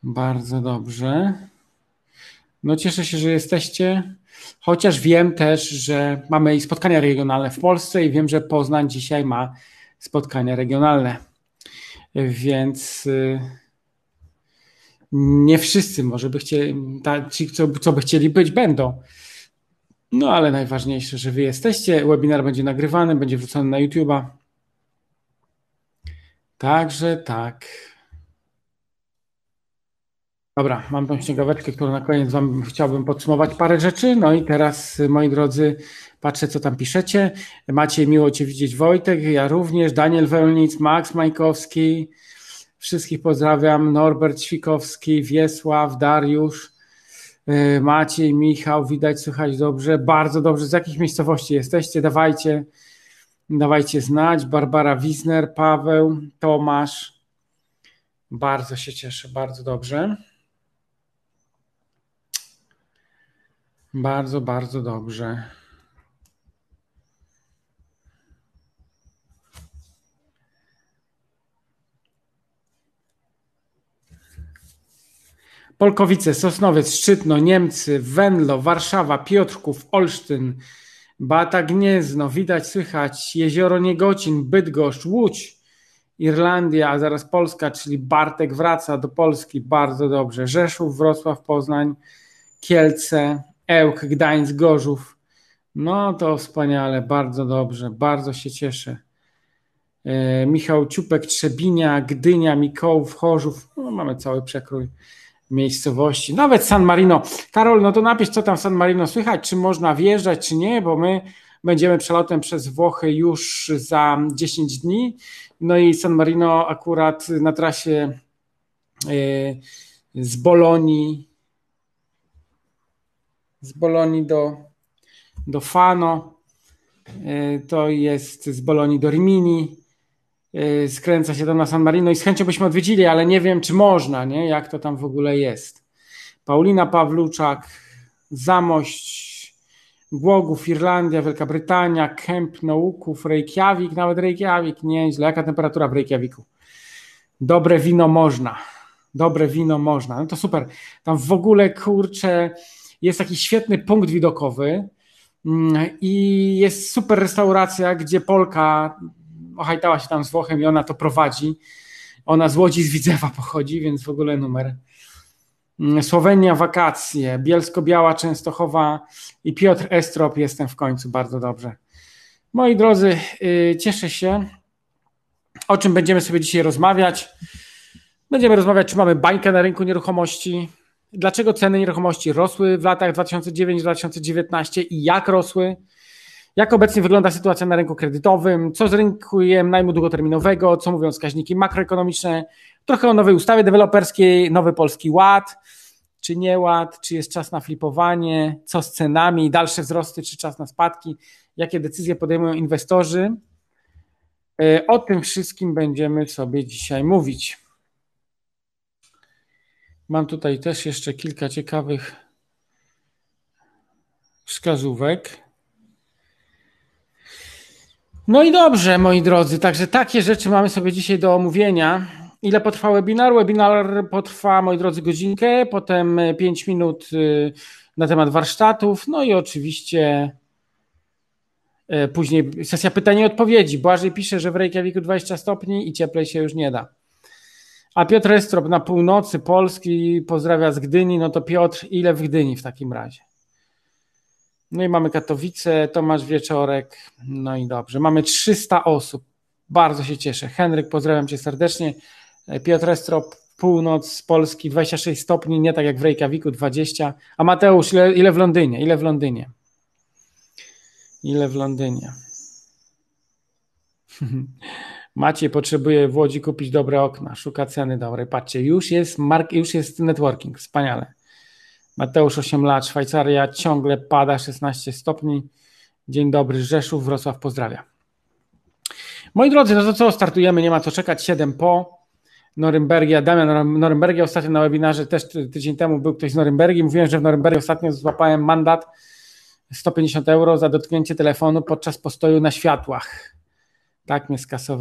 Bardzo dobrze. No cieszę się, że jesteście, chociaż wiem też, że mamy i spotkania regionalne w Polsce i wiem, że Poznań dzisiaj ma spotkania regionalne, więc nie wszyscy może by chcieli, ci, co by chcieli być, będą. No ale najważniejsze, że wy jesteście. Webinar będzie nagrywany, będzie wrzucony na YouTube'a. Także tak. Dobra, mam tą ściągaweczkę, którą na koniec wam chciałbym podsumować parę rzeczy. No i teraz, moi drodzy, patrzę, co tam piszecie. Maciej, miło cię widzieć, Wojtek, ja również, Daniel Wełnic, Max Majkowski, wszystkich pozdrawiam, Norbert Ćwikowski, Wiesław, Dariusz, Maciej, Michał, widać, słychać dobrze, bardzo dobrze. Z jakich miejscowości jesteście? Dawajcie znać. Barbara Wisner, Paweł, Tomasz. Bardzo się cieszę, bardzo dobrze. Bardzo, bardzo dobrze. Polkowice, Sosnowiec, Szczytno, Niemcy, Venlo, Warszawa, Piotrków, Olsztyn, Beata Gniezno, widać, słychać, Jezioro Niegocin, Bydgoszcz, Łódź, Irlandia, a zaraz Polska, czyli Bartek wraca do Polski, bardzo dobrze. Rzeszów, Wrocław, Poznań, Kielce, Ełk, Gdańsk, Gorzów. No to wspaniale, bardzo dobrze, bardzo się cieszę. Michał Ciupek, Trzebinia, Gdynia, Mikołów, Chorzów. No, mamy cały przekrój miejscowości. Nawet San Marino. Karol, no to napisz, co tam w San Marino słychać, czy można wjeżdżać, czy nie, bo my będziemy przelotem przez Włochy już za 10 dni. No i San Marino akurat na trasie z Bolonii do Fano, to jest z Bolonii do Rimini, skręca się tam na San Marino i z chęcią byśmy odwiedzili, ale nie wiem, czy można, nie? Jak to tam w ogóle jest. Paulina Pawluczak, Zamość, Głogów, Irlandia, Wielka Brytania, Kęp Nouków, Reykjavik, nawet Reykjavik, nieźle. Jaka temperatura w Reykjaviku? Dobre wino można. No to super. Tam w ogóle, kurczę, jest taki świetny punkt widokowy i jest super restauracja, gdzie Polka ochajtała się tam z Włochem i ona to prowadzi. Ona z Łodzi, z Widzewa pochodzi, więc w ogóle numer. Słowenia, wakacje, Bielsko-Biała, Częstochowa i Piotr Estrop, jestem w końcu, bardzo dobrze. Moi drodzy, cieszę się. O czym będziemy sobie dzisiaj rozmawiać? Będziemy rozmawiać, czy mamy bańkę na rynku nieruchomości, dlaczego ceny nieruchomości rosły w latach 2009-2019 i jak rosły, jak obecnie wygląda sytuacja na rynku kredytowym, co z rynkiem najmu długoterminowego, co mówią wskaźniki makroekonomiczne, trochę o nowej ustawie deweloperskiej, nowy Polski Ład, czy nie ład, czy jest czas na flipowanie, co z cenami, dalsze wzrosty, czy czas na spadki, jakie decyzje podejmują inwestorzy. O tym wszystkim będziemy sobie dzisiaj mówić. Mam tutaj też jeszcze kilka ciekawych wskazówek. No i dobrze, moi drodzy, także takie rzeczy mamy sobie dzisiaj do omówienia. Ile potrwa webinar? Webinar potrwa, moi drodzy, godzinkę, potem 5 minut na temat warsztatów, no i oczywiście później sesja pytań i odpowiedzi. Błażej pisze, że w Reykjaviku 20 stopni i cieplej się już nie da. A Piotr Estrop na północy Polski pozdrawia z Gdyni, no to Piotr, ile w Gdyni w takim razie? No i mamy Katowice, Tomasz Wieczorek, no i dobrze. Mamy 300 osób, bardzo się cieszę. Henryk, pozdrawiam cię serdecznie. Piotr Estrop, północ z Polski, 26 stopni, nie tak jak w Reykjaviku, 20. A Mateusz, ile w Londynie? Ile w Londynie? Maciej potrzebuje w Łodzi kupić dobre okna, szuka ceny dobrej. Patrzcie, już jest networking, wspaniale. Mateusz, 8 lat, Szwajcaria, ciągle pada, 16 stopni. Dzień dobry, Rzeszów, Wrocław, pozdrawia. Moi drodzy, no to co, startujemy, nie ma co czekać, 7 po. Norymbergia, Damian Norymbergia, ostatnio na webinarze, też tydzień temu był ktoś z Norymbergii, mówiłem, że w Norymbergii ostatnio złapałem mandat 150 euro za dotknięcie telefonu podczas postoju na światłach. Tak mnie skasowali. . . . . . . . . . . . . . . . . . . . . . . . . . . . . . . . . . . . . . . . . . . . . 7 po. Norymbergia, Damian Norymbergia, ostatnio złapałem mandat 150 euro za dotknięcie telefonu podczas postoju na światłach. Tak mnie skasowali.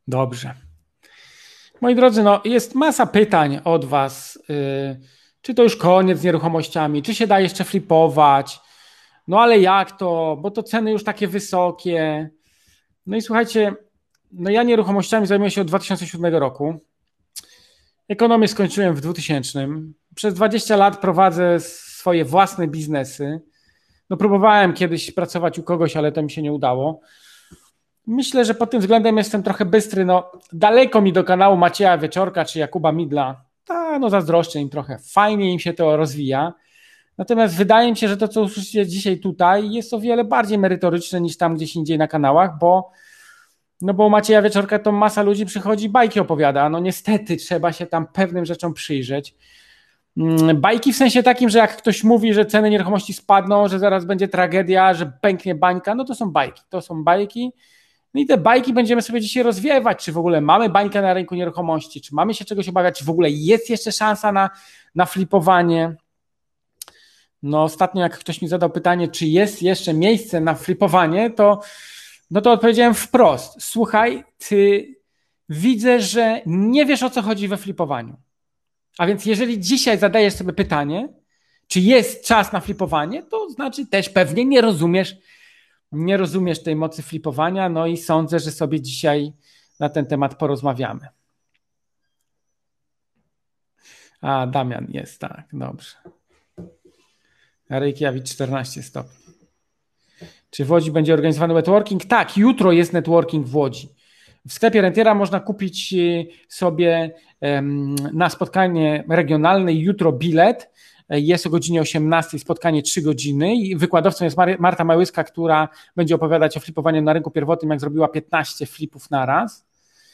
Dobrze. Moi drodzy, no jest masa pytań od Was. Czy to już koniec z nieruchomościami? Czy się da jeszcze flipować? No ale jak to? Bo to ceny już takie wysokie. No i słuchajcie, no ja nieruchomościami zajmuję się od 2007 roku. Ekonomię skończyłem w 2000. Przez 20 lat prowadzę swoje własne biznesy. No próbowałem kiedyś pracować u kogoś, ale to mi się nie udało. Myślę, że pod tym względem jestem trochę bystry. No, daleko mi do kanału Macieja Wieczorka czy Jakuba Midla. No zazdroszczę im trochę. Fajnie im się to rozwija. Natomiast wydaje mi się, że to, co usłyszycie dzisiaj tutaj, jest o wiele bardziej merytoryczne niż tam gdzieś indziej na kanałach, bo u Macieja Wieczorka to masa ludzi przychodzi, bajki opowiada. No niestety trzeba się tam pewnym rzeczom przyjrzeć. Bajki w sensie takim, że jak ktoś mówi, że ceny nieruchomości spadną, że zaraz będzie tragedia, że pęknie bańka, no to są bajki. To są bajki. No i te bajki będziemy sobie dzisiaj rozwiewać, czy w ogóle mamy bańkę na rynku nieruchomości, czy mamy się czegoś obawiać, czy w ogóle jest jeszcze szansa na flipowanie. No ostatnio jak ktoś mi zadał pytanie, czy jest jeszcze miejsce na flipowanie, to odpowiedziałem wprost. Słuchaj, ty widzę, że nie wiesz, o co chodzi we flipowaniu. A więc jeżeli dzisiaj zadajesz sobie pytanie, czy jest czas na flipowanie, to znaczy też pewnie nie rozumiesz tej mocy flipowania, no i sądzę, że sobie dzisiaj na ten temat porozmawiamy. A, Damian jest, tak, dobrze. Reykjavik 14 stopni. Czy w Łodzi będzie organizowany networking? Tak, jutro jest networking w Łodzi. W sklepie Rentiera można kupić sobie na spotkanie regionalne jutro bilet. Jest o godzinie 18, spotkanie 3 godziny i wykładowcą jest Marta Małyska, która będzie opowiadać o flipowaniu na rynku pierwotnym, jak zrobiła 15 flipów na raz.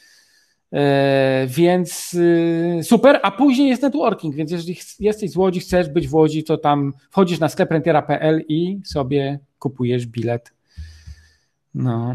Więc super, a później jest networking, więc jeżeli jesteś z Łodzi, chcesz być w Łodzi, to tam wchodzisz na sklep rentiera.pl i sobie kupujesz bilet. No.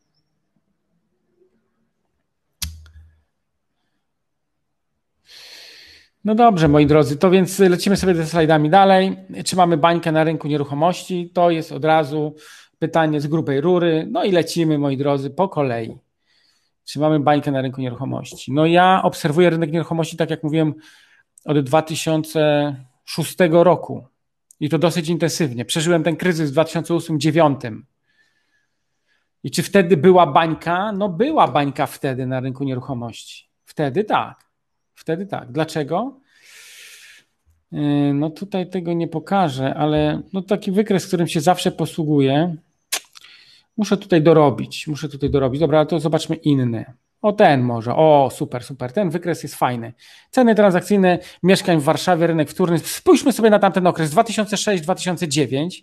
No dobrze, moi drodzy, to więc lecimy sobie ze slajdami dalej. Czy mamy bańkę na rynku nieruchomości? To jest od razu pytanie z grubej rury. No i lecimy, moi drodzy, po kolei. Czy mamy bańkę na rynku nieruchomości? No ja obserwuję rynek nieruchomości, tak jak mówiłem, od 2006 roku i to dosyć intensywnie. Przeżyłem ten kryzys w 2008-2009. I czy wtedy była bańka? No była bańka wtedy na rynku nieruchomości. Wtedy tak. Dlaczego? No tutaj tego nie pokażę, ale no taki wykres, którym się zawsze posługuję. Muszę tutaj dorobić. Dobra, ale to zobaczmy inny. O ten może. O, super. Ten wykres jest fajny. Ceny transakcyjne mieszkań w Warszawie, rynek wtórny. Spójrzmy sobie na tamten okres 2006-2009.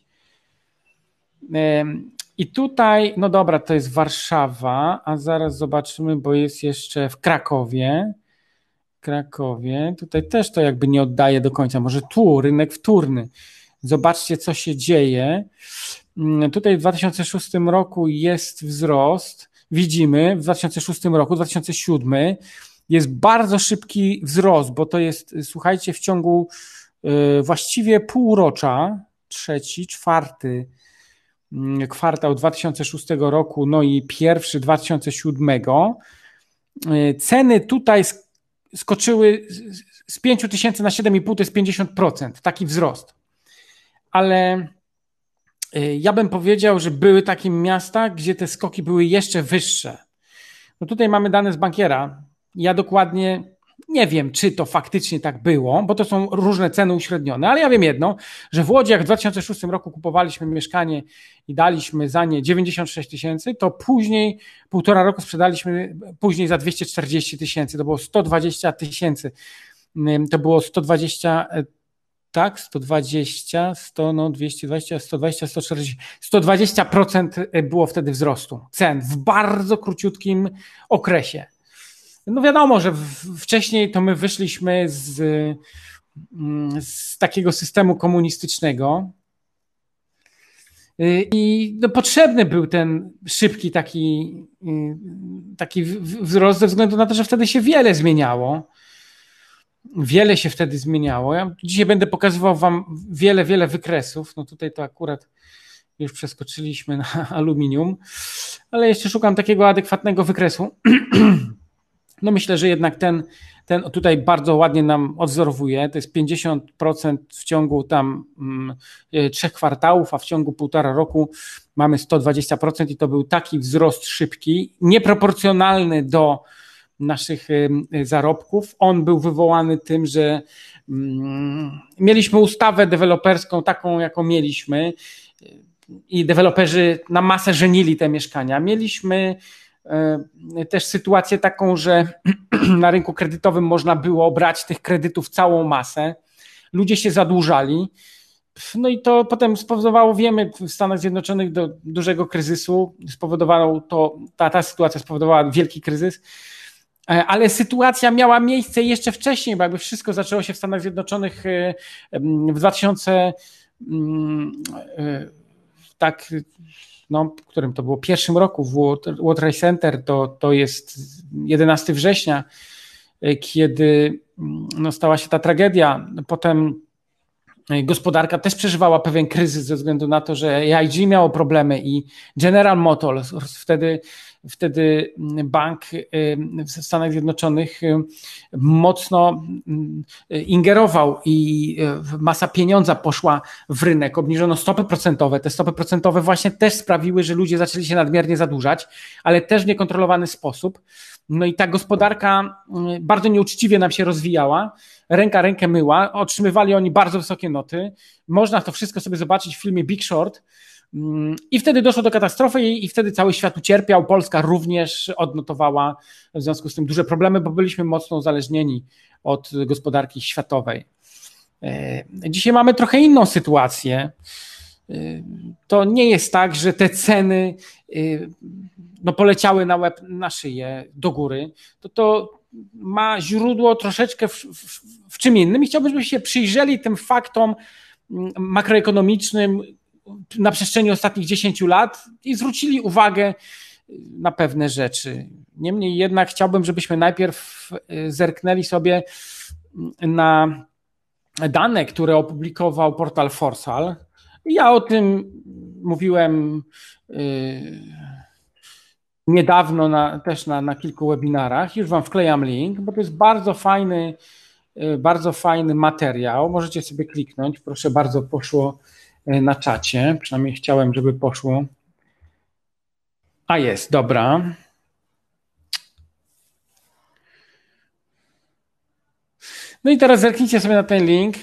I tutaj, no dobra, to jest Warszawa, a zaraz zobaczymy, bo jest jeszcze w Krakowie. Tutaj też to jakby nie oddaje do końca. Może tu rynek wtórny. Zobaczcie, co się dzieje. Tutaj w 2006 roku jest wzrost. Widzimy w 2006 roku, 2007 jest bardzo szybki wzrost, bo to jest, słuchajcie, w ciągu właściwie półrocza, trzeci, czwarty kwartał 2006 roku, no i pierwszy 2007, ceny tutaj skoczyły z 5 tysięcy na 7,5, to jest 50%, taki wzrost. Ale ja bym powiedział, że były takie miasta, gdzie te skoki były jeszcze wyższe. No tutaj mamy dane z bankiera. Ja dokładnie nie wiem, czy to faktycznie tak było, bo to są różne ceny uśrednione, ale ja wiem jedno, że w Łodzi jak w 2006 roku kupowaliśmy mieszkanie i daliśmy za nie 96 tysięcy, to później, półtora roku sprzedaliśmy później za 240 tysięcy, to było 120 tysięcy. To było 120, tak, 120, 100, no 220, 120, 140, 120% było wtedy wzrostu cen w bardzo króciutkim okresie. No wiadomo, że wcześniej to my wyszliśmy z takiego systemu komunistycznego i no, potrzebny był ten szybki taki wzrost ze względu na to, że wtedy się wiele zmieniało. Wiele się wtedy zmieniało. Ja dzisiaj będę pokazywał wam wiele wykresów. No tutaj to akurat Już przeskoczyliśmy na aluminium, ale jeszcze szukam takiego adekwatnego wykresu. No myślę, że jednak ten tutaj bardzo ładnie nam odwzorowuje. To jest 50% w ciągu tam 3 kwartałów, a w ciągu 1,5 roku mamy 120% i to był taki wzrost szybki, nieproporcjonalny do naszych zarobków. On był wywołany tym, że mieliśmy ustawę deweloperską taką, jaką mieliśmy i deweloperzy na masę żenili te mieszkania. Mieliśmy też sytuację taką, że na rynku kredytowym można było brać tych kredytów całą masę. Ludzie się zadłużali. No i to potem spowodowało, wiemy, w Stanach Zjednoczonych do dużego kryzysu. Spowodowało to, ta sytuacja spowodowała wielki kryzys. Ale sytuacja miała miejsce jeszcze wcześniej, bo jakby wszystko zaczęło się w Stanach Zjednoczonych w 2000 tak, no, w którym to było pierwszym roku w World Trade Center, to jest 11 września, kiedy no, stała się ta tragedia. Potem gospodarka też przeżywała pewien kryzys ze względu na to, że AIG miało problemy i General Motors, wtedy bank w Stanach Zjednoczonych mocno ingerował i masa pieniądza poszła w rynek, obniżono stopy procentowe. Te stopy procentowe właśnie też sprawiły, że ludzie zaczęli się nadmiernie zadłużać, ale też w niekontrolowany sposób. No i ta gospodarka bardzo nieuczciwie nam się rozwijała, ręka rękę myła, otrzymywali oni bardzo wysokie noty. Można to wszystko sobie zobaczyć w filmie Big Short. I wtedy doszło do katastrofy i wtedy cały świat ucierpiał. Polska również odnotowała w związku z tym duże problemy, bo byliśmy mocno uzależnieni od gospodarki światowej. Dzisiaj mamy trochę inną sytuację. To nie jest tak, że te ceny no, poleciały na łeb, na szyję do góry. To ma źródło troszeczkę w czym innym i chciałbym, żebyśmy się przyjrzeli tym faktom makroekonomicznym na przestrzeni ostatnich 10 lat i zwrócili uwagę na pewne rzeczy. Niemniej jednak chciałbym, żebyśmy najpierw zerknęli sobie na dane, które opublikował portal Forsal. Ja o tym mówiłem niedawno też na kilku webinarach. Już wam wklejam link, bo to jest bardzo fajny materiał. Możecie sobie kliknąć. Proszę bardzo, poszło na czacie. Przynajmniej chciałem, żeby poszło. A jest, dobra. No i teraz zerknijcie sobie na ten link.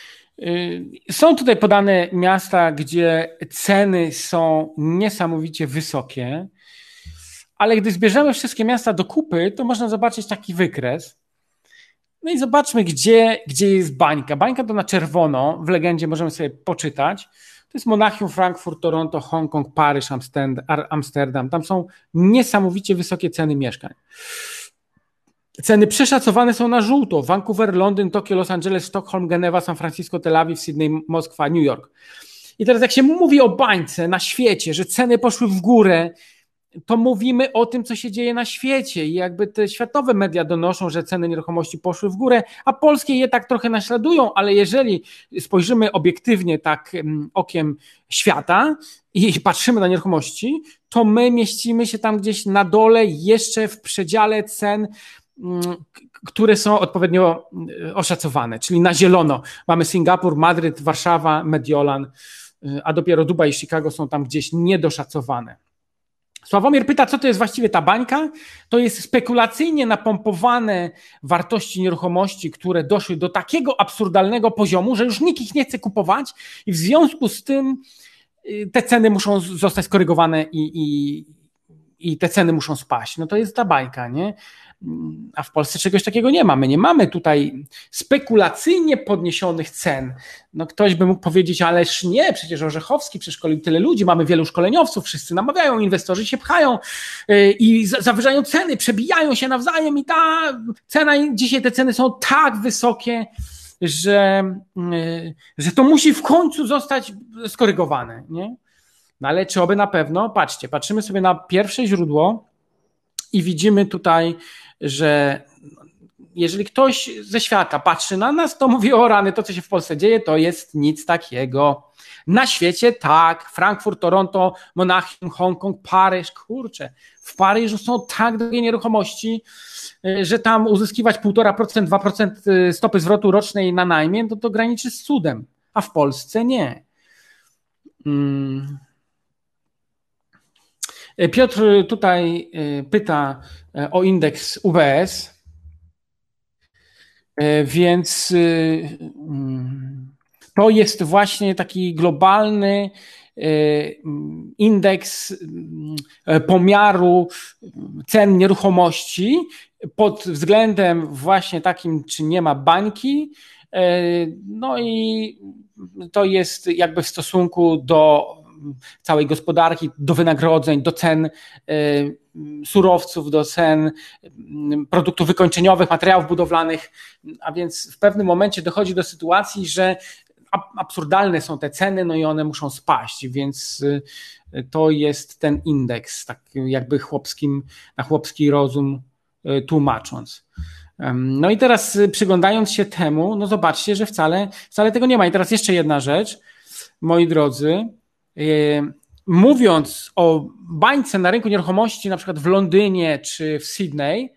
Są tutaj podane miasta, gdzie ceny są niesamowicie wysokie, ale gdy zbierzemy wszystkie miasta do kupy, to można zobaczyć taki wykres. No i zobaczmy, gdzie jest bańka. Bańka to na czerwono, w legendzie możemy sobie poczytać. To jest Monachium, Frankfurt, Toronto, Hongkong, Paryż, Amsterdam. Tam są niesamowicie wysokie ceny mieszkań. Ceny przeszacowane są na żółto. Vancouver, Londyn, Tokio, Los Angeles, Sztokholm, Genewa, San Francisco, Tel Awiw, Sydney, Moskwa, New York. I teraz jak się mówi o bańce na świecie, że ceny poszły w górę, to mówimy o tym, co się dzieje na świecie i jakby te światowe media donoszą, że ceny nieruchomości poszły w górę, a polskie je tak trochę naśladują, ale jeżeli spojrzymy obiektywnie tak okiem świata i patrzymy na nieruchomości, to my mieścimy się tam gdzieś na dole, jeszcze w przedziale cen, które są odpowiednio oszacowane, czyli na zielono. Mamy Singapur, Madryt, Warszawa, Mediolan, a dopiero Dubaj i Chicago są tam gdzieś niedoszacowane. Sławomir pyta, co to jest właściwie ta bańka? To jest spekulacyjnie napompowane wartości nieruchomości, które doszły do takiego absurdalnego poziomu, że już nikt ich nie chce kupować i w związku z tym te ceny muszą zostać skorygowane i te ceny muszą spaść. No to jest ta bańka, nie? A w Polsce czegoś takiego nie mamy. Nie mamy tutaj spekulacyjnie podniesionych cen. No ktoś by mógł powiedzieć, ależ nie, przecież Orzechowski przeszkolił tyle ludzi, mamy wielu szkoleniowców, wszyscy namawiają, inwestorzy się pchają i zawyżają ceny, przebijają się nawzajem i ta cena, dzisiaj te ceny są tak wysokie, że to musi w końcu zostać skorygowane, nie? No ale czy oby na pewno? Patrzcie, patrzymy sobie na pierwsze źródło i widzimy tutaj, że jeżeli ktoś ze świata patrzy na nas, to mówi: o rany, to co się w Polsce dzieje, to jest nic takiego. Na świecie tak, Frankfurt, Toronto, Monachium, Hongkong, Paryż, kurczę, w Paryżu są tak drogie nieruchomości, że tam uzyskiwać 1,5%, 2% stopy zwrotu rocznej na najmie, to graniczy z cudem, a w Polsce nie. Piotr tutaj pyta o indeks UBS, więc to jest właśnie taki globalny indeks pomiaru cen nieruchomości pod względem właśnie takim, czy nie ma bańki. No i to jest jakby w stosunku do całej gospodarki, do wynagrodzeń, do cen surowców, do cen produktów wykończeniowych, materiałów budowlanych, a więc w pewnym momencie dochodzi do sytuacji, że absurdalne są te ceny, no i one muszą spaść, więc to jest ten indeks, tak jakby na chłopski rozum tłumacząc. No i teraz przyglądając się temu, no zobaczcie, że wcale tego nie ma. I teraz jeszcze jedna rzecz, moi drodzy, mówiąc o bańce na rynku nieruchomości, na przykład w Londynie czy w Sydney,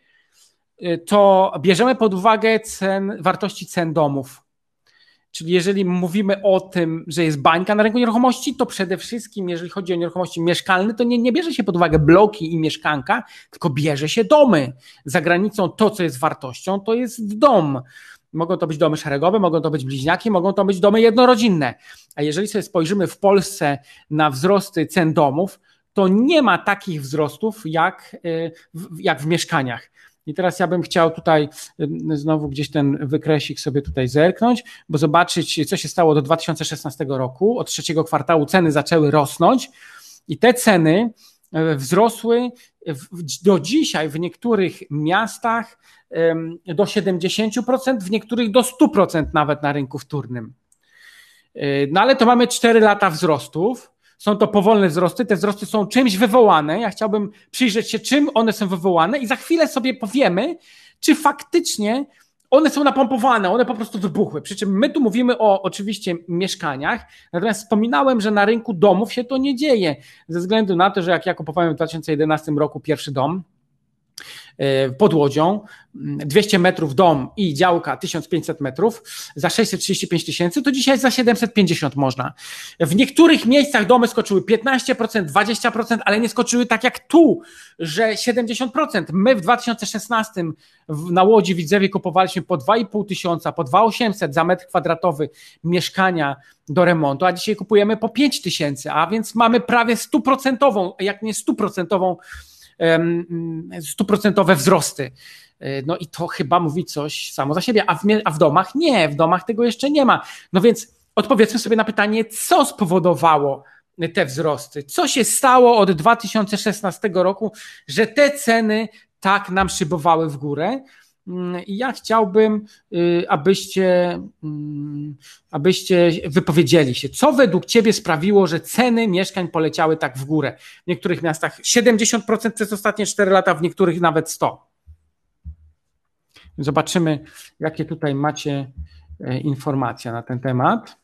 to bierzemy pod uwagę wartości cen domów. Czyli jeżeli mówimy o tym, że jest bańka na rynku nieruchomości, to przede wszystkim, jeżeli chodzi o nieruchomości mieszkalne, to nie bierze się pod uwagę bloki i mieszkanka, tylko bierze się domy. Za granicą to, co jest wartością, to jest dom. Mogą to być domy szeregowe, mogą to być bliźniaki, mogą to być domy jednorodzinne. A jeżeli sobie spojrzymy w Polsce na wzrosty cen domów, to nie ma takich wzrostów jak w mieszkaniach. I teraz ja bym chciał tutaj znowu gdzieś ten wykresik sobie tutaj zerknąć, bo zobaczyć, co się stało do 2016 roku. Od trzeciego kwartału ceny zaczęły rosnąć i te ceny wzrosły do dzisiaj w niektórych miastach do 70%, w niektórych do 100% nawet na rynku wtórnym. No ale to mamy 4 lata wzrostów. Są to powolne wzrosty, te wzrosty są czymś wywołane. Ja chciałbym przyjrzeć się, czym one są wywołane i za chwilę sobie powiemy, czy faktycznie one są napompowane, one po prostu wybuchły. Przy czym my tu mówimy o oczywiście mieszkaniach, natomiast wspominałem, że na rynku domów się to nie dzieje, ze względu na to, że jak ja kupowałem w 2011 roku pierwszy dom pod Łodzią, 200 metrów dom i działka 1500 metrów za 635 tysięcy, to dzisiaj za 750 można. W niektórych miejscach domy skoczyły 15%, 20%, ale nie skoczyły tak jak tu, że 70%. My w 2016 na Łodzi Widzewie kupowaliśmy po 2,5 tysiąca, po 2,800 za metr kwadratowy mieszkania do remontu, a dzisiaj kupujemy po 5 tysięcy, a więc mamy prawie 100%, jak nie 100% wzrosty. No i to chyba mówi coś samo za siebie, a w domach nie, w domach tego jeszcze nie ma. No więc odpowiedzmy sobie na pytanie, co spowodowało te wzrosty? Co się stało od 2016 roku, że te ceny tak nam szybowały w górę? I ja chciałbym, abyście wypowiedzieli się, co według Ciebie sprawiło, że ceny mieszkań poleciały tak w górę. W niektórych miastach 70% przez ostatnie 4 lata, w niektórych nawet 100%. Zobaczymy, jakie tutaj macie informacje na ten temat.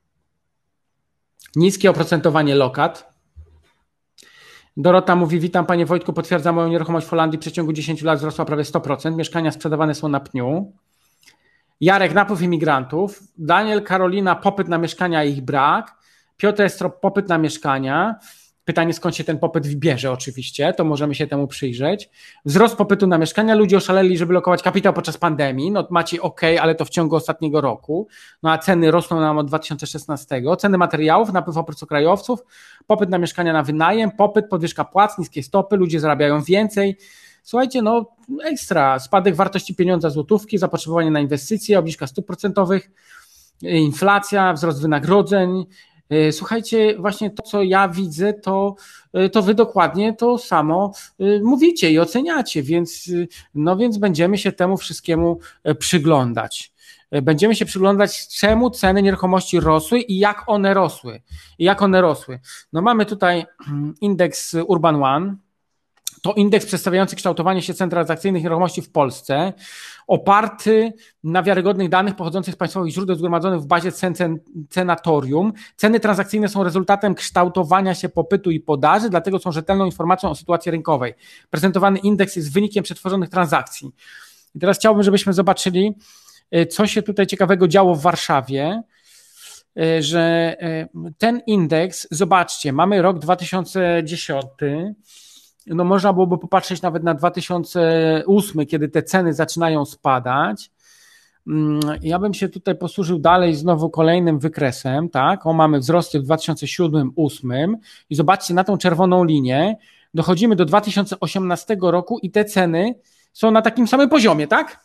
Niskie oprocentowanie lokat. Dorota mówi: witam panie Wojtku, potwierdzam, moją nieruchomość w Holandii w przeciągu 10 lat wzrosła prawie 100%, mieszkania sprzedawane są na pniu. Jarek: napływ imigrantów. Daniel, Karolina: popyt na mieszkania i ich brak. Piotr Estrop: popyt na mieszkania. Pytanie, skąd się ten popyt bierze oczywiście, to możemy się temu przyjrzeć. Wzrost popytu na mieszkania, ludzie oszaleli, żeby lokować kapitał podczas pandemii, no macie ale to w ciągu ostatniego roku, no a ceny rosną nam od 2016. Ceny materiałów, napływ obcokrajowców, popyt na mieszkania na wynajem, popyt, podwyżka płac, niskie stopy, ludzie zarabiają więcej. Słuchajcie, no ekstra, spadek wartości pieniądza, złotówki, zapotrzebowanie na inwestycje, obniżka stóp procentowych, inflacja, wzrost wynagrodzeń. Słuchajcie, właśnie to, co ja widzę, to wy dokładnie to samo mówicie i oceniacie, więc będziemy się temu wszystkiemu przyglądać. Będziemy się przyglądać, czemu ceny nieruchomości rosły i jak one rosły. No mamy tutaj indeks Urban One. to indeks przedstawiający kształtowanie się cen transakcyjnych nieruchomości w Polsce, oparty na wiarygodnych danych pochodzących z państwowych źródeł zgromadzonych w bazie Cenatorium. Ceny transakcyjne są rezultatem kształtowania się popytu i podaży, dlatego są rzetelną informacją o sytuacji rynkowej. Prezentowany indeks jest wynikiem przetworzonych transakcji. I teraz chciałbym, żebyśmy zobaczyli, co się tutaj ciekawego działo w Warszawie, że ten indeks, zobaczcie, mamy rok 2010, no można byłoby popatrzeć nawet na 2008, kiedy te ceny zaczynają spadać. Ja bym się tutaj posłużył dalej znowu kolejnym wykresem, tak? Mamy wzrosty w 2007-2008 i zobaczcie na tą czerwoną linię, dochodzimy do 2018 roku i te ceny są na takim samym poziomie, tak?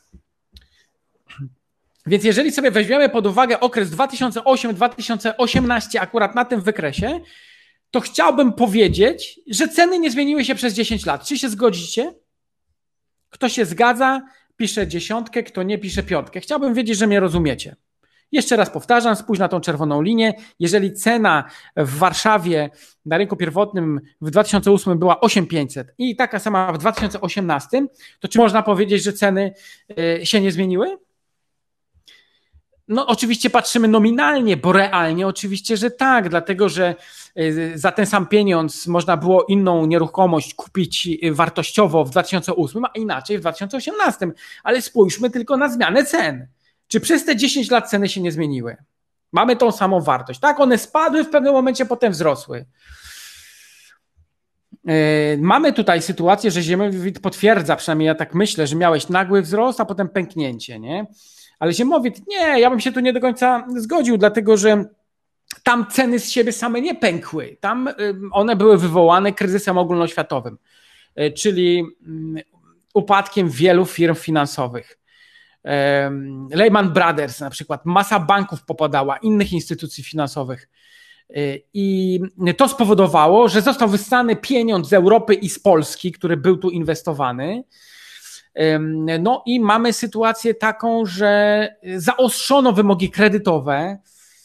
Więc jeżeli sobie weźmiemy pod uwagę okres 2008-2018 akurat na tym wykresie, to chciałbym powiedzieć, że ceny nie zmieniły się przez 10 lat. Czy się zgodzicie? Kto się zgadza, pisze 10, kto nie, pisze 5. Chciałbym wiedzieć, że mnie rozumiecie. Jeszcze raz powtarzam, spójrz na tą czerwoną linię. Jeżeli cena w Warszawie na rynku pierwotnym w 2008 była 8500 i taka sama w 2018, to czy można powiedzieć, że ceny się nie zmieniły? No oczywiście patrzymy nominalnie, bo realnie oczywiście, że tak, dlatego że za ten sam pieniądz można było inną nieruchomość kupić wartościowo w 2008, a inaczej w 2018. Ale spójrzmy tylko na zmianę cen. Czy przez te 10 lat ceny się nie zmieniły? Mamy tą samą wartość. Tak, one spadły w pewnym momencie, potem wzrosły. Mamy tutaj sytuację, że Ziemowit potwierdza, przynajmniej ja tak myślę, że miałeś nagły wzrost, a potem pęknięcie, nie? Ale Ziemowit, nie, ja bym się tu nie do końca zgodził, dlatego że tam ceny z siebie same nie pękły. Tam one były wywołane kryzysem ogólnoświatowym, czyli upadkiem wielu firm finansowych. Lehman Brothers na przykład, masa banków popadała, innych instytucji finansowych. I to spowodowało, że został wysłany pieniądz z Europy i z Polski, który był tu inwestowany. No i mamy sytuację taką, że zaostrzono wymogi kredytowe,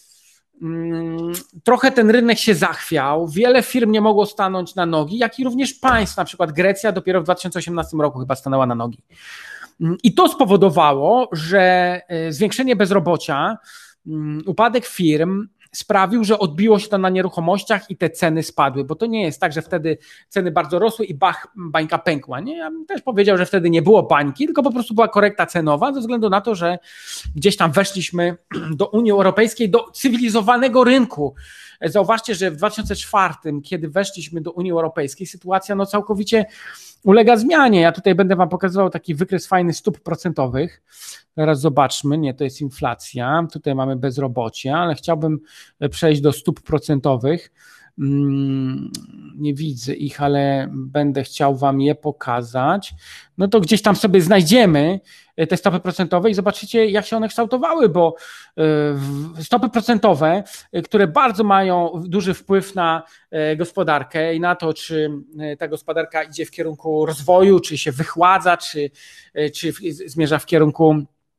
trochę ten rynek się zachwiał, wiele firm nie mogło stanąć na nogi, jak i również państw, na przykład Grecja dopiero w 2018 roku chyba stanęła na nogi. I to spowodowało, że zwiększenie bezrobocia, upadek firm sprawił, że odbiło się to na nieruchomościach i te ceny spadły, bo to nie jest tak, że wtedy ceny bardzo rosły i bańka pękła. Nie? Ja bym też powiedział, że wtedy nie było bańki, tylko po prostu była korekta cenowa ze względu na to, że gdzieś tam weszliśmy do Unii Europejskiej, do cywilizowanego rynku. Zauważcie, że w 2004, kiedy weszliśmy do Unii Europejskiej, sytuacja no całkowicie ulega zmianie. Ja tutaj będę wam pokazywał taki wykres fajny stóp procentowych. Teraz zobaczmy, nie, to jest inflacja, tutaj mamy bezrobocie, ale chciałbym przejść do stóp procentowych. Nie widzę ich, ale będę chciał wam je pokazać. No to gdzieś tam sobie znajdziemy te stopy procentowe i zobaczycie, jak się one kształtowały, bo stopy procentowe, które bardzo mają duży wpływ na gospodarkę i na to, czy ta gospodarka idzie w kierunku rozwoju, czy się wychładza, czy zmierza w kierunku...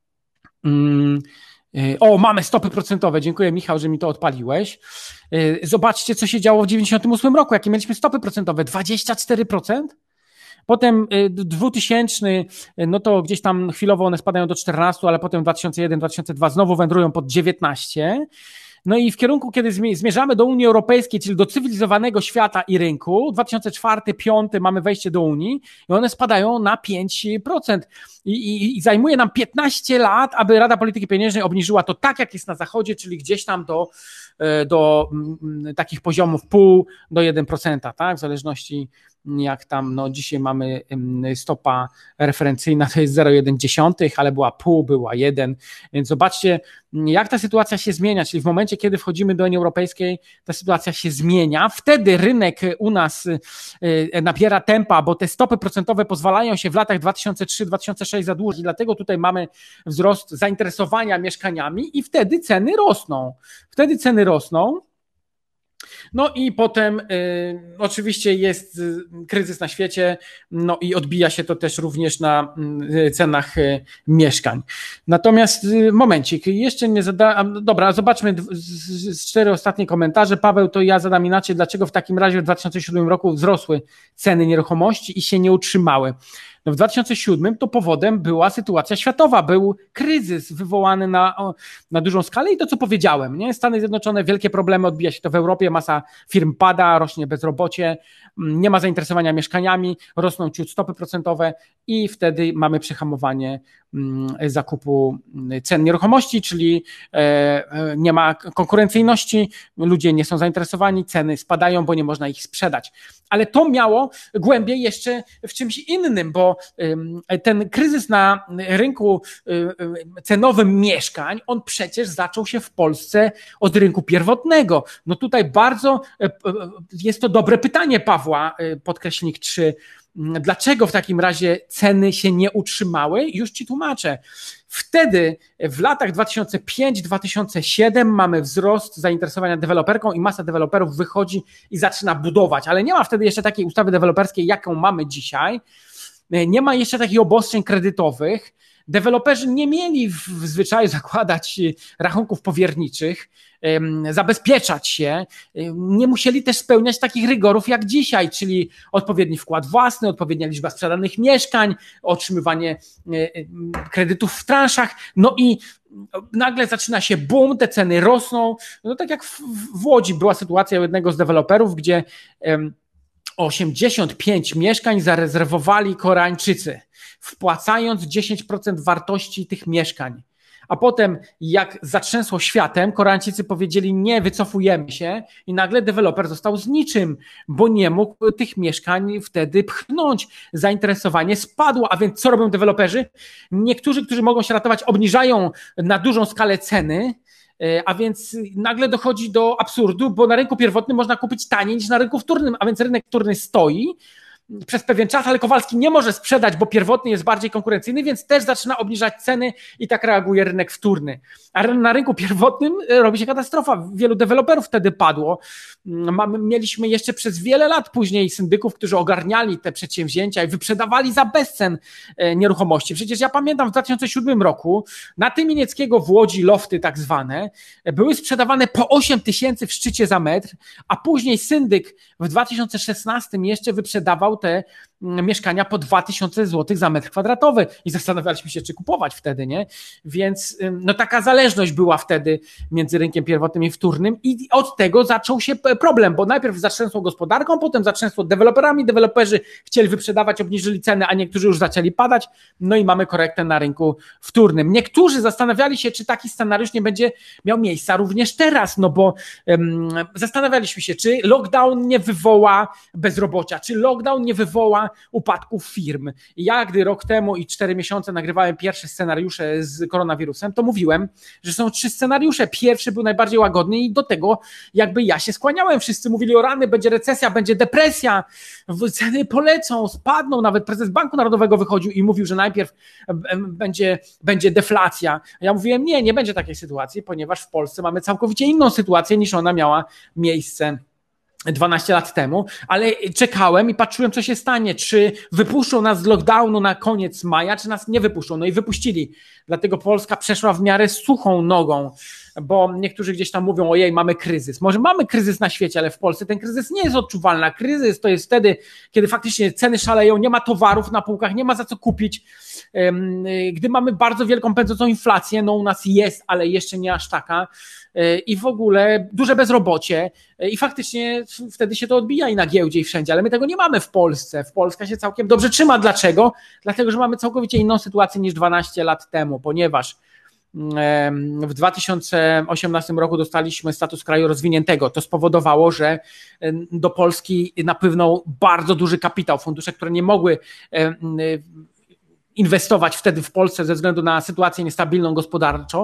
O, mamy stopy procentowe. Dziękuję, Michał, że mi to odpaliłeś. Zobaczcie, co się działo w 1998 roku, jakie mieliśmy stopy procentowe. 24%. Potem 2000, no to gdzieś tam chwilowo one spadają do 14, ale potem 2001-2002 znowu wędrują pod 19. No i w kierunku, kiedy zmierzamy do Unii Europejskiej, czyli do cywilizowanego świata i rynku, 2004-2005 mamy wejście do Unii i one spadają na 5%. I zajmuje nam 15 lat, aby Rada Polityki Pieniężnej obniżyła to tak, jak jest na Zachodzie, czyli gdzieś tam do takich poziomów 0,5 do 1%, tak? W zależności jak tam, no dzisiaj mamy stopa referencyjna, to jest 0,1, ale była 0,5, była 1, więc zobaczcie, jak ta sytuacja się zmienia, czyli w momencie, kiedy wchodzimy do Unii Europejskiej, ta sytuacja się zmienia, wtedy rynek u nas nabiera tempa, bo te stopy procentowe pozwalają się w latach 2003-2006 zadłużyć, dlatego tutaj mamy wzrost zainteresowania mieszkaniami i wtedy ceny rosną. No i potem oczywiście jest kryzys na świecie, no i odbija się to też również na cenach mieszkań. Natomiast momencik, jeszcze nie zadałem, dobra, zobaczmy z 4 ostatnie komentarze. Paweł, to ja zadam inaczej, dlaczego w takim razie w 2007 roku wzrosły ceny nieruchomości i się nie utrzymały? No w 2007 to powodem była sytuacja światowa, był kryzys wywołany na dużą skalę i to, co powiedziałem, nie? Stany Zjednoczone, wielkie problemy, odbija się to w Europie, masa firm pada, rośnie bezrobocie, nie ma zainteresowania mieszkaniami, rosną ciut stopy procentowe i wtedy mamy przehamowanie zakupu cen nieruchomości, czyli nie ma konkurencyjności, ludzie nie są zainteresowani, ceny spadają, bo nie można ich sprzedać. Ale to miało głębiej jeszcze w czymś innym, bo ten kryzys na rynku cenowym mieszkań, on przecież zaczął się w Polsce od rynku pierwotnego. No tutaj bardzo jest to dobre pytanie Pawła, podkreślnik 3. Dlaczego w takim razie ceny się nie utrzymały? Już ci tłumaczę. Wtedy w latach 2005-2007 mamy wzrost zainteresowania deweloperką i masa deweloperów wychodzi i zaczyna budować, ale nie ma wtedy jeszcze takiej ustawy deweloperskiej, jaką mamy dzisiaj. Nie ma jeszcze takich obostrzeń kredytowych. Deweloperzy nie mieli w zwyczaju zakładać rachunków powierniczych, zabezpieczać się, nie musieli też spełniać takich rygorów jak dzisiaj, czyli odpowiedni wkład własny, odpowiednia liczba sprzedanych mieszkań, otrzymywanie kredytów w transzach, no i nagle zaczyna się boom, te ceny rosną, no tak jak w Łodzi była sytuacja u jednego z deweloperów, gdzie 85 mieszkań zarezerwowali Koreańczycy, wpłacając 10% wartości tych mieszkań. A potem jak zatrzęsło światem, Koreańczycy powiedzieli nie, wycofujemy się i nagle deweloper został z niczym, bo nie mógł tych mieszkań wtedy pchnąć. Zainteresowanie spadło, a więc co robią deweloperzy? Niektórzy, którzy mogą się ratować, obniżają na dużą skalę ceny, a więc nagle dochodzi do absurdu, bo na rynku pierwotnym można kupić taniej niż na rynku wtórnym, a więc rynek wtórny stoi przez pewien czas, ale Kowalski nie może sprzedać, bo pierwotny jest bardziej konkurencyjny, więc też zaczyna obniżać ceny i tak reaguje rynek wtórny. A na rynku pierwotnym robi się katastrofa. Wielu deweloperów wtedy padło. Mieliśmy jeszcze przez wiele lat później syndyków, którzy ogarniali te przedsięwzięcia i wyprzedawali za bezcen nieruchomości. Przecież ja pamiętam w 2007 roku na Tymienieckiego w Łodzi lofty tak zwane były sprzedawane po 8 000 w szczycie za metr, a później syndyk w 2016 jeszcze wyprzedawał te mieszkania po 2000 zł za metr kwadratowy i zastanawialiśmy się, czy kupować wtedy, nie? Więc no taka zależność była wtedy między rynkiem pierwotnym i wtórnym i od tego zaczął się problem, bo najpierw zatrzęsło gospodarką, potem zatrzęsło deweloperami, deweloperzy chcieli wyprzedawać, obniżyli ceny, a niektórzy już zaczęli padać, no i mamy korektę na rynku wtórnym. Niektórzy zastanawiali się, czy taki scenariusz nie będzie miał miejsca również teraz, no bo zastanawialiśmy się, czy lockdown nie wywoła bezrobocia, czy lockdown nie wywoła upadków firm. I ja, gdy rok temu i 4 miesiące nagrywałem pierwsze scenariusze z koronawirusem, to mówiłem, że są 3 scenariusze. Pierwszy był najbardziej łagodny i do tego jakby ja się skłaniałem. Wszyscy mówili o rany, będzie recesja, będzie depresja, ceny polecą, spadną. Nawet prezes Banku Narodowego wychodził i mówił, że najpierw będzie deflacja. Ja mówiłem, nie będzie takiej sytuacji, ponieważ w Polsce mamy całkowicie inną sytuację niż ona miała miejsce 12 lat temu, ale czekałem i patrzyłem, co się stanie, czy wypuszczą nas z lockdownu na koniec maja, czy nas nie wypuszczą. No i wypuścili. Dlatego Polska przeszła w miarę suchą nogą, bo niektórzy gdzieś tam mówią, ojej, mamy kryzys. Może mamy kryzys na świecie, ale w Polsce ten kryzys nie jest odczuwalny. A kryzys to jest wtedy, kiedy faktycznie ceny szaleją, nie ma towarów na półkach, nie ma za co kupić. Gdy mamy bardzo wielką pędzącą inflację, no u nas jest, ale jeszcze nie aż taka i w ogóle duże bezrobocie i faktycznie wtedy się to odbija i na giełdzie i wszędzie, ale my tego nie mamy w Polsce. Polska się całkiem dobrze trzyma. Dlaczego? Dlatego, że mamy całkowicie inną sytuację niż 12 lat temu, ponieważ w 2018 roku dostaliśmy status kraju rozwiniętego. To spowodowało, że do Polski napłynął bardzo duży kapitał. Fundusze, które nie mogły inwestować wtedy w Polsce ze względu na sytuację niestabilną gospodarczo,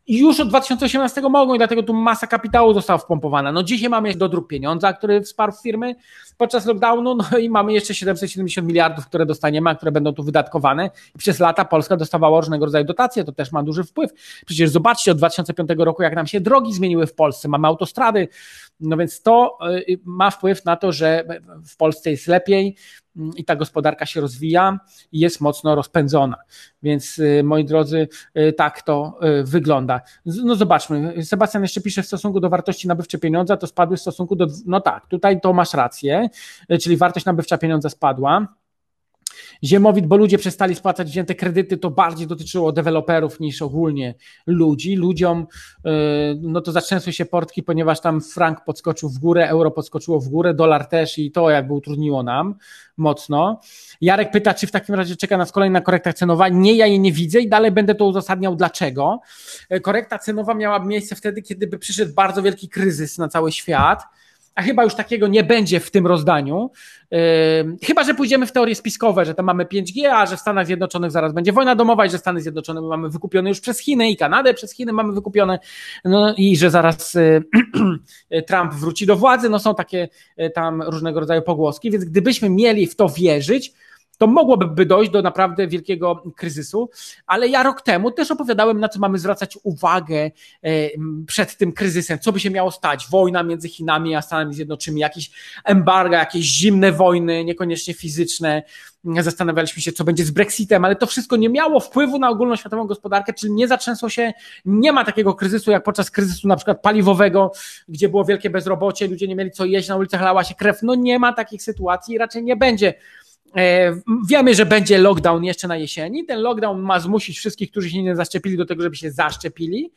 I już od 2018 mogą i dlatego tu masa kapitału została wpompowana. No dzisiaj mamy do dróg pieniądza, który wsparł firmy podczas lockdownu, no i mamy jeszcze 770 miliardów, które dostaniemy, a które będą tu wydatkowane. I przez lata Polska dostawała różnego rodzaju dotacje, to też ma duży wpływ. Przecież zobaczcie od 2005 roku, jak nam się drogi zmieniły w Polsce, mamy autostrady, no więc to ma wpływ na to, że w Polsce jest lepiej i ta gospodarka się rozwija i jest mocno rozpędzona. Więc moi drodzy, tak to wygląda. No zobaczmy, Sebastian jeszcze pisze, w stosunku do wartości nabywczej pieniądza to spadły w stosunku do, no tak, tutaj to masz rację, czyli wartość nabywcza pieniądza spadła. Ziemowit, bo ludzie przestali spłacać wzięte kredyty, to bardziej dotyczyło deweloperów niż ogólnie ludzi. Ludziom no to zatrzęsły się portki, ponieważ tam frank podskoczył w górę, euro podskoczyło w górę, dolar też i to jakby utrudniło nam mocno. Jarek pyta, czy w takim razie czeka nas kolejna korekta cenowa. Nie, ja jej nie widzę i dalej będę to uzasadniał dlaczego. Korekta cenowa miałaby miejsce wtedy, kiedy by przyszedł bardzo wielki kryzys na cały świat, a chyba już takiego nie będzie w tym rozdaniu, chyba że pójdziemy w teorie spiskowe, że tam mamy 5G, a że w Stanach Zjednoczonych zaraz będzie wojna domowa i że Stany Zjednoczone mamy wykupione już przez Chiny i Kanadę przez Chiny mamy wykupione, no i że zaraz Trump wróci do władzy, no są takie tam różnego rodzaju pogłoski, więc gdybyśmy mieli w to wierzyć, to mogłoby dojść do naprawdę wielkiego kryzysu, ale ja rok temu też opowiadałem, na co mamy zwracać uwagę przed tym kryzysem, co by się miało stać, wojna między Chinami a Stanami Zjednoczonymi, jakieś embarga, jakieś zimne wojny, niekoniecznie fizyczne, zastanawialiśmy się, co będzie z Brexitem, ale to wszystko nie miało wpływu na ogólnoświatową gospodarkę, czyli nie zatrzęsło się, nie ma takiego kryzysu jak podczas kryzysu na przykład paliwowego, gdzie było wielkie bezrobocie, ludzie nie mieli co jeść, na ulicach lała się krew, no nie ma takich sytuacji i raczej nie będzie. Wiemy, że będzie lockdown jeszcze na jesieni. Ten lockdown ma zmusić wszystkich, którzy się nie zaszczepili, do tego, żeby się zaszczepili.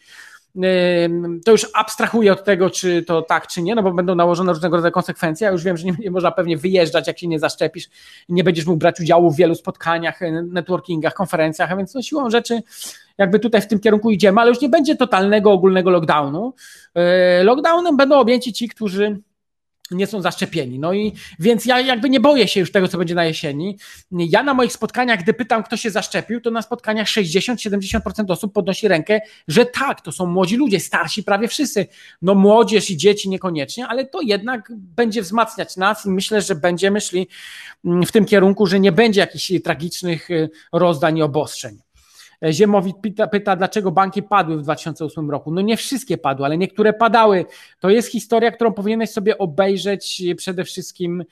To już abstrahuję od tego, czy to tak, czy nie, no bo będą nałożone różnego rodzaju konsekwencje. Ja już wiem, że nie można pewnie wyjeżdżać, jak się nie zaszczepisz, nie będziesz mógł brać udziału w wielu spotkaniach, networkingach, konferencjach, a więc no siłą rzeczy jakby tutaj w tym kierunku idziemy, ale już nie będzie totalnego, ogólnego lockdownu. Lockdownem będą objęci ci, którzy nie są zaszczepieni. No i więc ja jakby nie boję się już tego, co będzie na jesieni. Ja na moich spotkaniach, gdy pytam, kto się zaszczepił, to na spotkaniach 60-70% osób podnosi rękę, że tak, to są młodzi ludzie, starsi prawie wszyscy. No młodzież i dzieci niekoniecznie, ale to jednak będzie wzmacniać nas i myślę, że będziemy szli w tym kierunku, że nie będzie jakichś tragicznych rozdań i obostrzeń. Ziemowit pyta, dlaczego banki padły w 2008 roku. No nie wszystkie padły, ale niektóre padały. To jest historia, którą powinieneś sobie obejrzeć przede wszystkim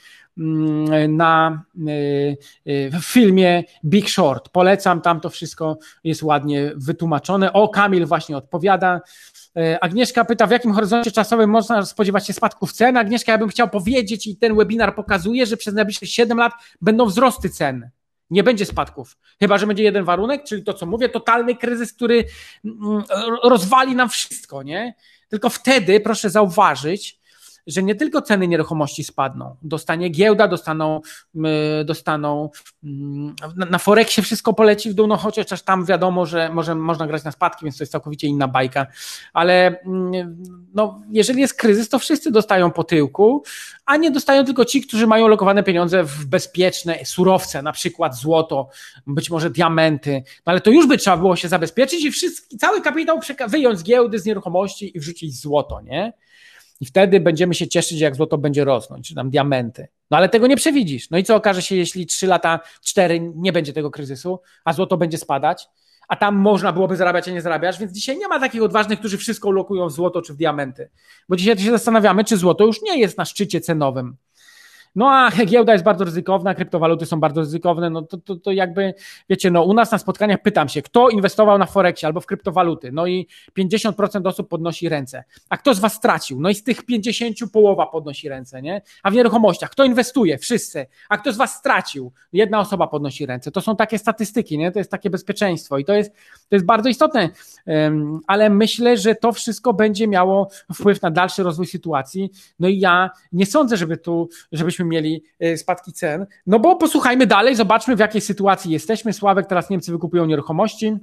w filmie Big Short. Polecam, tam to wszystko jest ładnie wytłumaczone. O, Kamil właśnie odpowiada. Agnieszka pyta, w jakim horyzoncie czasowym można spodziewać się spadków cen. Agnieszka, ja bym chciał powiedzieć i ten webinar pokazuje, że przez najbliższe 7 lat będą wzrosty cen. Nie będzie spadków, chyba że będzie jeden warunek, czyli to, co mówię, totalny kryzys, który rozwali nam wszystko, nie? Tylko wtedy proszę zauważyć, że nie tylko ceny nieruchomości spadną, dostanie giełda, dostaną na Forexie wszystko poleci w dół, no chociaż tam wiadomo, że można grać na spadki, więc to jest całkowicie inna bajka, ale no, jeżeli jest kryzys, to wszyscy dostają po tyłku, a nie dostają tylko ci, którzy mają lokowane pieniądze w bezpieczne surowce, na przykład złoto, być może diamenty, no ale to już by trzeba było się zabezpieczyć i cały kapitał wyjąć z giełdy, z nieruchomości i wrzucić złoto, nie? I wtedy będziemy się cieszyć, jak złoto będzie rosnąć, czy tam diamenty. No ale tego nie przewidzisz. No i co okaże się, jeśli 3 lata, 4 nie będzie tego kryzysu, a złoto będzie spadać, a tam można byłoby zarabiać, a nie zarabiasz, więc dzisiaj nie ma takich odważnych, którzy wszystko lokują w złoto czy w diamenty. Bo dzisiaj się zastanawiamy, czy złoto już nie jest na szczycie cenowym. No a giełda jest bardzo ryzykowna, kryptowaluty są bardzo ryzykowne, no to jakby, wiecie, no u nas na spotkaniach pytam się, kto inwestował na Forexie albo w kryptowaluty, no i 50% osób podnosi ręce. A kto z was stracił? No i z tych 50 połowa podnosi ręce, nie? A w nieruchomościach, kto inwestuje? Wszyscy. A kto z was stracił? Jedna osoba podnosi ręce. To są takie statystyki, nie? To jest takie bezpieczeństwo i to jest bardzo istotne, ale myślę, że to wszystko będzie miało wpływ na dalszy rozwój sytuacji, no i ja nie sądzę, żebyśmy mieli spadki cen, no bo posłuchajmy dalej, zobaczmy w jakiej sytuacji jesteśmy. Sławek, teraz Niemcy wykupują nieruchomości.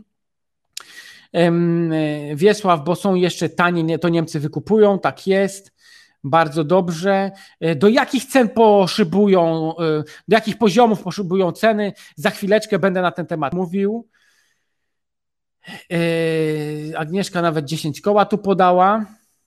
Wiesław, bo są jeszcze tanie, to Niemcy wykupują, tak jest, bardzo dobrze. Do jakich cen poszybują, do jakich poziomów poszybują ceny? Za chwileczkę będę na ten temat mówił. Agnieszka nawet 10 koła tu podała.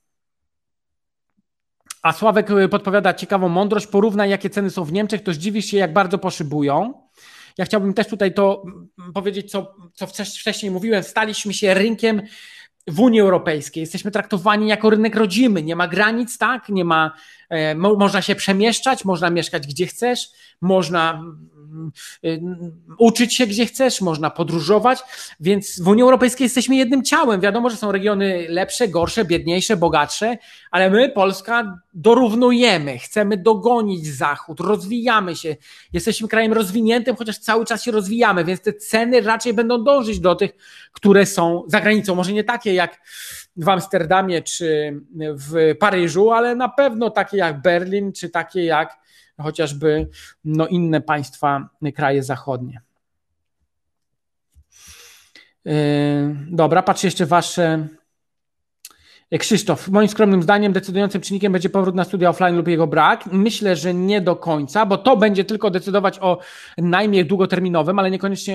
A Sławek podpowiada ciekawą mądrość. Porównaj, jakie ceny są w Niemczech, to zdziwisz się, jak bardzo poszybują. Ja chciałbym też tutaj to powiedzieć, co wcześniej mówiłem. Staliśmy się rynkiem w Unii Europejskiej. Jesteśmy traktowani jako rynek rodzimy. Nie ma granic, tak? Nie ma, można się przemieszczać, można mieszkać gdzie chcesz, można uczyć się gdzie chcesz, można podróżować, więc w Unii Europejskiej jesteśmy jednym ciałem. Wiadomo, że są regiony lepsze, gorsze, biedniejsze, bogatsze, ale my, Polska, dorównujemy, chcemy dogonić Zachód, rozwijamy się, jesteśmy krajem rozwiniętym, chociaż cały czas się rozwijamy, więc te ceny raczej będą dążyć do tych, które są za granicą. Może nie takie jak w Amsterdamie czy w Paryżu, ale na pewno takie jak Berlin, czy takie jak chociażby inne państwa, kraje zachodnie. Dobra, patrzę jeszcze wasze. Krzysztof, moim skromnym zdaniem decydującym czynnikiem będzie powrót na studia offline lub jego brak. Myślę, że nie do końca, bo to będzie tylko decydować o najmie długoterminowym, ale niekoniecznie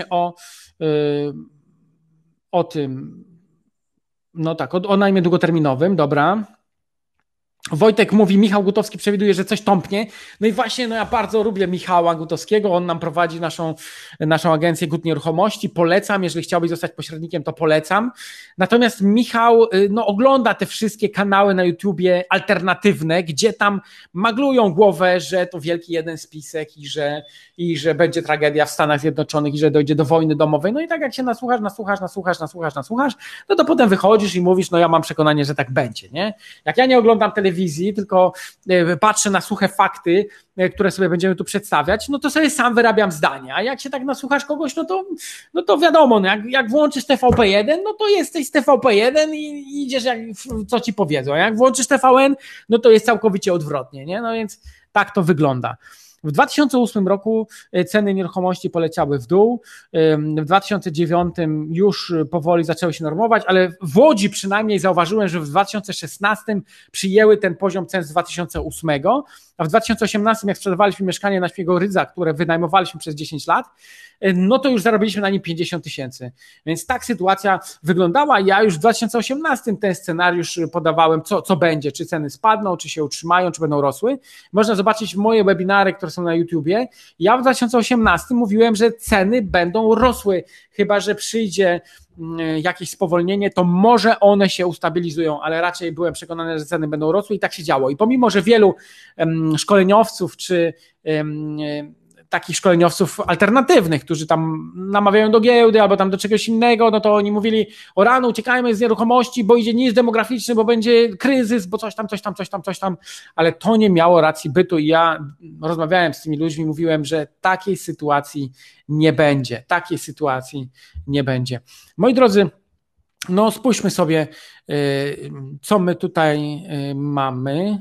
o tym. No tak, o najmie długoterminowym, dobra. Wojtek mówi, Michał Gutowski przewiduje, że coś tąpnie. No i właśnie ja bardzo lubię Michała Gutowskiego, on nam prowadzi naszą agencję Gut Nieruchomości, polecam, jeżeli chciałbyś zostać pośrednikiem, to polecam. Natomiast Michał ogląda te wszystkie kanały na YouTubie alternatywne, gdzie tam maglują głowę, że to wielki jeden spisek i że będzie tragedia w Stanach Zjednoczonych i że dojdzie do wojny domowej. No i tak jak się nasłuchasz, no to potem wychodzisz i mówisz, ja mam przekonanie, że tak będzie, nie? Jak ja nie oglądam telewizji, tylko patrzę na suche fakty, które sobie będziemy tu przedstawiać, no to sobie sam wyrabiam zdania, a jak się tak nasłuchasz kogoś, no to wiadomo, jak włączysz TVP1, no to jesteś z TVP1 i idziesz co ci powiedzą, a jak włączysz TVN, no to jest całkowicie odwrotnie, nie? No więc tak to wygląda. W 2008 roku ceny nieruchomości poleciały w dół, w 2009 już powoli zaczęły się normować, ale w Łodzi przynajmniej zauważyłem, że w 2016 przyjęły ten poziom cen z 2008, a w 2018 jak sprzedawaliśmy mieszkanie na Śpiego Rydza, które wynajmowaliśmy przez 10 lat, no to już zarobiliśmy na nim 50 000. Więc tak sytuacja wyglądała. Ja już w 2018 ten scenariusz podawałem, co będzie, czy ceny spadną, czy się utrzymają, czy będą rosły. Można zobaczyć moje webinary, które są na YouTubie. Ja w 2018 mówiłem, że ceny będą rosły, chyba że przyjdzie jakieś spowolnienie, to może one się ustabilizują, ale raczej byłem przekonany, że ceny będą rosły i tak się działo. I pomimo, że wielu szkoleniowców czy takich szkoleniowców alternatywnych, którzy tam namawiają do giełdy albo tam do czegoś innego, no to oni mówili, o rano uciekajmy z nieruchomości, bo idzie nic demograficzny, bo będzie kryzys, bo coś tam, ale to nie miało racji bytu i ja rozmawiałem z tymi ludźmi, mówiłem, że takiej sytuacji nie będzie. Moi drodzy, spójrzmy sobie, co my tutaj mamy.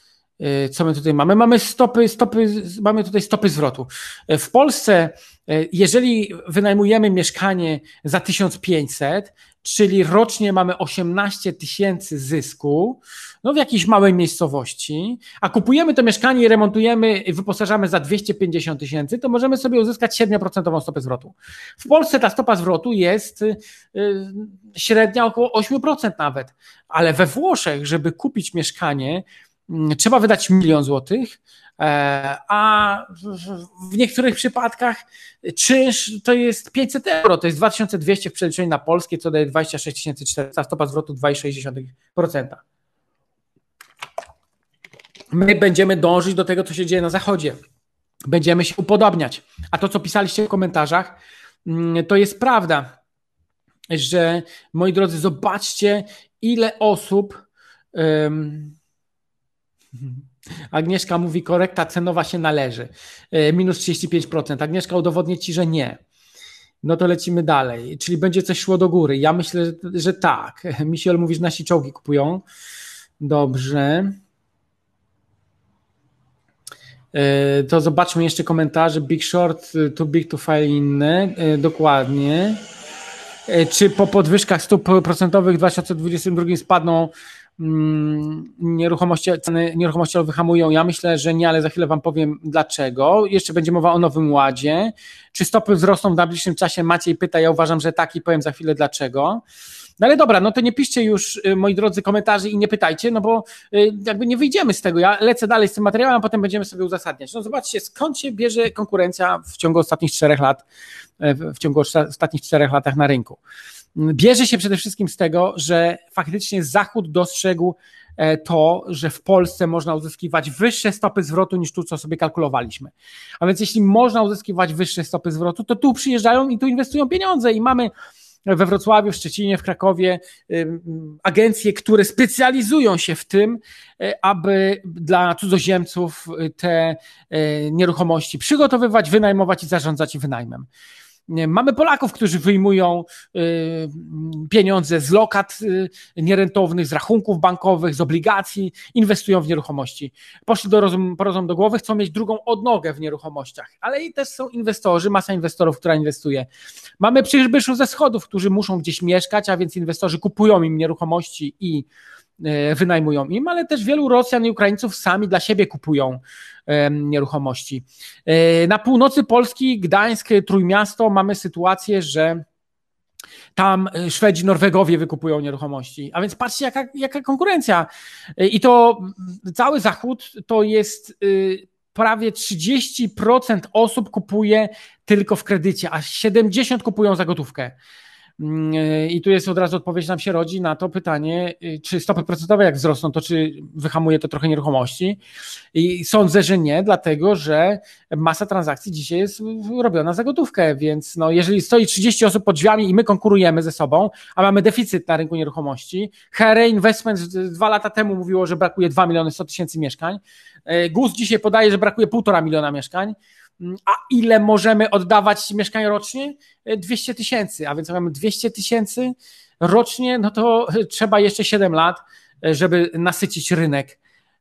Mamy tutaj stopy zwrotu. W Polsce, jeżeli wynajmujemy mieszkanie za 1500, czyli rocznie mamy 18 000 zysku, w jakiejś małej miejscowości, a kupujemy to mieszkanie i remontujemy i wyposażamy za 250 000, to możemy sobie uzyskać 7% stopę zwrotu. W Polsce ta stopa zwrotu jest średnia około 8% nawet, ale we Włoszech, żeby kupić mieszkanie, trzeba wydać 1 000 000 złotych, a w niektórych przypadkach czynsz to jest 500 euro, to jest 2200 w przeliczeniu na polskie, co daje 26 400, stopa zwrotu 2,6%. My będziemy dążyć do tego, co się dzieje na zachodzie. Będziemy się upodobniać. A to, co pisaliście w komentarzach, to jest prawda, że moi drodzy, zobaczcie, ile osób... Agnieszka mówi, korekta cenowa się należy. Minus 35%. Agnieszka udowodni ci, że nie. No to lecimy dalej. Czyli będzie coś szło do góry. Ja myślę, że tak. Misiel mówi, że nasi czołgi kupują. Dobrze. To zobaczmy jeszcze komentarze. Big Short, too big to fail, inne. Dokładnie. Czy po podwyżkach stóp procentowych w 2022 spadną ceny nieruchomości wyhamują. Ja myślę, że nie, ale za chwilę wam powiem dlaczego. Jeszcze będzie mowa o Nowym Ładzie. Czy stopy wzrosną w najbliższym czasie? Maciej pyta, ja uważam, że tak i powiem za chwilę dlaczego. No ale dobra, no to nie piszcie już, moi drodzy, komentarzy i nie pytajcie, no bo jakby nie wyjdziemy z tego. Ja lecę dalej z tym materiałem, a potem będziemy sobie uzasadniać. No zobaczcie, skąd się bierze konkurencja w ciągu ostatnich 4 lat, na rynku. Bierze się przede wszystkim z tego, że faktycznie Zachód dostrzegł to, że w Polsce można uzyskiwać wyższe stopy zwrotu niż tu, co sobie kalkulowaliśmy. A więc jeśli można uzyskiwać wyższe stopy zwrotu, to tu przyjeżdżają i tu inwestują pieniądze i mamy we Wrocławiu, w Szczecinie, w Krakowie agencje, które specjalizują się w tym, aby dla cudzoziemców te nieruchomości przygotowywać, wynajmować i zarządzać wynajmem. Mamy Polaków, którzy wyjmują pieniądze z lokat nierentownych, z rachunków bankowych, z obligacji, inwestują w nieruchomości. Poszli porozum do głowy, chcą mieć drugą odnogę w nieruchomościach, ale i też są inwestorzy, masa inwestorów, która inwestuje. Mamy przybyszów ze schodów, którzy muszą gdzieś mieszkać, a więc inwestorzy kupują im nieruchomości i wynajmują im, ale też wielu Rosjan i Ukraińców sami dla siebie kupują nieruchomości. Na północy Polski, Gdańsk, Trójmiasto mamy sytuację, że tam Szwedzi, Norwegowie wykupują nieruchomości, a więc patrzcie jaka konkurencja i to cały Zachód to jest prawie 30% osób kupuje tylko w kredycie, a 70% kupują za gotówkę. I tu jest od razu odpowiedź nam się rodzi na to pytanie, czy stopy procentowe jak wzrosną, to czy wyhamuje to trochę nieruchomości? I sądzę, że nie, dlatego że masa transakcji dzisiaj jest robiona za gotówkę, więc no, jeżeli stoi 30 osób pod drzwiami i my konkurujemy ze sobą, a mamy deficyt na rynku nieruchomości, HR Investment 2 lata temu mówiło, że brakuje 2 100 000 mieszkań, GUS dzisiaj podaje, że brakuje 1,5 miliona mieszkań, a ile możemy oddawać mieszkań rocznie? 200 000, a więc mamy 200 000 rocznie, no to trzeba jeszcze 7 lat, żeby nasycić rynek,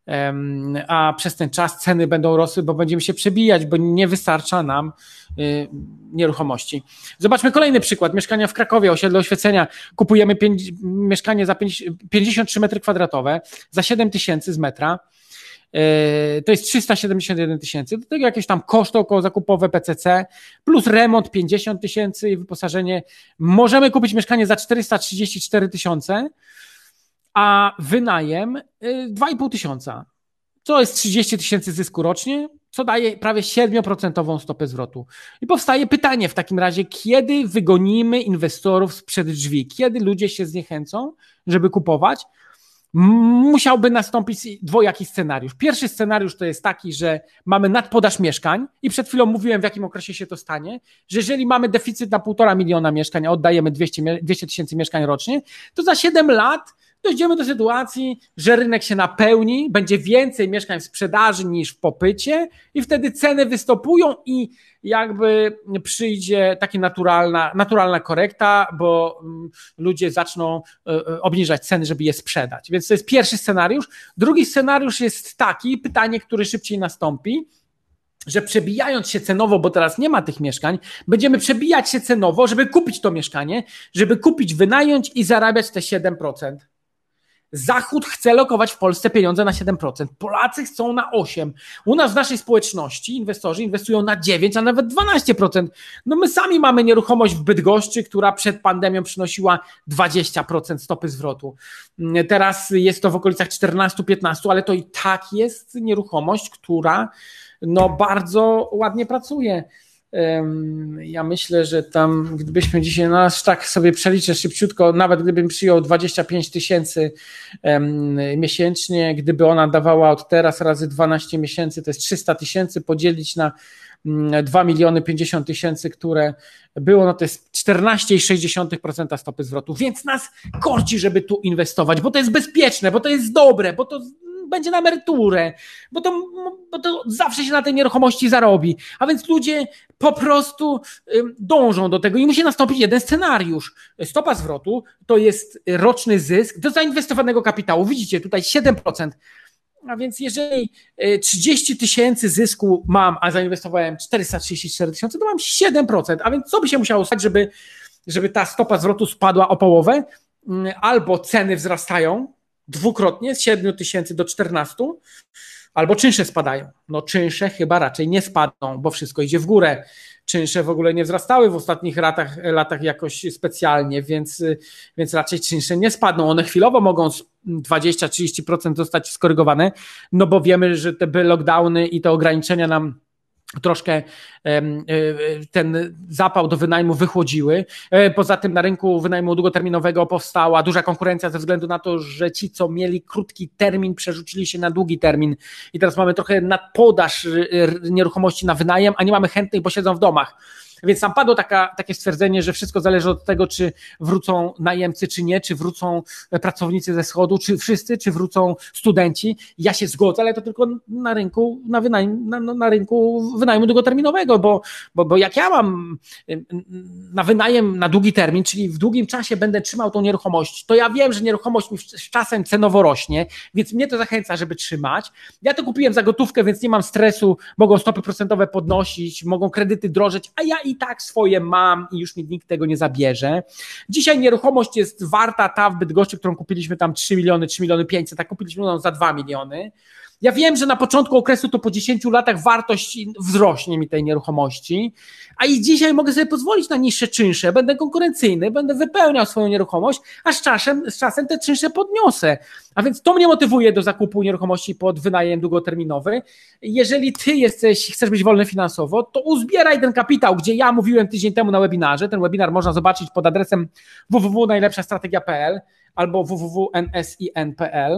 a przez ten czas ceny będą rosły, bo będziemy się przebijać, bo nie wystarcza nam nieruchomości. Zobaczmy kolejny przykład, mieszkania w Krakowie, osiedle Oświecenia, kupujemy mieszkanie za 53 metry kwadratowe, za 7 000 z metra, to jest 371 000, do tego jakieś tam koszty okołozakupowe PCC, plus remont 50 000 i wyposażenie. Możemy kupić mieszkanie za 434 000, a wynajem 2,5 tysiąca. To jest 30 000 zysku rocznie, co daje prawie 7% stopę zwrotu. I powstaje pytanie w takim razie, kiedy wygonimy inwestorów sprzed drzwi? Kiedy ludzie się zniechęcą, żeby kupować? Musiałby nastąpić dwojaki scenariusz. Pierwszy scenariusz to jest taki, że mamy nadpodaż mieszkań i przed chwilą mówiłem, w jakim okresie się to stanie, że jeżeli mamy deficyt na 1,5 miliona mieszkań, a oddajemy 200 000 mieszkań rocznie, to za 7 lat dojdziemy do sytuacji, że rynek się napełni, będzie więcej mieszkań w sprzedaży niż w popycie i wtedy ceny wystopują i jakby przyjdzie taka naturalna korekta, bo ludzie zaczną obniżać ceny, żeby je sprzedać. Więc to jest pierwszy scenariusz. Drugi scenariusz jest taki, pytanie, które szybciej nastąpi, że przebijając się cenowo, bo teraz nie ma tych mieszkań, będziemy przebijać się cenowo, żeby kupić to mieszkanie, żeby kupić, wynająć i zarabiać te 7%. Zachód chce lokować w Polsce pieniądze na 7%, Polacy chcą na 8%. U nas w naszej społeczności inwestorzy inwestują na 9%, a nawet 12%. No my sami mamy nieruchomość w Bydgoszczy, która przed pandemią przynosiła 20% stopy zwrotu. Teraz jest to w okolicach 14-15%, ale to i tak jest nieruchomość, która no bardzo ładnie pracuje. Ja myślę, że tam gdybyśmy dzisiaj, no aż tak sobie przeliczę szybciutko, nawet gdybym przyjął 25 000 miesięcznie, gdyby ona dawała od teraz razy 12 miesięcy, to jest 300 000, podzielić na 2 50 000, które było, no to jest 14,6% stopy zwrotu, więc nas korci, żeby tu inwestować, bo to jest bezpieczne, bo to jest dobre, bo to będzie na emeryturę, bo to zawsze się na tej nieruchomości zarobi. A więc ludzie po prostu dążą do tego i musi nastąpić jeden scenariusz. Stopa zwrotu to jest roczny zysk do zainwestowanego kapitału. Widzicie, tutaj 7%. A więc jeżeli 30 000 zysku mam, a zainwestowałem 434 000, to mam 7%. A więc co by się musiało stać, żeby ta stopa zwrotu spadła o połowę? Albo ceny wzrastają, dwukrotnie z 7 tysięcy do 14, albo czynsze spadają. No czynsze chyba raczej nie spadną, bo wszystko idzie w górę. Czynsze w ogóle nie wzrastały w ostatnich latach jakoś specjalnie, więc raczej czynsze nie spadną. One chwilowo mogą 20-30% zostać skorygowane, no bo wiemy, że te lockdowny i te ograniczenia nam troszkę ten zapał do wynajmu wychłodziły. Poza tym na rynku wynajmu długoterminowego powstała duża konkurencja ze względu na to, że ci, co mieli krótki termin, przerzucili się na długi termin i teraz mamy trochę nadpodaż nieruchomości na wynajem, a nie mamy chętnych, bo siedzą w domach. Więc tam padło takie stwierdzenie, że wszystko zależy od tego, czy wrócą najemcy, czy nie, czy wrócą pracownicy ze wschodu, czy wszyscy, czy wrócą studenci. Ja się zgodzę, ale to tylko na rynku, na rynku wynajmu długoterminowego, bo jak ja mam na wynajem na długi termin, czyli w długim czasie będę trzymał tą nieruchomość, to ja wiem, że nieruchomość mi z czasem cenowo rośnie, więc mnie to zachęca, żeby trzymać. Ja to kupiłem za gotówkę, więc nie mam stresu, mogą stopy procentowe podnosić, mogą kredyty drożeć, a ja i tak swoje mam i już mi nikt tego nie zabierze. Dzisiaj nieruchomość jest warta, ta w Bydgoszczy, którą kupiliśmy tam 3 miliony 500, tak kupiliśmy ją za 2 miliony. Ja wiem, że na początku okresu to po 10 latach wartość wzrośnie mi tej nieruchomości, a i dzisiaj mogę sobie pozwolić na niższe czynsze, będę konkurencyjny, będę wypełniał swoją nieruchomość, a z czasem te czynsze podniosę. A więc to mnie motywuje do zakupu nieruchomości pod wynajem długoterminowy. Jeżeli ty chcesz być wolny finansowo, to uzbieraj ten kapitał, gdzie ja mówiłem tydzień temu na webinarze. Ten webinar można zobaczyć pod adresem www.najlepszastrategia.pl albo www.nsin.pl.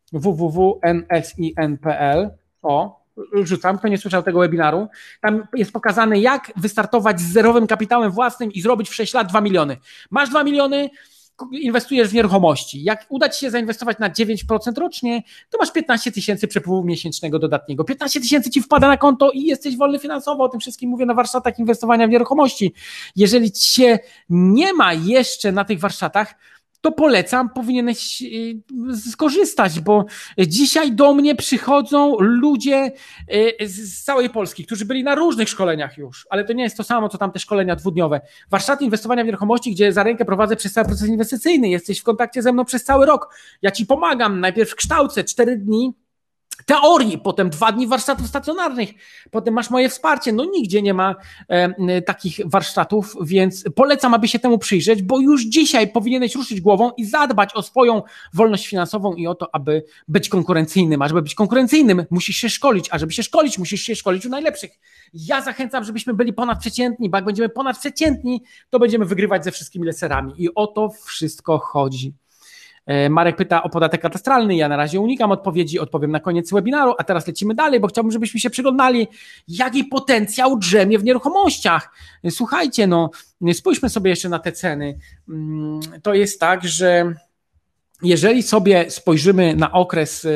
www.nsin.pl. Rzucam, kto nie słyszał tego webinaru. Tam jest pokazane, jak wystartować z zerowym kapitałem własnym i zrobić w 6 lat 2 miliony. Masz 2 miliony, inwestujesz w nieruchomości. Jak uda ci się zainwestować na 9% rocznie, to masz 15 tysięcy przepływu miesięcznego dodatniego. 15 tysięcy ci wpada na konto i jesteś wolny finansowo. O tym wszystkim mówię na warsztatach inwestowania w nieruchomości. Jeżeli cię nie ma jeszcze na tych warsztatach, to polecam, powinieneś skorzystać, bo dzisiaj do mnie przychodzą ludzie z całej Polski, którzy byli na różnych szkoleniach już, ale to nie jest to samo, co tamte szkolenia dwudniowe. Warsztaty inwestowania w nieruchomości, gdzie za rękę prowadzę przez cały proces inwestycyjny, jesteś w kontakcie ze mną przez cały rok. Ja ci pomagam, najpierw kształcę 4 dni teorii, potem 2 dni warsztatów stacjonarnych, potem masz moje wsparcie. No nigdzie nie ma takich warsztatów, więc polecam, aby się temu przyjrzeć, bo już dzisiaj powinieneś ruszyć głową i zadbać o swoją wolność finansową i o to, aby być konkurencyjnym. A żeby być konkurencyjnym, musisz się szkolić, a żeby się szkolić, musisz się szkolić u najlepszych. Ja zachęcam, żebyśmy byli ponadprzeciętni, bo jak będziemy ponadprzeciętni, to będziemy wygrywać ze wszystkimi leserami i o to wszystko chodzi. Marek pyta o podatek katastralny, ja na razie unikam odpowiedzi, odpowiem na koniec webinaru, a teraz lecimy dalej, bo chciałbym, żebyśmy się przyglądali, jaki potencjał drzemie w nieruchomościach. Słuchajcie, spójrzmy sobie jeszcze na te ceny. To jest tak, że jeżeli sobie spojrzymy na okres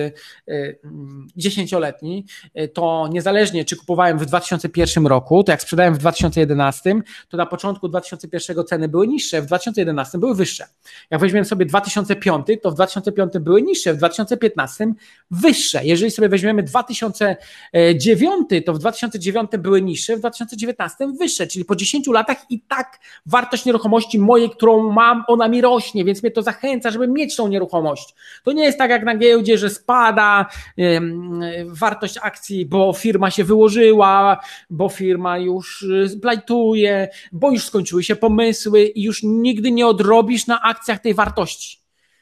10-letni, to niezależnie czy kupowałem w 2001 roku, to jak sprzedałem w 2011, to na początku 2001 ceny były niższe, w 2011 były wyższe. Jak weźmiemy sobie 2005, to w 2005 były niższe, w 2015 wyższe. Jeżeli sobie weźmiemy 2009, to w 2009 były niższe, w 2019 wyższe, czyli po 10 latach i tak wartość nieruchomości mojej, którą mam, ona mi rośnie, więc mnie to zachęca, żeby mieć tą nieruchomość. To nie jest tak jak na giełdzie, że spada wartość akcji, bo firma się wyłożyła, bo firma już plajtuje, bo już skończyły się pomysły i już nigdy nie odrobisz na akcjach tej wartości.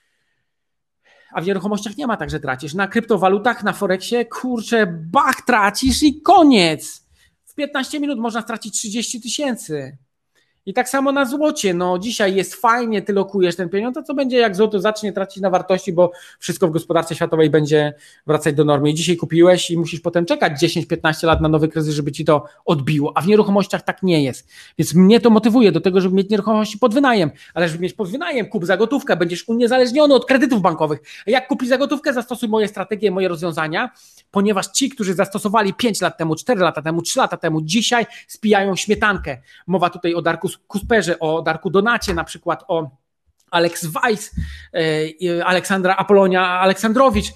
A w nieruchomościach nie ma tak, że tracisz. Na kryptowalutach, na Forexie, tracisz i koniec. W 15 minut można stracić 30 tysięcy. I tak samo na złocie, dzisiaj jest fajnie, ty lokujesz ten pieniądz, a co będzie jak złoto zacznie tracić na wartości, bo wszystko w gospodarce światowej będzie wracać do normy. I dzisiaj kupiłeś i musisz potem czekać 10-15 lat na nowy kryzys, żeby ci to odbiło, a w nieruchomościach tak nie jest. Więc mnie to motywuje do tego, żeby mieć nieruchomości pod wynajem, ale żeby mieć pod wynajem, kup za gotówkę, będziesz uniezależniony od kredytów bankowych. A jak kupisz za gotówkę, zastosuj moje strategie, moje rozwiązania, ponieważ ci, którzy zastosowali 5 lat temu, 4 lata temu, 3 lata temu, dzisiaj spijają śmietankę. Mowa tutaj o Darku Kusperze, o Darku Donacie, na przykład o Alex Weiss, Aleksandra Apolonia Aleksandrowicz,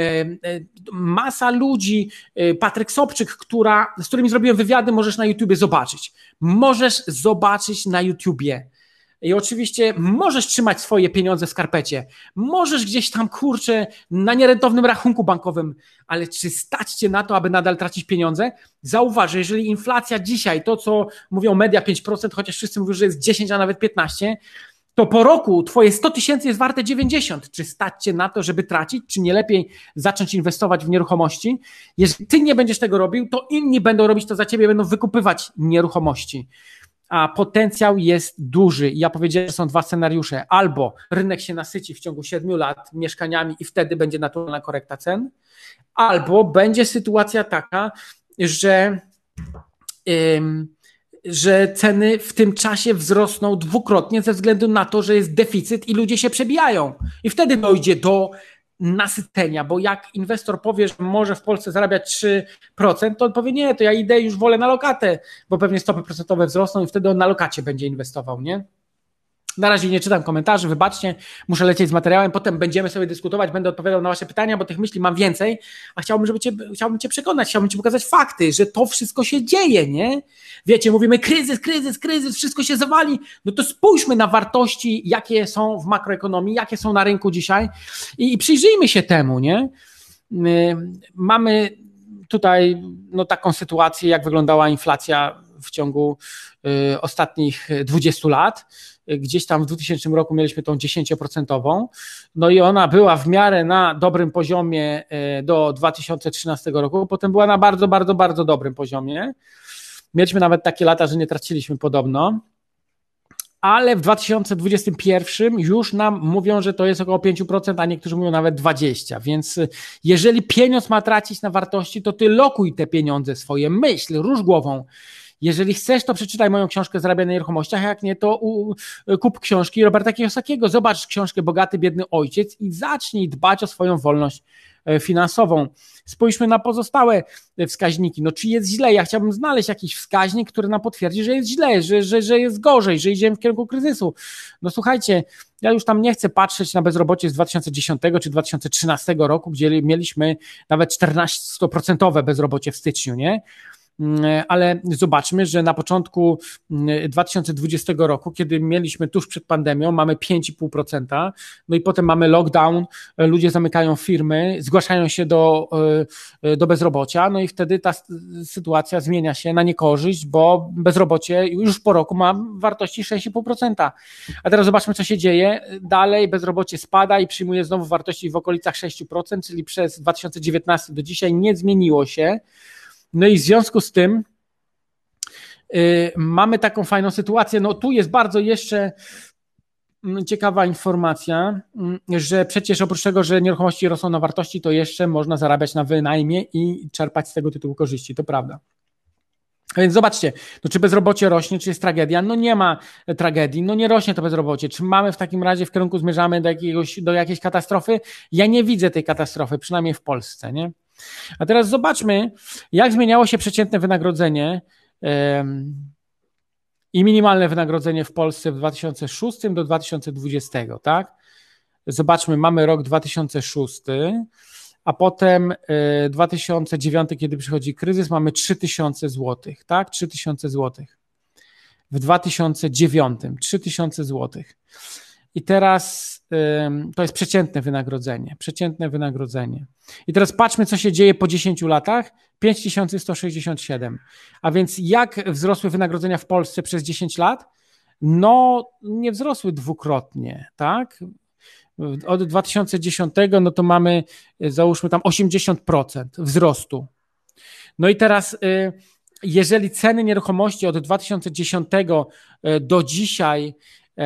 masa ludzi, Patryk Sobczyk, z którymi zrobiłem wywiady, możesz na YouTubie zobaczyć. Możesz zobaczyć na YouTubie. I oczywiście możesz trzymać swoje pieniądze w skarpecie, możesz gdzieś tam, kurczę, na nierentownym rachunku bankowym, ale czy stać cię na to, aby nadal tracić pieniądze? Zauważ, że jeżeli inflacja dzisiaj, to co mówią media 5%, chociaż wszyscy mówią, że jest 10, a nawet 15%, to po roku twoje 100 tysięcy jest warte 90. Czy stać cię na to, żeby tracić? Czy nie lepiej zacząć inwestować w nieruchomości? Jeżeli ty nie będziesz tego robił, to inni będą robić to za ciebie, będą wykupywać nieruchomości. A potencjał jest duży. I ja powiedziałem, że są dwa scenariusze. Albo rynek się nasyci w ciągu 7 lat mieszkaniami i wtedy będzie naturalna korekta cen, albo będzie sytuacja taka, że ceny w tym czasie wzrosną dwukrotnie ze względu na to, że jest deficyt i ludzie się przebijają. I wtedy dojdzie do nasycenia, bo jak inwestor powie, że może w Polsce zarabiać 3%, to on powie, nie, to ja idę, już wolę na lokatę, bo pewnie stopy procentowe wzrosną i wtedy on na lokacie będzie inwestował, nie? Na razie nie czytam komentarzy, wybaczcie, muszę lecieć z materiałem, potem będziemy sobie dyskutować, będę odpowiadał na wasze pytania, bo tych myśli mam więcej, a chciałbym cię przekonać, chciałbym ci pokazać fakty, że to wszystko się dzieje, nie? Wiecie, mówimy kryzys, wszystko się zawali, no to spójrzmy na wartości, jakie są w makroekonomii, jakie są na rynku dzisiaj i przyjrzyjmy się temu, nie? Mamy tutaj taką sytuację, jak wyglądała inflacja w ciągu ostatnich 20 lat. Gdzieś tam w 2000 roku mieliśmy tą 10%, no i ona była w miarę na dobrym poziomie do 2013 roku, potem była na bardzo, bardzo, bardzo dobrym poziomie. Mieliśmy nawet takie lata, że nie traciliśmy podobno, ale w 2021 już nam mówią, że to jest około 5%, a niektórzy mówią nawet 20%, więc jeżeli pieniądz ma tracić na wartości, to ty lokuj te pieniądze swoje, myśl, rusz głową. Jeżeli chcesz, to przeczytaj moją książkę Zarabiaj na nieruchomościach, jak nie, to kup książki Roberta Kiyosakiego, zobacz książkę Bogaty, biedny ojciec i zacznij dbać o swoją wolność finansową. Spójrzmy na pozostałe wskaźniki. No czy jest źle? Ja chciałbym znaleźć jakiś wskaźnik, który nam potwierdzi, że jest źle, że jest gorzej, że idziemy w kierunku kryzysu. No słuchajcie, ja już tam nie chcę patrzeć na bezrobocie z 2010 czy 2013 roku, gdzie mieliśmy nawet 14% bezrobocie w styczniu, nie? Ale zobaczmy, że na początku 2020 roku, kiedy mieliśmy tuż przed pandemią, mamy 5,5%, no i potem mamy lockdown, ludzie zamykają firmy, zgłaszają się do bezrobocia, no i wtedy ta sytuacja zmienia się na niekorzyść, bo bezrobocie już po roku ma wartości 6,5%. A teraz zobaczmy, co się dzieje. Dalej bezrobocie spada i przyjmuje znowu wartości w okolicach 6%, czyli przez 2019 do dzisiaj nie zmieniło się. No i w związku z tym mamy taką fajną sytuację, no tu jest bardzo jeszcze ciekawa informacja, że przecież oprócz tego, że nieruchomości rosną na wartości, to jeszcze można zarabiać na wynajmie i czerpać z tego tytułu korzyści, to prawda. A więc zobaczcie, no czy bezrobocie rośnie, czy jest tragedia? No nie ma tragedii, no nie rośnie to bezrobocie. Czy mamy w takim razie w kierunku zmierzamy do jakiejś katastrofy? Ja nie widzę tej katastrofy, przynajmniej w Polsce, nie? A teraz zobaczmy, jak zmieniało się przeciętne wynagrodzenie i minimalne wynagrodzenie w Polsce w 2006 do 2020, tak? Zobaczmy, mamy rok 2006, a potem 2009, kiedy przychodzi kryzys, mamy 3000 zł, tak? 3000 zł. W 2009 3000 zł. I teraz to jest przeciętne wynagrodzenie. I teraz patrzmy, co się dzieje po 10 latach. 5167. A więc jak wzrosły wynagrodzenia w Polsce przez 10 lat? No nie wzrosły dwukrotnie, tak? Od 2010 no to mamy, załóżmy tam 80% wzrostu. No i teraz jeżeli ceny nieruchomości od 2010 do dzisiaj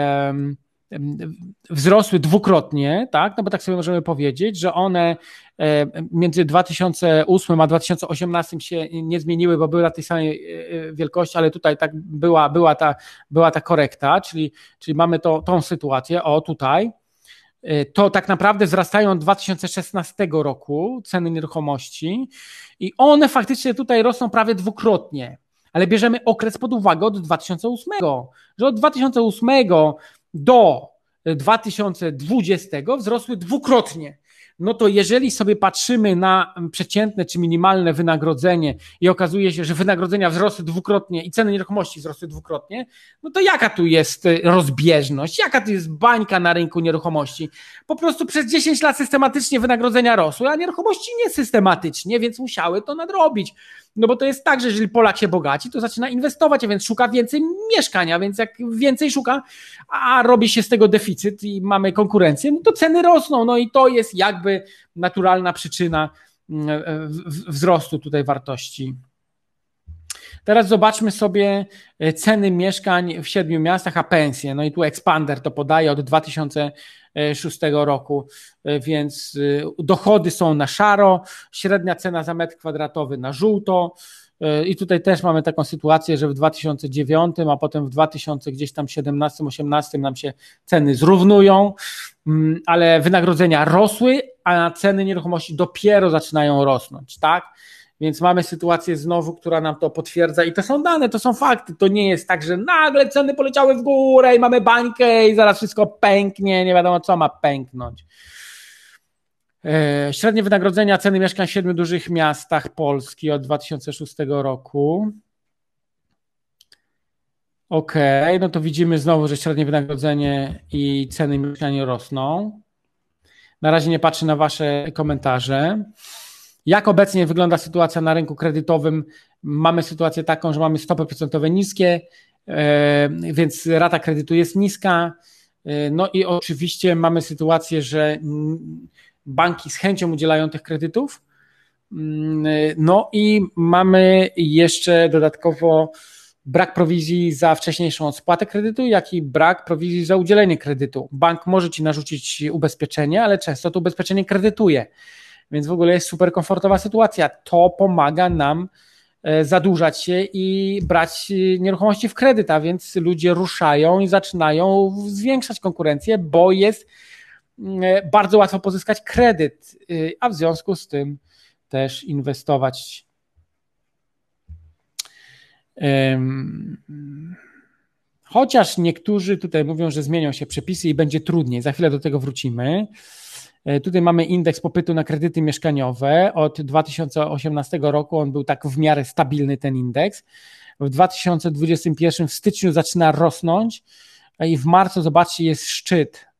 wzrosły dwukrotnie, tak? No bo tak sobie możemy powiedzieć, że one między 2008 a 2018 się nie zmieniły, bo były na tej samej wielkości, ale tutaj tak była ta korekta, czyli mamy tą sytuację, o tutaj, to tak naprawdę wzrastają od 2016 roku ceny nieruchomości i one faktycznie tutaj rosną prawie dwukrotnie, ale bierzemy okres pod uwagę od 2008, że od 2008 do 2020 wzrosły dwukrotnie. no to jeżeli sobie patrzymy na przeciętne czy minimalne wynagrodzenie i okazuje się, że wynagrodzenia wzrosły dwukrotnie i ceny nieruchomości wzrosły dwukrotnie, no to jaka tu jest rozbieżność, jaka tu jest bańka na rynku nieruchomości? Po prostu przez 10 lat systematycznie wynagrodzenia rosły, a nieruchomości nie systematycznie, więc musiały to nadrobić. No bo to jest tak, że jeżeli Polak się bogaci, to zaczyna inwestować, a więc szuka więcej mieszkania, więc jak więcej szuka, a robi się z tego deficyt i mamy konkurencję, no to ceny rosną, no i to jest jakby naturalna przyczyna wzrostu tutaj wartości. Teraz zobaczmy sobie ceny mieszkań w 7 miastach, a pensje. No i tu Expander to podaje od 2006 roku, więc dochody są na szaro, średnia cena za metr kwadratowy na żółto. I tutaj też mamy taką sytuację, że w 2009, a potem w 2017-18 nam się ceny zrównują, ale wynagrodzenia rosły, a ceny nieruchomości dopiero zaczynają rosnąć, tak? Więc mamy sytuację znowu, która nam to potwierdza i to są dane, to są fakty. To nie jest tak, że nagle ceny poleciały w górę i mamy bańkę i zaraz wszystko pęknie, nie wiadomo co ma pęknąć. Średnie wynagrodzenia ceny mieszkań w 7 dużych miastach Polski od 2006 roku. Okej, no to widzimy znowu, że średnie wynagrodzenie i ceny mieszkań rosną. Na razie nie patrzę na wasze komentarze. Jak obecnie wygląda sytuacja na rynku kredytowym? Mamy sytuację taką, że mamy stopy procentowe niskie, więc rata kredytu jest niska. No i oczywiście mamy sytuację, że banki z chęcią udzielają tych kredytów. No i mamy jeszcze dodatkowo brak prowizji za wcześniejszą spłatę kredytu, jak i brak prowizji za udzielenie kredytu. Bank może ci narzucić ubezpieczenie, ale często to ubezpieczenie kredytuje. Więc w ogóle jest super komfortowa sytuacja. To pomaga nam zadłużać się i brać nieruchomości w kredyt, a więc ludzie ruszają i zaczynają zwiększać konkurencję, bo jest bardzo łatwo pozyskać kredyt, a w związku z tym też inwestować. Chociaż niektórzy tutaj mówią, że zmienią się przepisy i będzie trudniej. Za chwilę do tego wrócimy. Tutaj mamy indeks popytu na kredyty mieszkaniowe. Od 2018 roku on był tak w miarę stabilny, ten indeks. W 2021 w styczniu zaczyna rosnąć i w marcu, zobaczcie, jest szczyt.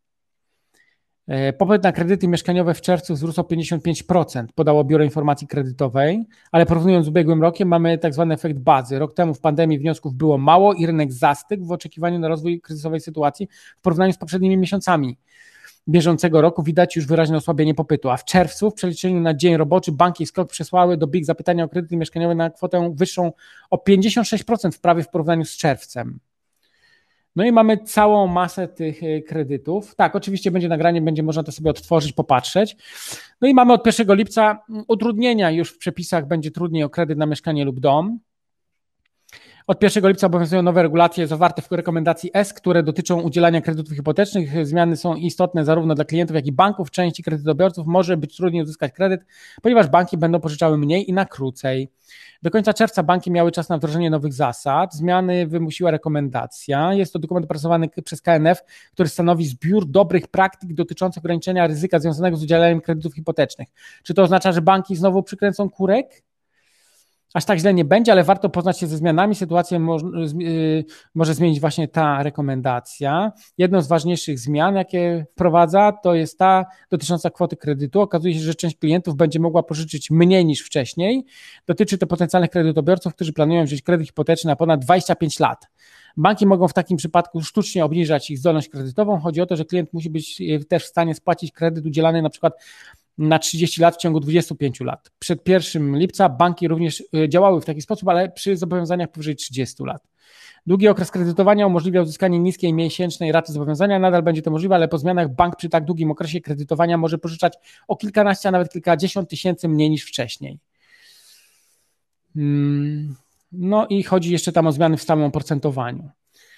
Popyt na kredyty mieszkaniowe w czerwcu wzrósł o 55%, podało Biuro Informacji Kredytowej, ale porównując z ubiegłym rokiem mamy tak zwany efekt bazy. Rok temu w pandemii wniosków było mało i rynek zastygł w oczekiwaniu na rozwój kryzysowej sytuacji w porównaniu z poprzednimi miesiącami bieżącego roku widać już wyraźne osłabienie popytu, a w czerwcu w przeliczeniu na dzień roboczy banki i SKOK przesłały do BIG zapytania o kredyty mieszkaniowe na kwotę wyższą o 56% w porównaniu z czerwcem. No i mamy całą masę tych kredytów. Tak, oczywiście będzie nagranie, będzie można to sobie odtworzyć, popatrzeć. No i mamy od 1 lipca utrudnienia, już w przepisach będzie trudniej o kredyt na mieszkanie lub dom. Od 1 lipca obowiązują nowe regulacje zawarte w rekomendacji S, które dotyczą udzielania kredytów hipotecznych. Zmiany są istotne zarówno dla klientów, jak i banków. Części kredytobiorców może być trudniej uzyskać kredyt, ponieważ banki będą pożyczały mniej i na krócej. Do końca czerwca banki miały czas na wdrożenie nowych zasad. Zmiany wymusiła rekomendacja. Jest to dokument opracowany przez KNF, który stanowi zbiór dobrych praktyk dotyczących ograniczenia ryzyka związanego z udzielaniem kredytów hipotecznych. Czy to oznacza, że banki znowu przykręcą kurek? Aż tak źle nie będzie, ale warto poznać się ze zmianami. Sytuację może zmienić właśnie ta rekomendacja. Jedną z ważniejszych zmian, jakie wprowadza, to jest ta dotycząca kwoty kredytu. Okazuje się, że część klientów będzie mogła pożyczyć mniej niż wcześniej. Dotyczy to potencjalnych kredytobiorców, którzy planują wziąć kredyt hipoteczny na ponad 25 lat. Banki mogą w takim przypadku sztucznie obniżać ich zdolność kredytową. Chodzi o to, że klient musi być też w stanie spłacić kredyt udzielany na przykład na 30 lat w ciągu 25 lat. Przed 1 lipca banki również działały w taki sposób, ale przy zobowiązaniach powyżej 30 lat. Długi okres kredytowania umożliwia uzyskanie niskiej miesięcznej raty zobowiązania. Nadal będzie to możliwe, ale po zmianach bank przy tak długim okresie kredytowania może pożyczać o kilkanaście, a nawet kilkadziesiąt tysięcy mniej niż wcześniej. No i chodzi jeszcze tam o zmiany w samym oprocentowaniu.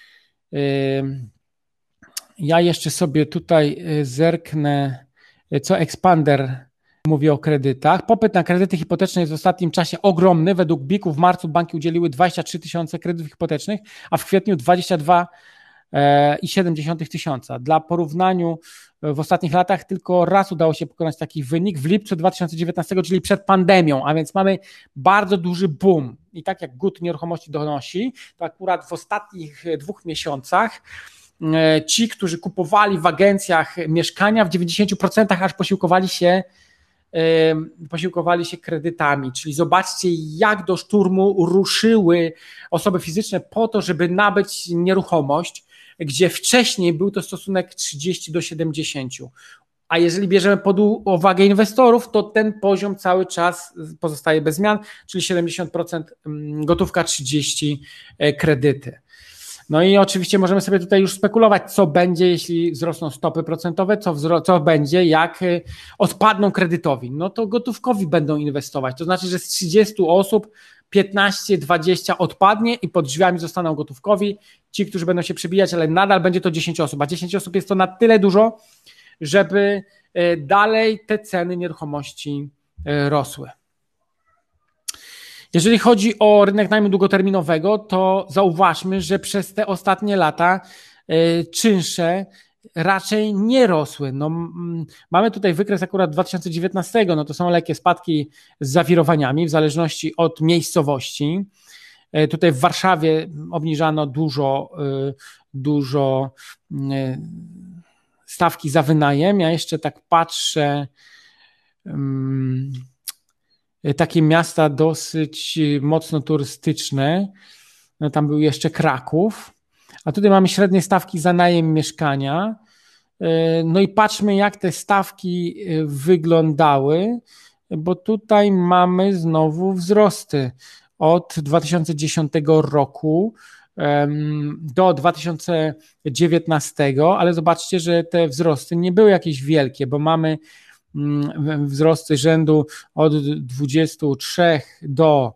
Ja jeszcze sobie tutaj zerknę, co Expander mówi o kredytach. Popyt na kredyty hipoteczne jest w ostatnim czasie ogromny. Według BIK-u w marcu banki udzieliły 23 tysiące kredytów hipotecznych, a w kwietniu 22 i 0,7 tysiąca. Dla porównaniu w ostatnich latach tylko raz udało się pokonać taki wynik w lipcu 2019, czyli przed pandemią, a więc mamy bardzo duży boom. I tak jak GUT Nieruchomości donosi, to akurat w ostatnich 2 miesiącach ci, którzy kupowali w agencjach mieszkania, w 90% aż posiłkowali się kredytami, czyli zobaczcie, jak do szturmu ruszyły osoby fizyczne po to, żeby nabyć nieruchomość, gdzie wcześniej był to stosunek 30:70. A jeżeli bierzemy pod uwagę inwestorów, to ten poziom cały czas pozostaje bez zmian, czyli 70% gotówka, 30% kredyty. No i oczywiście możemy sobie tutaj już spekulować, co będzie, jeśli wzrosną stopy procentowe, co będzie, jak odpadną kredytowi. No to gotówkowi będą inwestować. To znaczy, że z 30 osób 15-20 odpadnie i pod drzwiami zostaną gotówkowi. Ci, którzy będą się przebijać, ale nadal będzie to 10 osób. A 10 osób jest to na tyle dużo, żeby dalej te ceny nieruchomości rosły. Jeżeli chodzi o rynek najmu długoterminowego, to zauważmy, że przez te ostatnie lata czynsze raczej nie rosły. No, mamy tutaj wykres akurat 2019, no to są lekkie spadki z zawirowaniami w zależności od miejscowości. Tutaj w Warszawie obniżano dużo stawki za wynajem. Ja jeszcze tak patrzę, takie miasta dosyć mocno turystyczne, no tam był jeszcze Kraków, a tutaj mamy średnie stawki za najem mieszkania. No i patrzmy, jak te stawki wyglądały, bo tutaj mamy znowu wzrosty od 2010 roku do 2019, ale zobaczcie, że te wzrosty nie były jakieś wielkie, bo mamy wzrosty rzędu od 23 do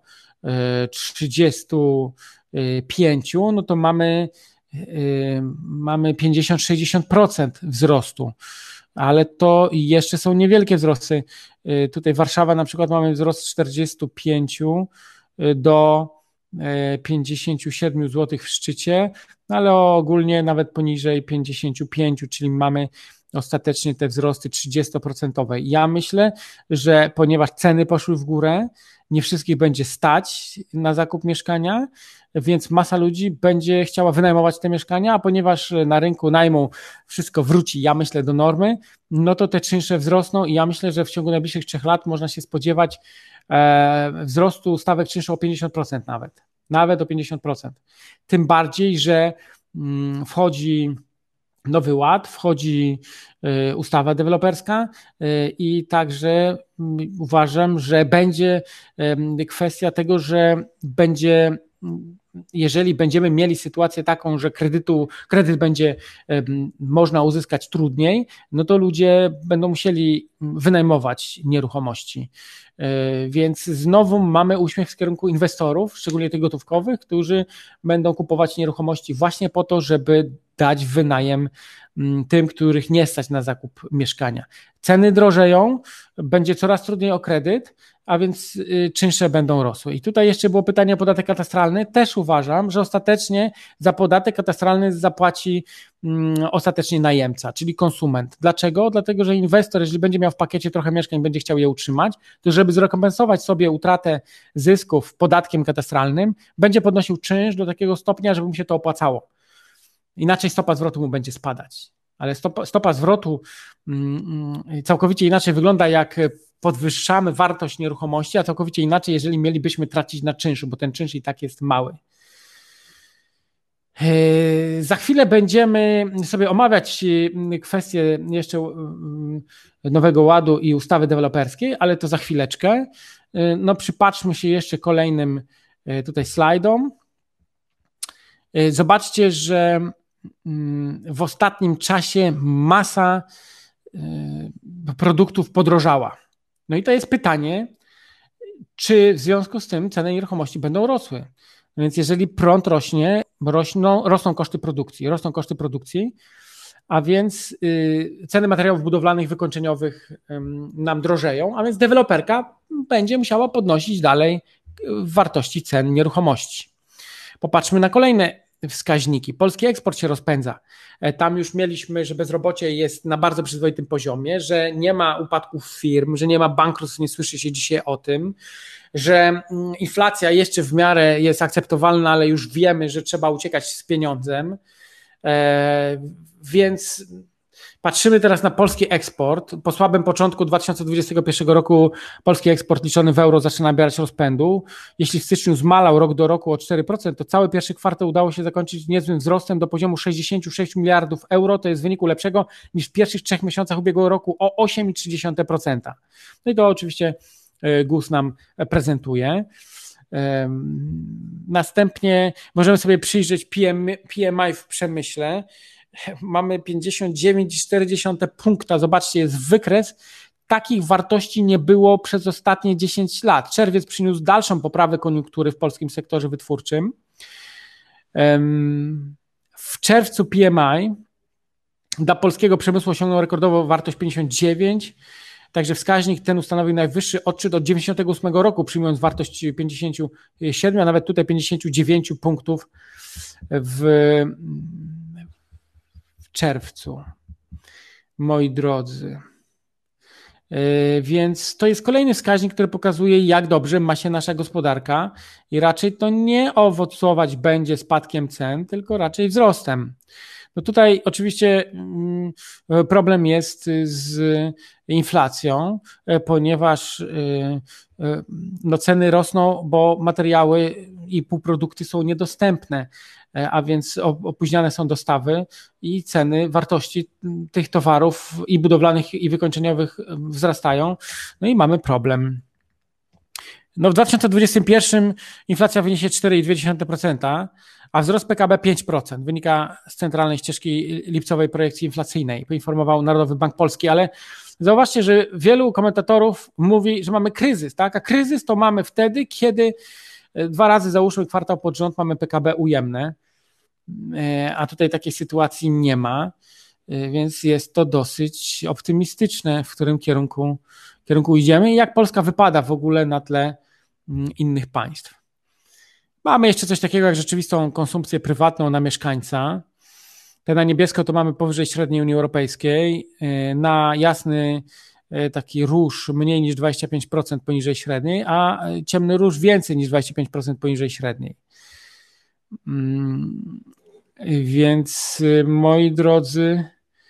35, no to mamy 50-60% wzrostu, ale to jeszcze są niewielkie wzrosty. Tutaj Warszawa na przykład mamy wzrost z 45 do 57 zł w szczycie, ale ogólnie nawet poniżej 55, czyli mamy ostatecznie te wzrosty 30%. Ja myślę, że ponieważ ceny poszły w górę, nie wszystkich będzie stać na zakup mieszkania, więc masa ludzi będzie chciała wynajmować te mieszkania, a ponieważ na rynku najmu wszystko wróci, ja myślę, do normy, no to te czynsze wzrosną i ja myślę, że w ciągu najbliższych 3 lat można się spodziewać wzrostu stawek czynszu o 50% nawet o 50%. Tym bardziej, że wchodzi Nowy Ład, wchodzi ustawa deweloperska i także uważam, że będzie kwestia tego, że będzie, jeżeli będziemy mieli sytuację taką, że kredyt będzie można uzyskać trudniej, no to ludzie będą musieli wynajmować nieruchomości. Więc znowu mamy uśmiech w kierunku inwestorów, szczególnie tych gotówkowych, którzy będą kupować nieruchomości właśnie po to, żeby dać wynajem tym, których nie stać na zakup mieszkania. Ceny drożeją, będzie coraz trudniej o kredyt, a więc czynsze będą rosły. I tutaj jeszcze było pytanie o podatek katastralny. Też uważam, że ostatecznie za podatek katastralny zapłaci ostatecznie najemca, czyli konsument. Dlaczego? Dlatego, że inwestor, jeżeli będzie miał w pakiecie trochę mieszkań, będzie chciał je utrzymać, to żeby zrekompensować sobie utratę zysków podatkiem katastralnym, będzie podnosił czynsz do takiego stopnia, żeby mu się to opłacało. Inaczej stopa zwrotu mu będzie spadać. Ale stopa zwrotu całkowicie inaczej wygląda, jak podwyższamy wartość nieruchomości, a całkowicie inaczej, jeżeli mielibyśmy tracić na czynszu, bo ten czynsz i tak jest mały. Za chwilę będziemy sobie omawiać kwestię jeszcze Nowego Ładu i ustawy deweloperskiej, ale to za chwileczkę. No, przypatrzmy się jeszcze kolejnym tutaj slajdom. Zobaczcie, że w ostatnim czasie masa produktów podrożała. No i to jest pytanie, czy w związku z tym ceny nieruchomości będą rosły. No więc jeżeli prąd rośnie, rosną koszty produkcji, a więc ceny materiałów budowlanych, wykończeniowych nam drożeją, a więc deweloperka będzie musiała podnosić dalej wartości cen nieruchomości. Popatrzmy na kolejne wskaźniki. Polski eksport się rozpędza. Tam już mieliśmy, że bezrobocie jest na bardzo przyzwoitym poziomie, że nie ma upadków firm, że nie ma bankructw, nie słyszy się dzisiaj o tym, że inflacja jeszcze w miarę jest akceptowalna, ale już wiemy, że trzeba uciekać z pieniądzem, więc patrzymy teraz na polski eksport. Po słabym początku 2021 roku polski eksport liczony w euro zaczyna nabierać rozpędu. Jeśli w styczniu zmalał rok do roku o 4%, to cały pierwszy kwartał udało się zakończyć niezłym wzrostem do poziomu 66 miliardów euro. To jest wyniku lepszego niż w pierwszych 3 miesiącach ubiegłego roku o 8,3%. No i to oczywiście GUS nam prezentuje. Następnie możemy sobie przyjrzeć PMI w przemyśle. Mamy 59,4 punkta. Zobaczcie, jest wykres. Takich wartości nie było przez ostatnie 10 lat. Czerwiec przyniósł dalszą poprawę koniunktury w polskim sektorze wytwórczym. W czerwcu PMI dla polskiego przemysłu osiągnął rekordową wartość 59. Także wskaźnik ten ustanowił najwyższy odczyt od 1998 roku, przyjmując wartość 57, a nawet tutaj 59 punktów w czerwcu. Moi drodzy. Więc to jest kolejny wskaźnik, który pokazuje, jak dobrze ma się nasza gospodarka i raczej to nie owocować będzie spadkiem cen, tylko raczej wzrostem. No tutaj oczywiście problem jest z inflacją, ponieważ no ceny rosną, bo materiały i półprodukty są niedostępne, a więc opóźniane są dostawy i ceny, wartości tych towarów i budowlanych i wykończeniowych wzrastają, no i mamy problem. No w 2021 inflacja wyniesie 4,2%, a wzrost PKB 5%. Wynika z centralnej ścieżki lipcowej projekcji inflacyjnej, poinformował Narodowy Bank Polski, ale zauważcie, że wielu komentatorów mówi, że mamy kryzys, tak? A kryzys to mamy wtedy, kiedy 2 razy załóżmy kwartał pod rząd mamy PKB ujemne, a tutaj takiej sytuacji nie ma, więc jest to dosyć optymistyczne, w którym kierunku idziemy i jak Polska wypada w ogóle na tle innych państw. Mamy jeszcze coś takiego jak rzeczywistą konsumpcję prywatną na mieszkańca. Te na niebiesko to mamy powyżej średniej Unii Europejskiej, na jasny taki róż mniej niż 25% poniżej średniej, a ciemny róż więcej niż 25% poniżej średniej. Więc moi drodzy,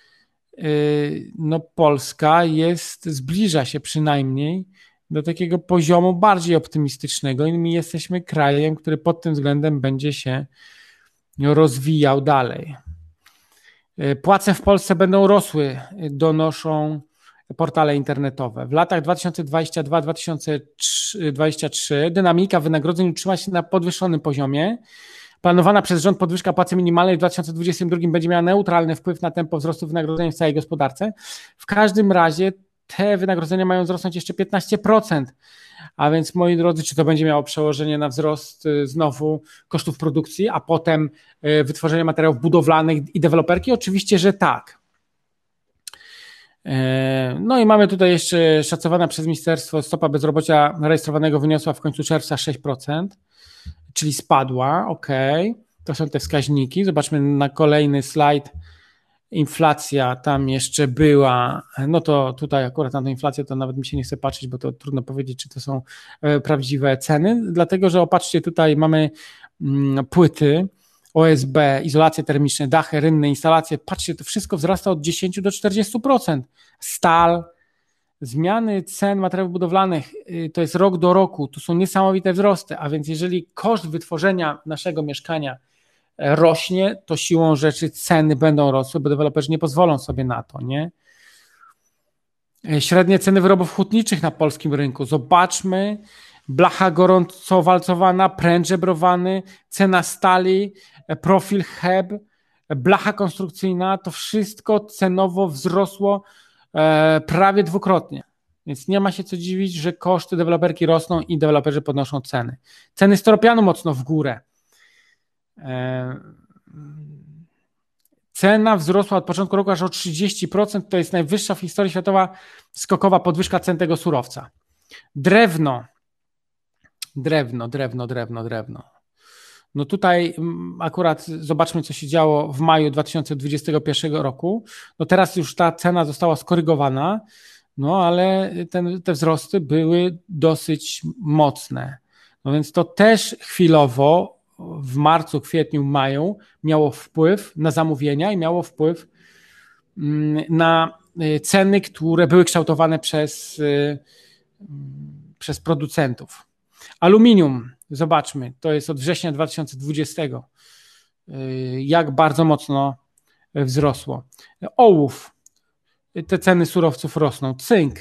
no Polska zbliża się przynajmniej do takiego poziomu bardziej optymistycznego i my jesteśmy krajem, który pod tym względem będzie się rozwijał dalej. Płace w Polsce będą rosły, donoszą portale internetowe. W latach 2022-2023 dynamika wynagrodzeń utrzyma się na podwyższonym poziomie. Planowana przez rząd podwyżka płacy minimalnej w 2022 będzie miała neutralny wpływ na tempo wzrostu wynagrodzeń w całej gospodarce. W każdym razie te wynagrodzenia mają wzrosnąć jeszcze 15%, a więc moi drodzy, czy to będzie miało przełożenie na wzrost znowu kosztów produkcji, a potem wytworzenie materiałów budowlanych i deweloperki? Oczywiście, że tak. No i mamy tutaj jeszcze szacowana przez ministerstwo stopa bezrobocia rejestrowanego wyniosła w końcu czerwca 6%, czyli spadła, ok. To są te wskaźniki. Zobaczmy na kolejny slajd. Inflacja tam jeszcze była, no to tutaj akurat na tę inflację to nawet mi się nie chce patrzeć, bo to trudno powiedzieć, czy to są prawdziwe ceny, dlatego że opatrzcie, tutaj mamy płyty, OSB, izolacje termiczne, dachy, rynne, instalacje, patrzcie, to wszystko wzrasta od 10 do 40%. Stal, zmiany cen materiałów budowlanych, to jest rok do roku, tu są niesamowite wzrosty, a więc jeżeli koszt wytworzenia naszego mieszkania rośnie, to siłą rzeczy ceny będą rosły, bo deweloperzy nie pozwolą sobie na to, nie? Średnie ceny wyrobów hutniczych na polskim rynku. Zobaczmy, blacha gorąco walcowana, pręt żebrowany, cena stali, profil HEB, blacha konstrukcyjna, to wszystko cenowo wzrosło prawie dwukrotnie. Więc nie ma się co dziwić, że koszty deweloperki rosną i deweloperzy podnoszą ceny. Ceny styropianu mocno w górę. Cena wzrosła od początku roku aż o 30%, to jest najwyższa w historii światowa skokowa podwyżka cen tego surowca. Drewno. No tutaj akurat zobaczmy, co się działo w maju 2021 roku. No teraz już ta cena została skorygowana, no ale te wzrosty były dosyć mocne. No więc to też chwilowo w marcu, kwietniu, maju miało wpływ na zamówienia i miało wpływ na ceny, które były kształtowane przez producentów. Aluminium, zobaczmy, to jest od września 2020, jak bardzo mocno wzrosło. Ołów, te ceny surowców rosną, cynk.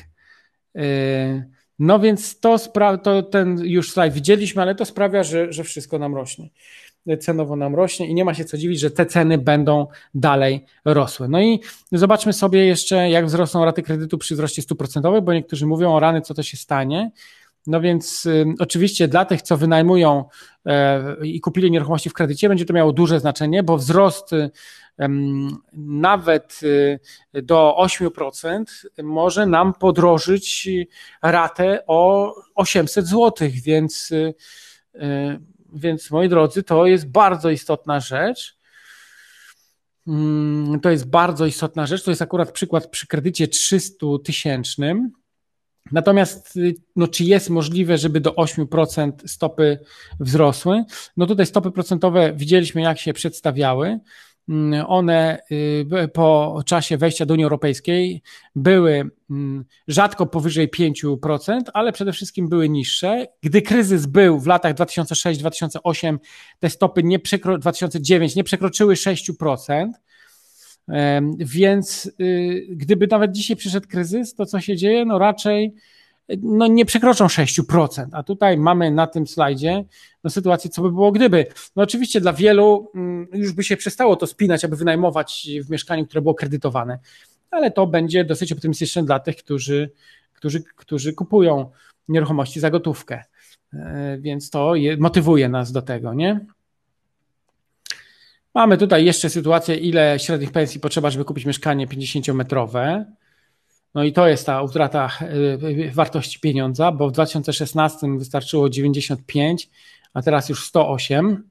No więc to ten już slajd widzieliśmy, ale to sprawia, że wszystko nam rośnie. Cenowo nam rośnie i nie ma się co dziwić, że te ceny będą dalej rosły. No i zobaczmy sobie jeszcze, jak wzrosną raty kredytu przy wzroście stóp procentowych, bo niektórzy mówią o rany, co to się stanie. No więc oczywiście dla tych, co wynajmują i kupili nieruchomości w kredycie, będzie to miało duże znaczenie, bo wzrost nawet do 8% może nam podrożyć ratę o 800 zł, więc moi drodzy, to jest bardzo istotna rzecz. To jest bardzo istotna rzecz. To jest akurat przykład przy kredycie 300-tysięcznym. Natomiast no, czy jest możliwe, żeby do 8% stopy wzrosły? No tutaj stopy procentowe widzieliśmy, jak się przedstawiały. One po czasie wejścia do Unii Europejskiej były rzadko powyżej 5%, ale przede wszystkim były niższe. Gdy kryzys był w latach 2006-2008, te stopy 2009 nie przekroczyły 6%. Więc gdyby nawet dzisiaj przyszedł kryzys, to co się dzieje? No raczej nie przekroczą 6%, a tutaj mamy na tym slajdzie sytuację, co by było gdyby. No oczywiście dla wielu już by się przestało to spinać, aby wynajmować w mieszkaniu, które było kredytowane, ale to będzie dosyć optymistyczne dla tych, którzy kupują nieruchomości za gotówkę, więc to motywuje nas do tego, nie? Mamy tutaj jeszcze sytuację, ile średnich pensji potrzeba, żeby kupić mieszkanie 50-metrowe. No i to jest ta utrata wartości pieniądza, bo w 2016 wystarczyło 95, a teraz już 108.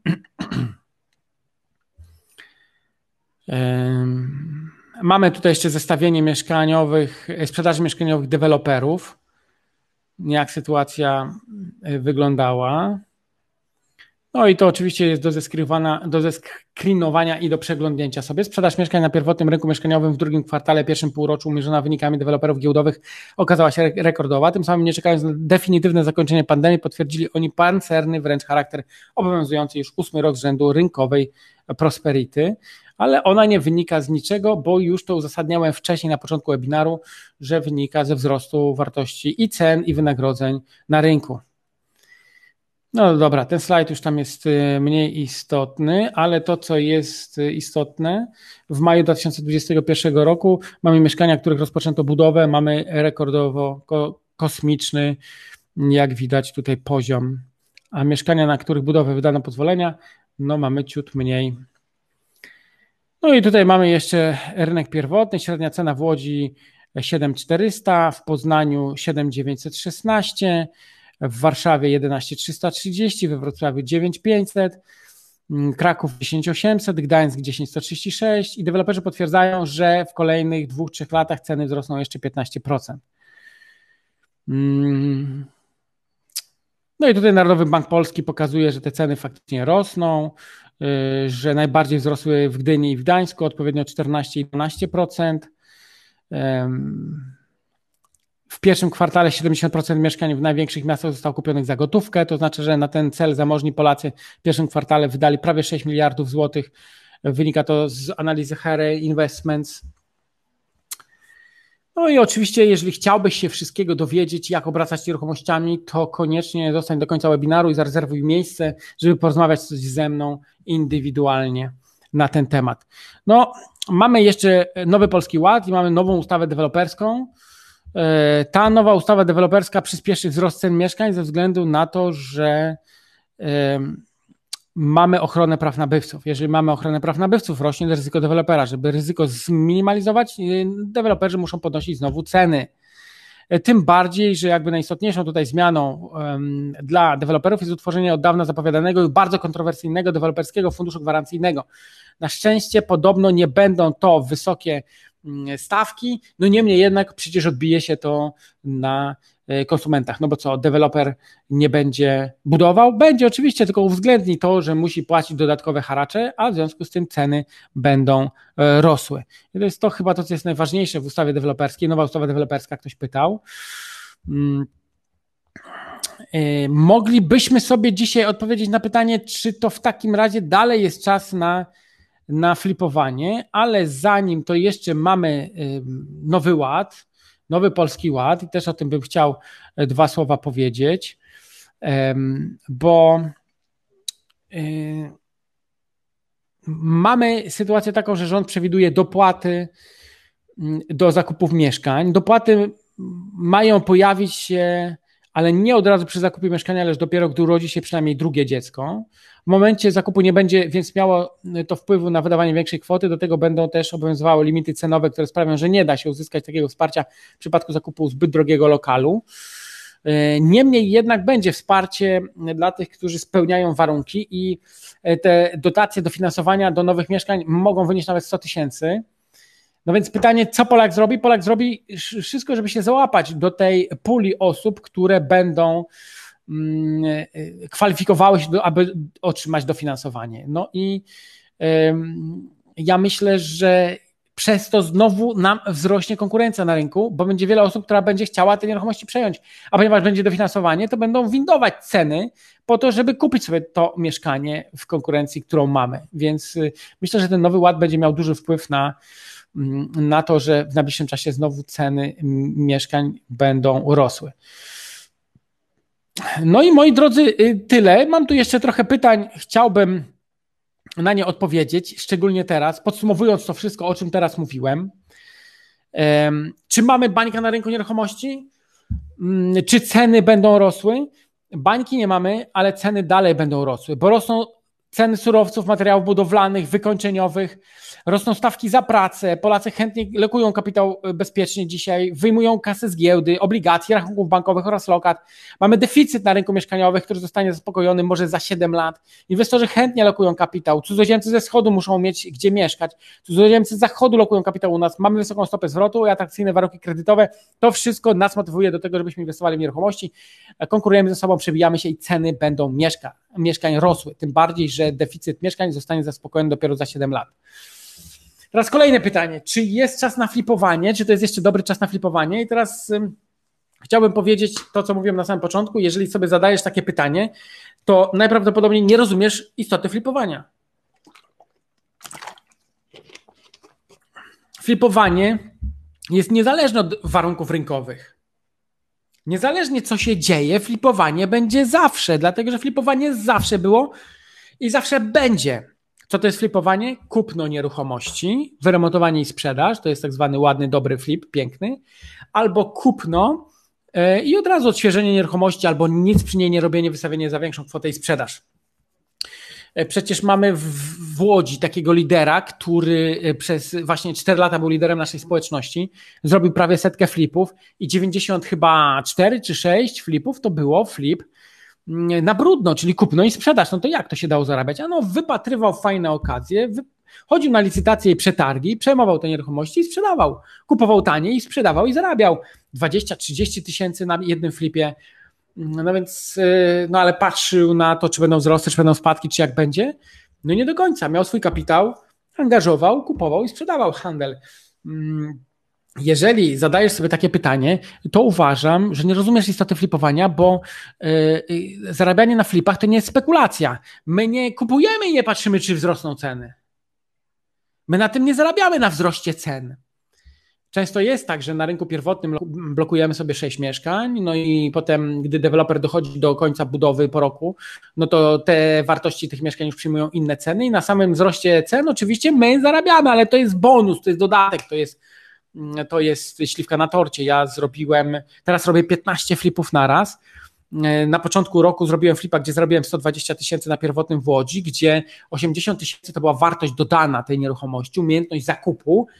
Mamy tutaj jeszcze zestawienie sprzedaży mieszkaniowych deweloperów, jak sytuacja wyglądała. No i to oczywiście jest do zeskrinowania i do przeglądnięcia sobie. Sprzedaż mieszkań na pierwotnym rynku mieszkaniowym w drugim kwartale, pierwszym półroczu umierzona wynikami deweloperów giełdowych okazała się rekordowa. Tym samym nie czekając na definitywne zakończenie pandemii, potwierdzili oni pancerny wręcz charakter obowiązujący już 8 rok z rzędu rynkowej prosperity, ale ona nie wynika z niczego, bo już to uzasadniałem wcześniej na początku webinaru, że wynika ze wzrostu wartości i cen, i wynagrodzeń na rynku. No dobra, ten slajd już tam jest mniej istotny, ale to, co jest istotne, w maju 2021 roku mamy mieszkania, których rozpoczęto budowę, mamy rekordowo kosmiczny, jak widać tutaj poziom, a mieszkania, na których budowę wydano pozwolenia, no mamy ciut mniej. No i tutaj mamy jeszcze rynek pierwotny, średnia cena w Łodzi 7400, w Poznaniu 7916, w Warszawie 11330, we Wrocławiu 9500, Kraków 10800, Gdańsk 10136 i deweloperzy potwierdzają, że w kolejnych 2-3 latach ceny wzrosną jeszcze 15%. No i tutaj Narodowy Bank Polski pokazuje, że te ceny faktycznie rosną, że najbardziej wzrosły w Gdyni i w Gdańsku, odpowiednio 14 i 12%. W pierwszym kwartale 70% mieszkań w największych miastach zostało kupionych za gotówkę, to znaczy, że na ten cel zamożni Polacy w pierwszym kwartale wydali prawie 6 miliardów złotych. Wynika to z analizy Harry Investments. No i oczywiście, jeżeli chciałbyś się wszystkiego dowiedzieć, jak obracać nieruchomościami, to koniecznie zostań do końca webinaru i zarezerwuj miejsce, żeby porozmawiać ze mną indywidualnie na ten temat. No, mamy jeszcze Nowy Polski Ład i mamy nową ustawę deweloperską. Ta nowa ustawa deweloperska przyspieszy wzrost cen mieszkań ze względu na to, że mamy ochronę praw nabywców. Jeżeli mamy ochronę praw nabywców, rośnie ryzyko dewelopera. Żeby ryzyko zminimalizować, deweloperzy muszą podnosić znowu ceny. Tym bardziej, że jakby najistotniejszą tutaj zmianą dla deweloperów jest utworzenie od dawna zapowiadanego i bardzo kontrowersyjnego deweloperskiego funduszu gwarancyjnego. Na szczęście podobno nie będą to wysokie stawki, no niemniej jednak przecież odbije się to na konsumentach, no bo co, deweloper nie będzie budował? Będzie oczywiście, tylko uwzględni to, że musi płacić dodatkowe haracze, a w związku z tym ceny będą rosły. I to jest to chyba to, co jest najważniejsze w ustawie deweloperskiej, nowa ustawa deweloperska, ktoś pytał. Moglibyśmy sobie dzisiaj odpowiedzieć na pytanie, czy to w takim razie dalej jest czas na flipowanie, ale zanim to jeszcze mamy nowy ład, nowy Polski Ład i też o tym bym chciał 2 słowa powiedzieć, bo mamy sytuację taką, że rząd przewiduje dopłaty do zakupów mieszkań. Dopłaty mają pojawić się, ale nie od razu przy zakupie mieszkania, lecz dopiero gdy urodzi się przynajmniej drugie dziecko. W momencie zakupu nie będzie więc miało to wpływu na wydawanie większej kwoty, do tego będą też obowiązywały limity cenowe, które sprawią, że nie da się uzyskać takiego wsparcia w przypadku zakupu zbyt drogiego lokalu. Niemniej jednak będzie wsparcie dla tych, którzy spełniają warunki i te dotacje dofinansowania do nowych mieszkań mogą wynieść nawet 100 000. No więc pytanie, co Polak zrobi? Polak zrobi wszystko, żeby się załapać do tej puli osób, które będą kwalifikowały się, aby otrzymać dofinansowanie. No i ja myślę, że przez to znowu nam wzrośnie konkurencja na rynku, bo będzie wiele osób, która będzie chciała te nieruchomości przejąć, a ponieważ będzie dofinansowanie, to będą windować ceny po to, żeby kupić sobie to mieszkanie w konkurencji, którą mamy. Więc myślę, że ten nowy ład będzie miał duży wpływ na to, że w najbliższym czasie znowu ceny mieszkań będą rosły. No i moi drodzy, tyle. Mam tu jeszcze trochę pytań, chciałbym na nie odpowiedzieć, szczególnie teraz, podsumowując to wszystko, o czym teraz mówiłem. Czy mamy bańkę na rynku nieruchomości? Czy ceny będą rosły? Bańki nie mamy, ale ceny dalej będą rosły, bo rosną ceny surowców, materiałów budowlanych, wykończeniowych, rosną stawki za pracę, Polacy chętnie lokują kapitał bezpiecznie dzisiaj, wyjmują kasę z giełdy, obligacji, rachunków bankowych oraz lokat. Mamy deficyt na rynku mieszkaniowym, który zostanie zaspokojony może za 7 lat. Inwestorzy chętnie lokują kapitał, cudzoziemcy ze wschodu muszą mieć gdzie mieszkać, cudzoziemcy z zachodu lokują kapitał u nas, mamy wysoką stopę zwrotu i atrakcyjne warunki kredytowe. To wszystko nas motywuje do tego, żebyśmy inwestowali w nieruchomości, konkurujemy ze sobą, przebijamy się i ceny będą mieszkań rosły, tym bardziej, że deficyt mieszkań zostanie zaspokojony dopiero za 7 lat. Teraz kolejne pytanie, czy jest czas na flipowanie, czy to jest jeszcze dobry czas na flipowanie? I teraz chciałbym powiedzieć to, co mówiłem na samym początku, jeżeli sobie zadajesz takie pytanie, to najprawdopodobniej nie rozumiesz istoty flipowania. Flipowanie jest niezależne od warunków rynkowych. Niezależnie co się dzieje, flipowanie będzie zawsze, dlatego że flipowanie zawsze było i zawsze będzie. Co to jest flipowanie? Kupno nieruchomości, wyremontowanie i sprzedaż, to jest tak zwany ładny, dobry flip, piękny, albo kupno i od razu odświeżenie nieruchomości, albo nic przy niej nie robienie, wystawienie za większą kwotę i sprzedaż. Przecież mamy w Łodzi takiego lidera, który przez właśnie 4 lata był liderem naszej społeczności, zrobił prawie 100 flipów i 90 chyba 4 czy 6 flipów to było flip na brudno, czyli kupno i sprzedaż. No to jak to się dało zarabiać? Ano wypatrywał fajne okazje, chodził na licytacje i przetargi, przejmował te nieruchomości i sprzedawał. Kupował taniej i sprzedawał i zarabiał 20-30 tysięcy na jednym flipie. No więc, no ale patrzył na to, czy będą wzrosty, czy będą spadki, czy jak będzie. No nie do końca. Miał swój kapitał, angażował, kupował i sprzedawał handel. Jeżeli zadajesz sobie takie pytanie, to uważam, że nie rozumiesz istoty flipowania, bo zarabianie na flipach to nie jest spekulacja. My nie kupujemy i nie patrzymy, czy wzrosną ceny. My na tym nie zarabiamy, na wzroście cen. Często jest tak, że na rynku pierwotnym blokujemy sobie 6 mieszkań, no i potem, gdy deweloper dochodzi do końca budowy po roku, no to te wartości tych mieszkań już przyjmują inne ceny i na samym wzroście cen oczywiście my zarabiamy, ale to jest bonus, to jest dodatek, to jest śliwka na torcie. Ja teraz robię 15 flipów na raz. Na początku roku zrobiłem flipa, gdzie zarobiłem 120 tysięcy na pierwotnym w Łodzi, gdzie 80 tysięcy to była wartość dodana tej nieruchomości, umiejętność zakupu,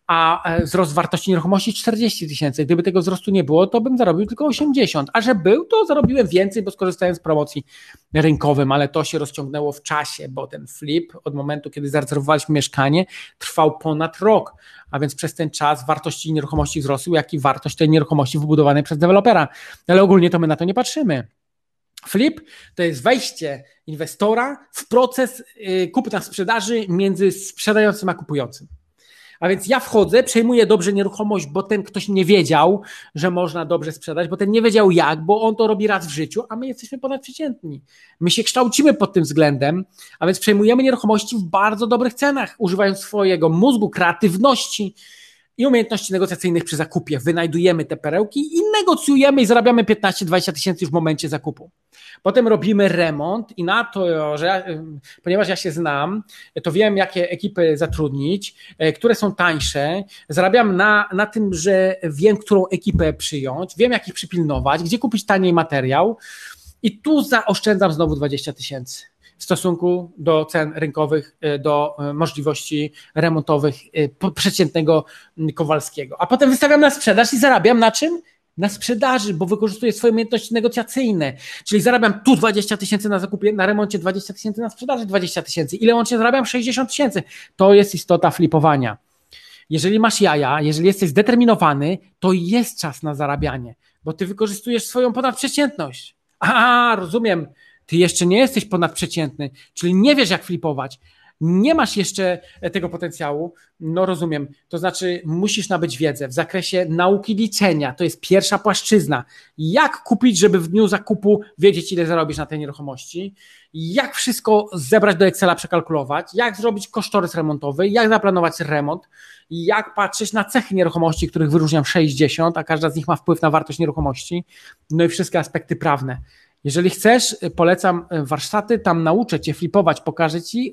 a wzrost wartości nieruchomości 40 tysięcy. Gdyby tego wzrostu nie było, to bym zarobił tylko 80, a że był, to zarobiłem więcej, bo skorzystałem z promocji rynkowym, ale to się rozciągnęło w czasie, bo ten flip od momentu, kiedy zarezerwowaliśmy mieszkanie, trwał ponad rok, a więc przez ten czas wartości nieruchomości wzrosły, jak i wartość tej nieruchomości wybudowanej przez dewelopera, ale ogólnie to my na to nie patrzymy. Flip to jest wejście inwestora w proces kupna-sprzedaży między sprzedającym a kupującym. A więc ja wchodzę, przejmuję dobrze nieruchomość, bo ten ktoś nie wiedział, że można dobrze sprzedać, bo ten nie wiedział jak, bo on to robi raz w życiu, a my jesteśmy ponadprzeciętni. My się kształcimy pod tym względem, a więc przejmujemy nieruchomości w bardzo dobrych cenach, używając swojego mózgu, kreatywności i umiejętności negocjacyjnych przy zakupie. Wynajdujemy te perełki i negocjujemy i zarabiamy 15-20 tysięcy już w momencie zakupu. Potem robimy remont i na to, że ponieważ ja się znam, to wiem, jakie ekipy zatrudnić, które są tańsze, zarabiam na tym, że wiem, którą ekipę przyjąć, wiem, jak ich przypilnować, gdzie kupić taniej materiał i tu zaoszczędzam znowu 20 tysięcy w stosunku do cen rynkowych, do możliwości remontowych przeciętnego Kowalskiego. A potem wystawiam na sprzedaż i zarabiam na czym? Na sprzedaży, bo wykorzystuję swoje umiejętności negocjacyjne, czyli zarabiam tu 20 tysięcy na zakupie, na remoncie 20 tysięcy, na sprzedaży 20 tysięcy. Ile łącznie zarabiam? 60 tysięcy. To jest istota flipowania. Jeżeli masz jaja, jeżeli jesteś zdeterminowany, to jest czas na zarabianie, bo ty wykorzystujesz swoją ponadprzeciętność. Rozumiem, ty jeszcze nie jesteś ponadprzeciętny, czyli nie wiesz jak flipować. Nie masz jeszcze tego potencjału, no rozumiem, to znaczy musisz nabyć wiedzę w zakresie nauki liczenia, to jest pierwsza płaszczyzna. Jak kupić, żeby w dniu zakupu wiedzieć, ile zarobisz na tej nieruchomości, jak wszystko zebrać do Excela, przekalkulować, jak zrobić kosztorys remontowy, jak zaplanować remont, jak patrzeć na cechy nieruchomości, których wyróżniam 60, a każda z nich ma wpływ na wartość nieruchomości, no i wszystkie aspekty prawne. Jeżeli chcesz, polecam warsztaty, tam nauczę cię flipować, pokażę ci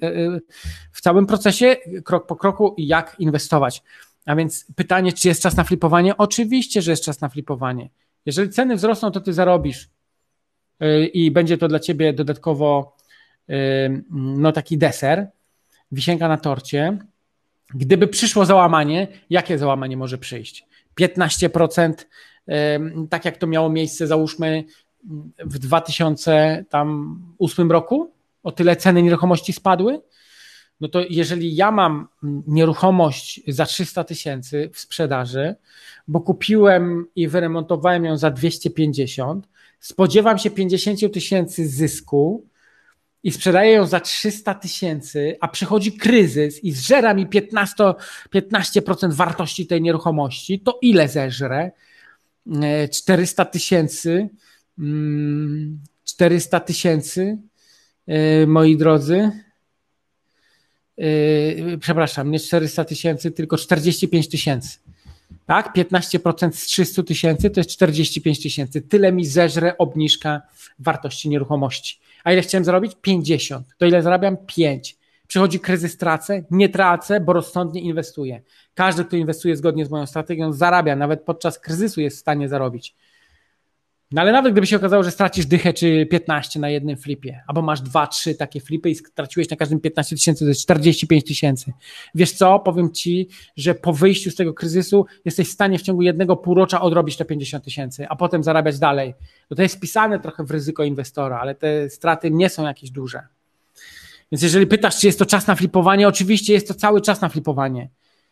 w całym procesie, krok po kroku, jak inwestować. A więc pytanie, czy jest czas na flipowanie? Oczywiście, że jest czas na flipowanie. Jeżeli ceny wzrosną, to ty zarobisz i będzie to dla ciebie dodatkowo no taki deser, wisienka na torcie. Gdyby przyszło załamanie, jakie załamanie może przyjść? 15%, tak jak to miało miejsce, załóżmy, w 2008 roku, o tyle ceny nieruchomości spadły, no to jeżeli ja mam nieruchomość za 300 tysięcy w sprzedaży, bo kupiłem i wyremontowałem ją za 250, spodziewam się 50 tysięcy zysku i sprzedaję ją za 300 tysięcy, a przychodzi kryzys i zżera mi 15% wartości tej nieruchomości, to ile zeżrę? 400 tysięcy, moi drodzy, przepraszam, nie 400 tysięcy, tylko 45 tysięcy. Tak? 15% z 300 tysięcy to jest 45 tysięcy. Tyle mi zeżre obniżka wartości nieruchomości. A ile chciałem zarobić? 50. To ile zarabiam? 5. Przychodzi kryzys, tracę? Nie tracę, bo rozsądnie inwestuję. Każdy, kto inwestuje zgodnie z moją strategią, zarabia. Nawet podczas kryzysu jest w stanie zarobić. No ale nawet gdyby się okazało, że stracisz dychę czy 15 na jednym flipie, albo masz 2-3 takie flipy i straciłeś na każdym 15 tysięcy, to jest 45 tysięcy. Wiesz co? Powiem ci, że po wyjściu z tego kryzysu jesteś w stanie w ciągu jednego półrocza odrobić te 50 tysięcy, a potem zarabiać dalej. No to jest wpisane trochę w ryzyko inwestora, ale te straty nie są jakieś duże. Więc jeżeli pytasz, czy jest to czas na flipowanie, oczywiście jest to cały czas na flipowanie.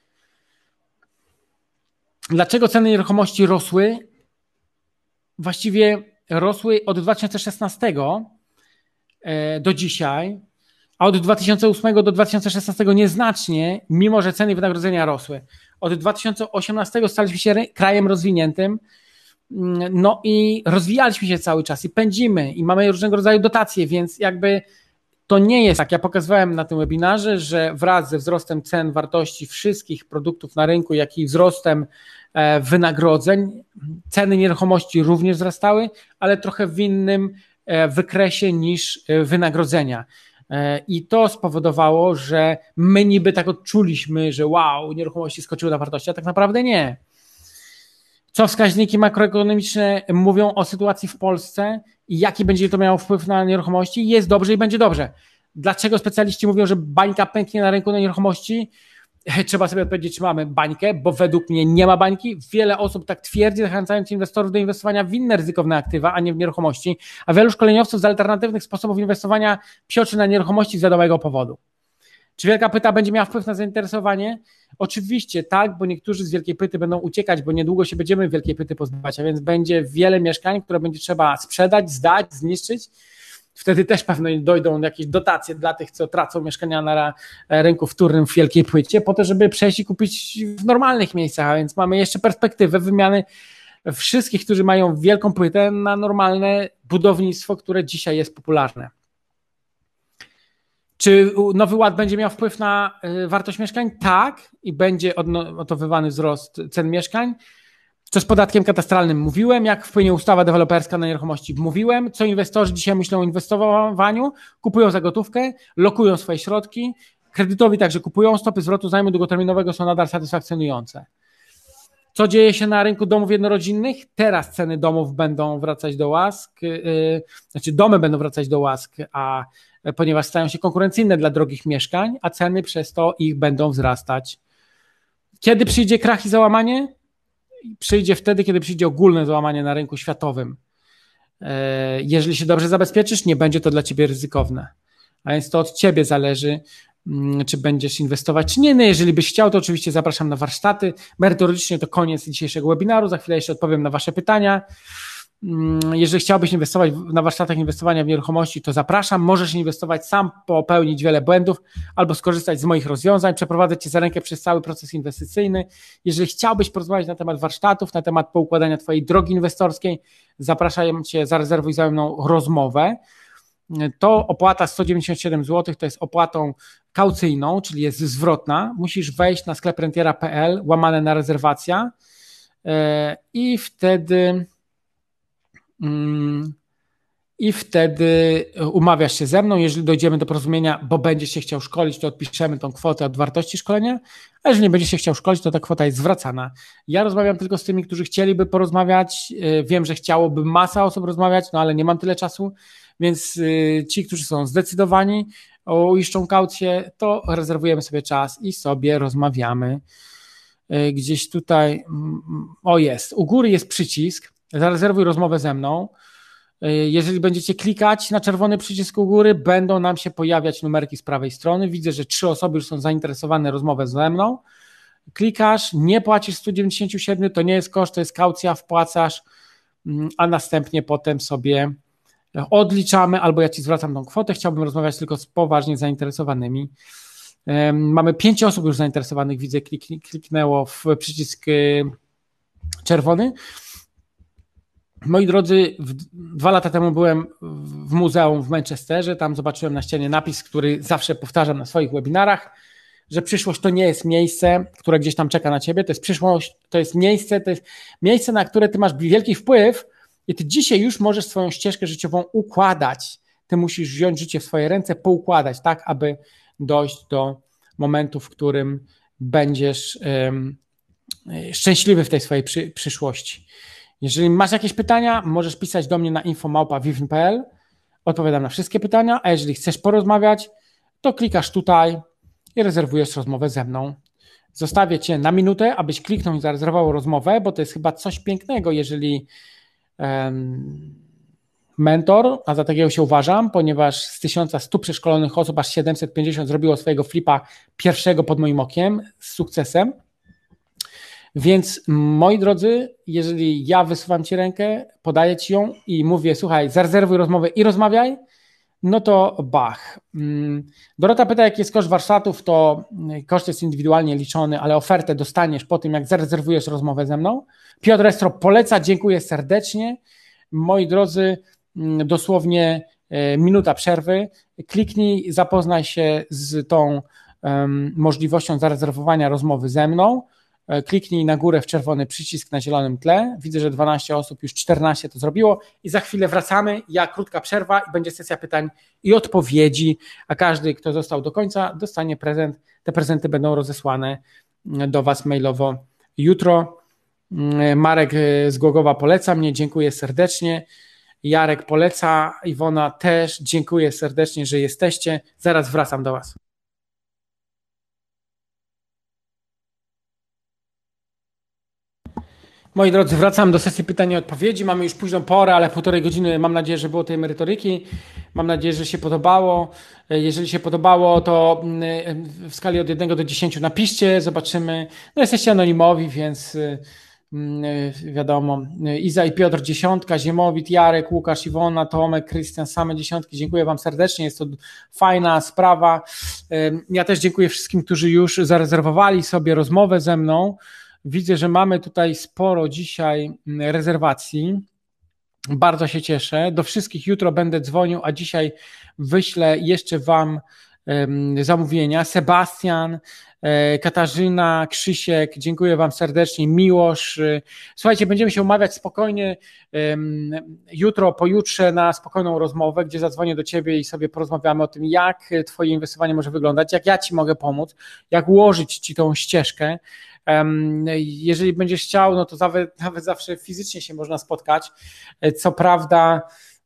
Dlaczego ceny nieruchomości rosły? Właściwie rosły od 2016 do dzisiaj, a od 2008 do 2016 nieznacznie, mimo że ceny i wynagrodzenia rosły. Od 2018 staliśmy się krajem rozwiniętym, no i rozwijaliśmy się cały czas i pędzimy i mamy różnego rodzaju dotacje, więc jakby to nie jest tak. Ja pokazywałem na tym webinarze, że wraz ze wzrostem cen wartości wszystkich produktów na rynku, jak i wzrostem wynagrodzeń, ceny nieruchomości również wzrastały, ale trochę w innym wykresie niż wynagrodzenia. I to spowodowało, że my niby tak odczuliśmy, że wow, nieruchomości skoczyły na wartości, a tak naprawdę nie. Co wskaźniki makroekonomiczne mówią o sytuacji w Polsce i jaki będzie to miało wpływ na nieruchomości? Jest dobrze i będzie dobrze. Dlaczego specjaliści mówią, że bańka pęknie na rynku na nieruchomości? Trzeba sobie odpowiedzieć, czy mamy bańkę, bo według mnie nie ma bańki. Wiele osób tak twierdzi, zachęcając inwestorów do inwestowania w inne ryzykowne aktywa, a nie w nieruchomości, a wielu szkoleniowców z alternatywnych sposobów inwestowania psioczy na nieruchomości z wiadomego powodu. Czy Wielka Pyta będzie miała wpływ na zainteresowanie? Oczywiście tak, bo niektórzy z Wielkiej Pyty będą uciekać, bo niedługo się będziemy Wielkiej Pyty pozbywać, a więc będzie wiele mieszkań, które będzie trzeba sprzedać, zdać, zniszczyć. Wtedy też pewno dojdą jakieś dotacje dla tych, co tracą mieszkania na rynku wtórnym w Wielkiej Płycie, po to, żeby przejść i kupić w normalnych miejscach, a więc mamy jeszcze perspektywę wymiany wszystkich, którzy mają wielką płytę, na normalne budownictwo, które dzisiaj jest popularne. Czy Nowy Ład będzie miał wpływ na wartość mieszkań? Tak, i będzie odnotowywany wzrost cen mieszkań. Co z podatkiem katastralnym mówiłem, jak wpłynie ustawa deweloperska na nieruchomości mówiłem, co inwestorzy dzisiaj myślą o inwestowaniu, kupują za gotówkę, lokują swoje środki, kredytowi także kupują, stopy zwrotu zajmu długoterminowego są nadal satysfakcjonujące. Co dzieje się na rynku domów jednorodzinnych? Teraz ceny domów będą wracać do łask, domy będą wracać do łask, ponieważ stają się konkurencyjne dla drogich mieszkań, a ceny przez to ich będą wzrastać. Kiedy przyjdzie krach i załamanie? Przyjdzie wtedy, kiedy przyjdzie ogólne załamanie na rynku światowym. Jeżeli się dobrze zabezpieczysz, nie będzie to dla ciebie ryzykowne. A więc to od ciebie zależy, czy będziesz inwestować, czy nie. No jeżeli byś chciał, to oczywiście zapraszam na warsztaty. Merytorycznie to koniec dzisiejszego webinaru. Za chwilę jeszcze odpowiem na wasze pytania. Jeżeli chciałbyś inwestować na warsztatach inwestowania w nieruchomości, to zapraszam. Możesz inwestować sam, popełnić wiele błędów albo skorzystać z moich rozwiązań, przeprowadzę cię za rękę przez cały proces inwestycyjny. Jeżeli chciałbyś porozmawiać na temat warsztatów, na temat poukładania twojej drogi inwestorskiej, zapraszam cię, zarezerwuj ze mną rozmowę. To opłata 197 zł, to jest opłatą kaucyjną, czyli jest zwrotna. Musisz wejść na sklep rentiera.pl, łamane na rezerwacja i wtedy umawiasz się ze mną. Jeżeli dojdziemy do porozumienia, bo będziesz się chciał szkolić, to odpiszemy tą kwotę od wartości szkolenia, a jeżeli nie będziesz się chciał szkolić, to ta kwota jest zwracana. Ja rozmawiam tylko z tymi, którzy chcieliby porozmawiać. Wiem, że chciałoby masa osób rozmawiać, no ale nie mam tyle czasu, więc ci, którzy są zdecydowani o uiszczą kaucję, to rezerwujemy sobie czas i sobie rozmawiamy. Gdzieś tutaj, jest, u góry jest przycisk, zarezerwuj rozmowę ze mną. Jeżeli będziecie klikać na czerwony przycisk u góry, będą nam się pojawiać numerki z prawej strony. Widzę, że 3 osoby już są zainteresowane rozmową ze mną. Klikasz, nie płacisz 197, to nie jest koszt, to jest kaucja, wpłacasz, a następnie potem sobie odliczamy, albo ja ci zwracam tą kwotę. Chciałbym rozmawiać tylko z poważnie zainteresowanymi. Mamy 5 osób już zainteresowanych, widzę, kliknęło w przycisk czerwony. Moi drodzy, 2 lata temu byłem w muzeum w Manchesterze, tam zobaczyłem na ścianie napis, który zawsze powtarzam na swoich webinarach, że przyszłość to nie jest miejsce, które gdzieś tam czeka na ciebie, to jest przyszłość, to jest miejsce, na które ty masz wielki wpływ i ty dzisiaj już możesz swoją ścieżkę życiową układać. Ty musisz wziąć życie w swoje ręce, poukładać tak, aby dojść do momentu, w którym będziesz szczęśliwy w tej swojej przyszłości. Jeżeli masz jakieś pytania, możesz pisać do mnie na info@vivn.pl. Odpowiadam na wszystkie pytania, a jeżeli chcesz porozmawiać, to klikasz tutaj i rezerwujesz rozmowę ze mną. Zostawię cię na minutę, abyś kliknął i zarezerwował rozmowę, bo to jest chyba coś pięknego, jeżeli mentor, a za takiego się uważam, ponieważ z 1100 przeszkolonych osób aż 750 zrobiło swojego flipa pierwszego pod moim okiem z sukcesem. Więc moi drodzy, jeżeli ja wysuwam ci rękę, podaję ci ją i mówię, słuchaj, zarezerwuj rozmowę i rozmawiaj, no to bach. Dorota pyta, jaki jest koszt warsztatów, to koszt jest indywidualnie liczony, ale ofertę dostaniesz po tym, jak zarezerwujesz rozmowę ze mną. Piotr Estro poleca, dziękuję serdecznie. Moi drodzy, dosłownie minuta przerwy. Kliknij, zapoznaj się z tą możliwością zarezerwowania rozmowy ze mną. Kliknij na górę w czerwony przycisk na zielonym tle. Widzę, że 12 osób, już 14 to zrobiło i za chwilę wracamy. Krótka przerwa i będzie sesja pytań i odpowiedzi, a każdy, kto został do końca, dostanie prezent. Te prezenty będą rozesłane do Was mailowo jutro. Marek z Głogowa poleca mnie, dziękuję serdecznie. Jarek poleca, Iwona też, dziękuję serdecznie, że jesteście. Zaraz wracam do Was. Moi drodzy, wracam do sesji pytań i odpowiedzi. Mamy już późną porę, ale 1,5 godziny. Mam nadzieję, że było tej merytoryki. Mam nadzieję, że się podobało. Jeżeli się podobało, to w skali od 1 do 10 napiszcie, zobaczymy. No jesteście anonimowi, więc wiadomo. Iza i Piotr 10, Ziemowit, Jarek, Łukasz, Iwona, Tomek, Krystian, same 10. Dziękuję wam serdecznie, jest to fajna sprawa. Ja też dziękuję wszystkim, którzy już zarezerwowali sobie rozmowę ze mną. Widzę, że mamy tutaj sporo dzisiaj rezerwacji. Bardzo się cieszę. Do wszystkich jutro będę dzwonił, a dzisiaj wyślę jeszcze wam zamówienia. Sebastian, Katarzyna, Krzysiek, dziękuję wam serdecznie. Miłosz. Słuchajcie, będziemy się umawiać spokojnie jutro, pojutrze na spokojną rozmowę, gdzie zadzwonię do ciebie i sobie porozmawiamy o tym, jak twoje inwestowanie może wyglądać, jak ja ci mogę pomóc, jak ułożyć ci tą ścieżkę. Jeżeli będziesz chciał, no to nawet zawsze fizycznie się można spotkać. Co prawda,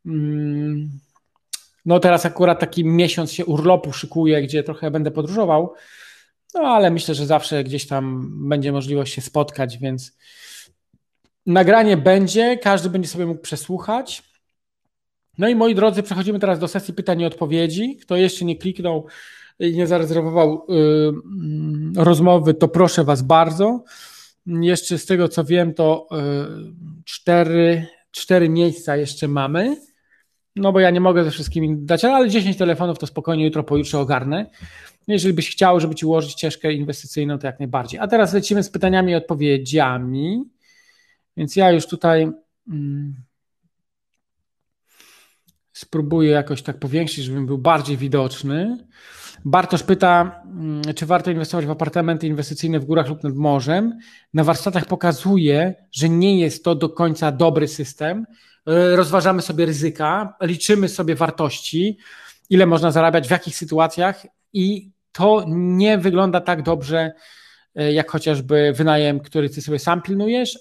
no teraz akurat taki miesiąc się urlopu szykuje, gdzie trochę będę podróżował, no ale myślę, że zawsze gdzieś tam będzie możliwość się spotkać, więc nagranie będzie, każdy będzie sobie mógł przesłuchać. No i moi drodzy, przechodzimy teraz do sesji pytań i odpowiedzi. Kto jeszcze nie kliknął i nie zarezerwował rozmowy, to proszę was bardzo. Jeszcze z tego co wiem, to 4 miejsca jeszcze mamy. No bo ja nie mogę ze wszystkimi dać, ale 10 telefonów to spokojnie jutro, pojutrze ogarnę. Jeżeli byś chciał, żeby ci ułożyć ścieżkę inwestycyjną, to jak najbardziej. A teraz lecimy z pytaniami i odpowiedziami. Więc ja już tutaj spróbuję jakoś tak powiększyć, żebym był bardziej widoczny. Bartosz pyta, czy warto inwestować w apartamenty inwestycyjne w górach lub nad morzem. Na warsztatach pokazuje, że nie jest to do końca dobry system. Rozważamy sobie ryzyka, liczymy sobie wartości, ile można zarabiać, w jakich sytuacjach i to nie wygląda tak dobrze, jak chociażby wynajem, który ty sobie sam pilnujesz,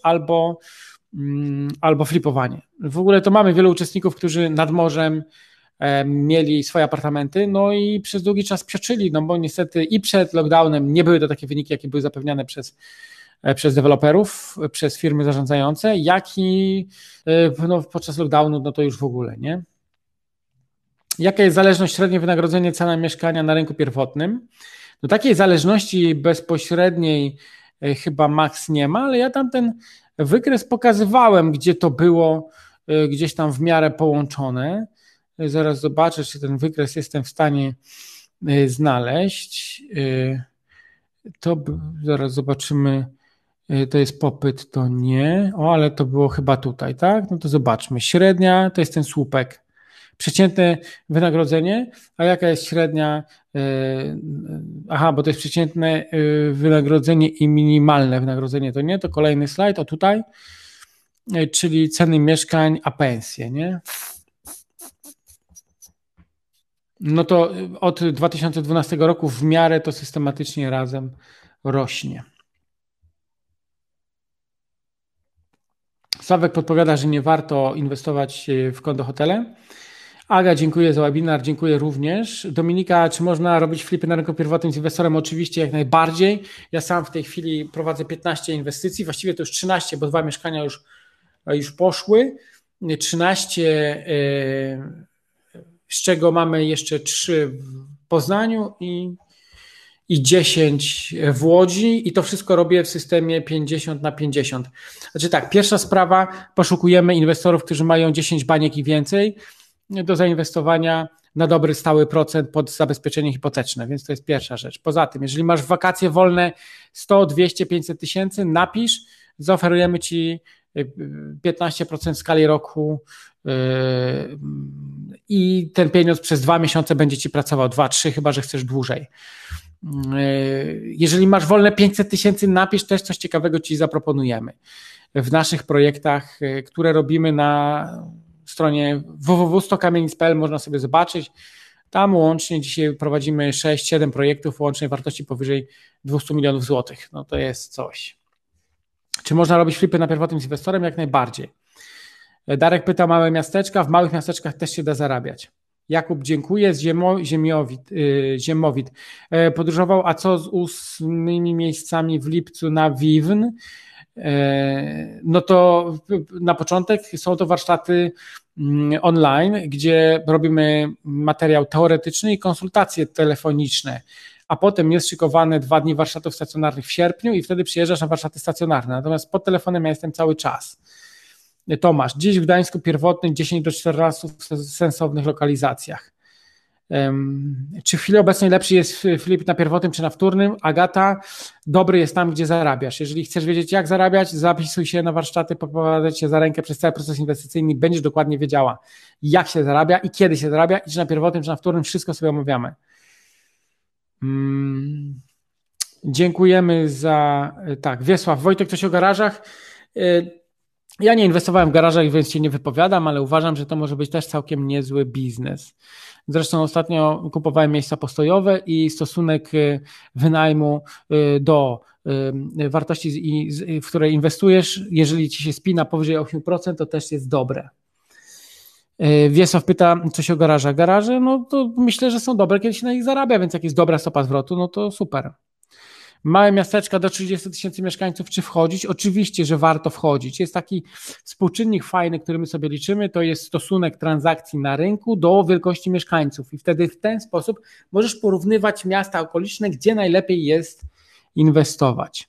albo flipowanie. W ogóle to mamy wielu uczestników, którzy nad morzem mieli swoje apartamenty, no i przez długi czas psioczyli, no bo niestety i przed lockdownem nie były to takie wyniki, jakie były zapewniane przez deweloperów, przez firmy zarządzające, jak i podczas lockdownu, no to już w ogóle, nie? Jaka jest zależność średnie wynagrodzenie cena mieszkania na rynku pierwotnym? No takiej zależności bezpośredniej chyba max nie ma, ale ja tam ten wykres pokazywałem, gdzie to było gdzieś tam w miarę połączone. Zaraz zobaczę, czy ten wykres jestem w stanie znaleźć. To zaraz zobaczymy. To jest popyt, to nie. O, ale to było chyba tutaj, tak? No to zobaczmy. Średnia to jest ten słupek. Przeciętne wynagrodzenie, a jaka jest średnia? Aha, bo to jest przeciętne wynagrodzenie i minimalne wynagrodzenie, to nie, to kolejny slajd, o tutaj, czyli ceny mieszkań, a pensje, nie? No to od 2012 roku w miarę to systematycznie razem rośnie. Sławek podpowiada, że nie warto inwestować w kondohotele. Aga, dziękuję za webinar, dziękuję również. Dominika, czy można robić flipy na rynku pierwotnym z inwestorem? Oczywiście, jak najbardziej. Ja sam w tej chwili prowadzę 15 inwestycji, właściwie to już 13, bo 2 mieszkania już poszły. 13, z czego mamy jeszcze 3 w Poznaniu i 10 w Łodzi i to wszystko robię w systemie 50/50. Znaczy tak, pierwsza sprawa, poszukujemy inwestorów, którzy mają 10 baniek i więcej do zainwestowania na dobry, stały procent pod zabezpieczenie hipoteczne, więc to jest pierwsza rzecz. Poza tym, jeżeli masz wakacje wolne 100, 200, 500 tysięcy, napisz, zaoferujemy Ci 15% w skali roku i ten pieniądz przez 2 miesiące będzie Ci pracował, 2-3, chyba że chcesz dłużej. Jeżeli masz wolne 500 tysięcy, napisz, też coś ciekawego Ci zaproponujemy. W naszych projektach, które robimy na stronie www.stokamienic.pl można sobie zobaczyć. Tam łącznie dzisiaj prowadzimy 6-7 projektów o łącznej wartości powyżej 200 milionów złotych. No to jest coś. Czy można robić flipy na pierwotnym z inwestorem? Jak najbardziej. Darek pyta, małe miasteczka. W małych miasteczkach też się da zarabiać. Jakub, dziękuję. Ziemowit. Podróżował, a co z 8 miejscami w lipcu na Wiwn? no to na początek są to warsztaty online, gdzie robimy materiał teoretyczny i konsultacje telefoniczne, a potem jest szykowane 2 dni warsztatów stacjonarnych w sierpniu i wtedy przyjeżdżasz na warsztaty stacjonarne. Natomiast pod telefonem ja jestem cały czas. Tomasz, dziś w Gdańsku pierwotnym 10 do 14 w sensownych lokalizacjach. Czy w chwili obecnej lepszy jest Filip na pierwotnym czy na wtórnym? Agata, dobry jest tam, gdzie zarabiasz. Jeżeli chcesz wiedzieć, jak zarabiać, zapisuj się na warsztaty, poprowadzę cię za rękę przez cały proces inwestycyjny, będziesz dokładnie wiedziała, jak się zarabia i kiedy się zarabia i czy na pierwotnym, czy na wtórnym, wszystko sobie omawiamy. Dziękujemy za... Tak, Wiesław, Wojtek, coś o garażach? Ja nie inwestowałem w garażach, więc się nie wypowiadam, ale uważam, że to może być też całkiem niezły biznes. Zresztą ostatnio kupowałem miejsca postojowe i stosunek wynajmu do wartości, w której inwestujesz, jeżeli ci się spina powyżej 8%, to też jest dobre. Wiesław pyta coś o garażach. Garaże, no to myślę, że są dobre, kiedy się na nich zarabia, więc jak jest dobra stopa zwrotu, no to super. Małe miasteczka do 30 000 mieszkańców, czy wchodzić? Oczywiście, że warto wchodzić. Jest taki współczynnik fajny, który my sobie liczymy, to jest stosunek transakcji na rynku do wielkości mieszkańców i wtedy w ten sposób możesz porównywać miasta okoliczne, gdzie najlepiej jest inwestować.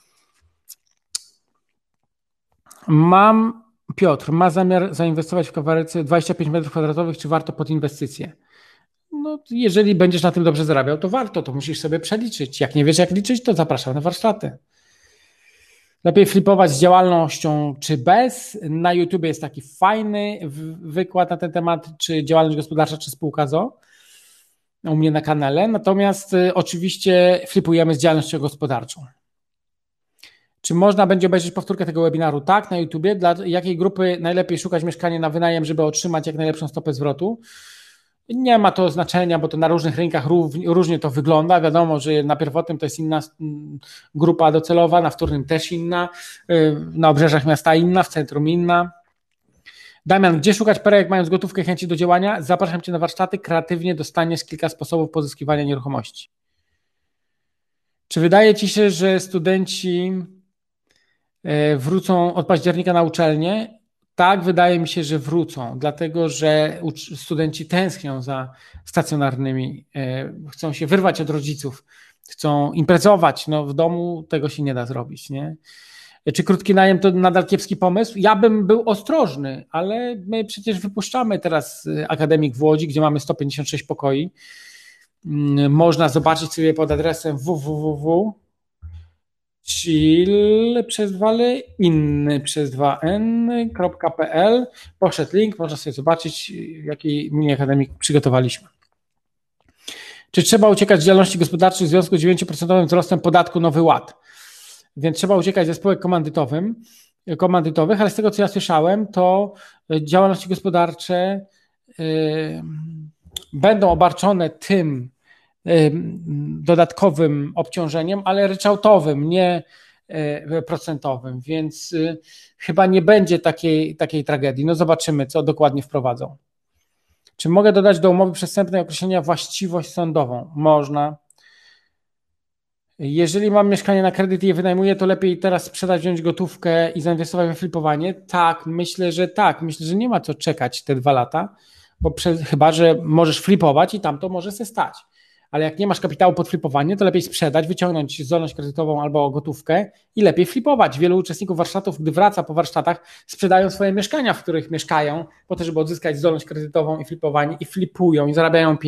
Piotr, ma zamiar zainwestować w kawalerce 25 m2, czy warto pod inwestycje? No, jeżeli będziesz na tym dobrze zarabiał, to warto, to musisz sobie przeliczyć. Jak nie wiesz, jak liczyć, to zapraszam na warsztaty. Lepiej flipować z działalnością czy bez. Na YouTube jest taki fajny wykład na ten temat, czy działalność gospodarcza, czy spółka z o.o. u mnie na kanale. Natomiast oczywiście flipujemy z działalnością gospodarczą. Czy można będzie obejrzeć powtórkę tego webinaru? Tak, na YouTubie. Dla jakiej grupy najlepiej szukać mieszkania na wynajem, żeby otrzymać jak najlepszą stopę zwrotu? Nie ma to znaczenia, bo to na różnych rynkach różnie to wygląda. Wiadomo, że na pierwotnym to jest inna grupa docelowa, na wtórnym też inna, na obrzeżach miasta inna, w centrum inna. Damian, gdzie szukać perełek mając gotówkę i chęci do działania? Zapraszam Cię na warsztaty. Kreatywnie dostaniesz kilka sposobów pozyskiwania nieruchomości. Czy wydaje Ci się, że studenci wrócą od października na uczelnię? Tak, wydaje mi się, że wrócą, dlatego że studenci tęsknią za stacjonarnymi, chcą się wyrwać od rodziców, chcą imprezować, no w domu tego się nie da zrobić, nie? Czy krótki najem to nadal kiepski pomysł? Ja bym był ostrożny, ale my przecież wypuszczamy teraz akademik w Łodzi, gdzie mamy 156 pokoi. Można zobaczyć sobie pod adresem www. Chill przez 2l, inny przez 2n.pl. Poszedł link, można sobie zobaczyć, jaki mini akademik przygotowaliśmy. Czy trzeba uciekać z działalności gospodarczej w związku z 9% wzrostem podatku Nowy Ład? Więc trzeba uciekać ze spółek komandytowych, ale z tego, co ja słyszałem, to działalności gospodarcze będą obarczone tym dodatkowym obciążeniem, ale ryczałtowym, nie procentowym, więc chyba nie będzie takiej tragedii. No zobaczymy, co dokładnie wprowadzą. Czy mogę dodać do umowy przestępnej określenia właściwość sądową? Można. Jeżeli mam mieszkanie na kredyt i je wynajmuję, to lepiej teraz sprzedać, wziąć gotówkę i zainwestować we flipowanie? Tak, myślę, że tak. Myślę, że nie ma co czekać te 2 lata, bo chyba, że możesz flipować i tam to może się stać. Ale jak nie masz kapitału pod flipowanie, to lepiej sprzedać, wyciągnąć zdolność kredytową albo gotówkę i lepiej flipować. Wielu uczestników warsztatów, gdy wraca po warsztatach, sprzedają swoje mieszkania, w których mieszkają, po to, żeby odzyskać zdolność kredytową i flipowanie, i flipują i zarabiają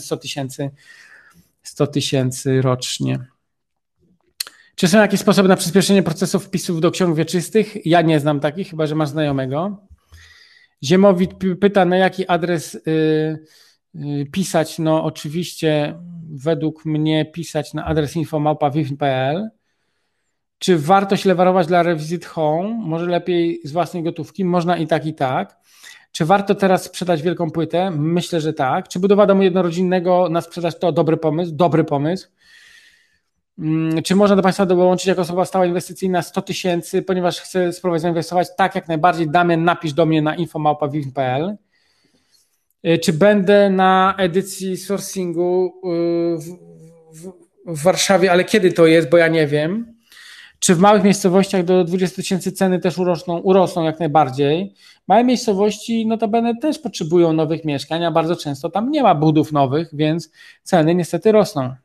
50-100 tysięcy rocznie. Czy są jakieś sposoby na przyspieszenie procesu wpisów do ksiąg wieczystych? Ja nie znam takich, chyba że masz znajomego. Ziemowit pyta, na jaki adres pisać. No oczywiście według mnie pisać na adres info@vivn.pl. Czy warto się lewarować dla Revisit Home? Może lepiej z własnej gotówki? Można i tak, i tak. Czy warto teraz sprzedać wielką płytę? Myślę, że tak. Czy budowa domu jednorodzinnego na sprzedaż to dobry pomysł? Dobry pomysł. Czy można do Państwa dołączyć jako osoba stała inwestycyjna 100 tysięcy, ponieważ chcę spróbować zainwestować? Tak, jak najbardziej. Damian, napisz do mnie na info@vivn.pl. Czy będę na edycji sourcingu w Warszawie, ale kiedy to jest, bo ja nie wiem. Czy w małych miejscowościach do 20 tysięcy ceny też urosną jak najbardziej. Małe miejscowości notabene też potrzebują nowych mieszkań, a bardzo często tam nie ma budów nowych, więc ceny niestety rosną.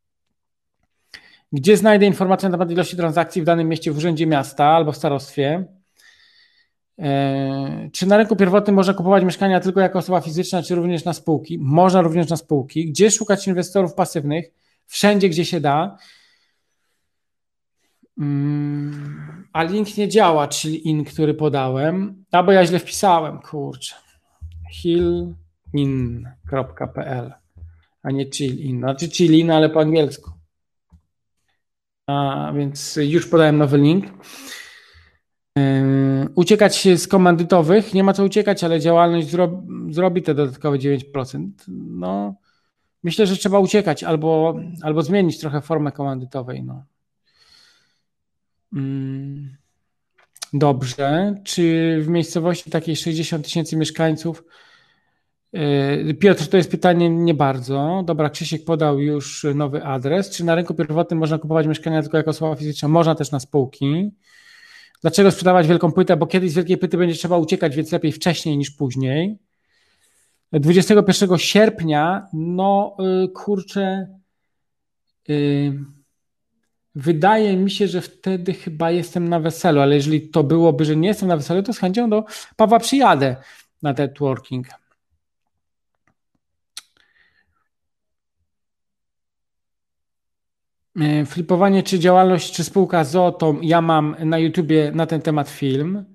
Gdzie znajdę informację na temat ilości transakcji w danym mieście w urzędzie miasta albo w starostwie? Czy na rynku pierwotnym można kupować mieszkania tylko jako osoba fizyczna, czy również na spółki? Można również na spółki. Gdzie szukać inwestorów pasywnych? Wszędzie, gdzie się da. A link nie działa, czyli in, który podałem. Bo ja źle wpisałem, kurczę. Hillin.pl, a nie chillin. Znaczy chillin, ale po angielsku. Więc już podałem nowy link. Uciekać z komandytowych, nie ma co uciekać, ale działalność zrobi te dodatkowe 9%. No, myślę, że trzeba uciekać albo zmienić trochę formę komandytowej. No. Dobrze. Czy w miejscowości takiej 60 tysięcy mieszkańców? Piotr, to jest pytanie nie bardzo. Dobra, Krzysiek podał już nowy adres. Czy na rynku pierwotnym można kupować mieszkania tylko jako osoba fizyczna? Można też na spółki. Dlaczego sprzedawać wielką płytę? Bo kiedyś z wielkiej płyty będzie trzeba uciekać, więc lepiej wcześniej niż później. 21 sierpnia, no kurczę, wydaje mi się, że wtedy chyba jestem na weselu, ale jeżeli to byłoby, że nie jestem na weselu, to z chęcią do Pawła przyjadę na networking. Flipowanie, czy działalność, czy spółka ZOO, to ja mam na YouTubie na ten temat film.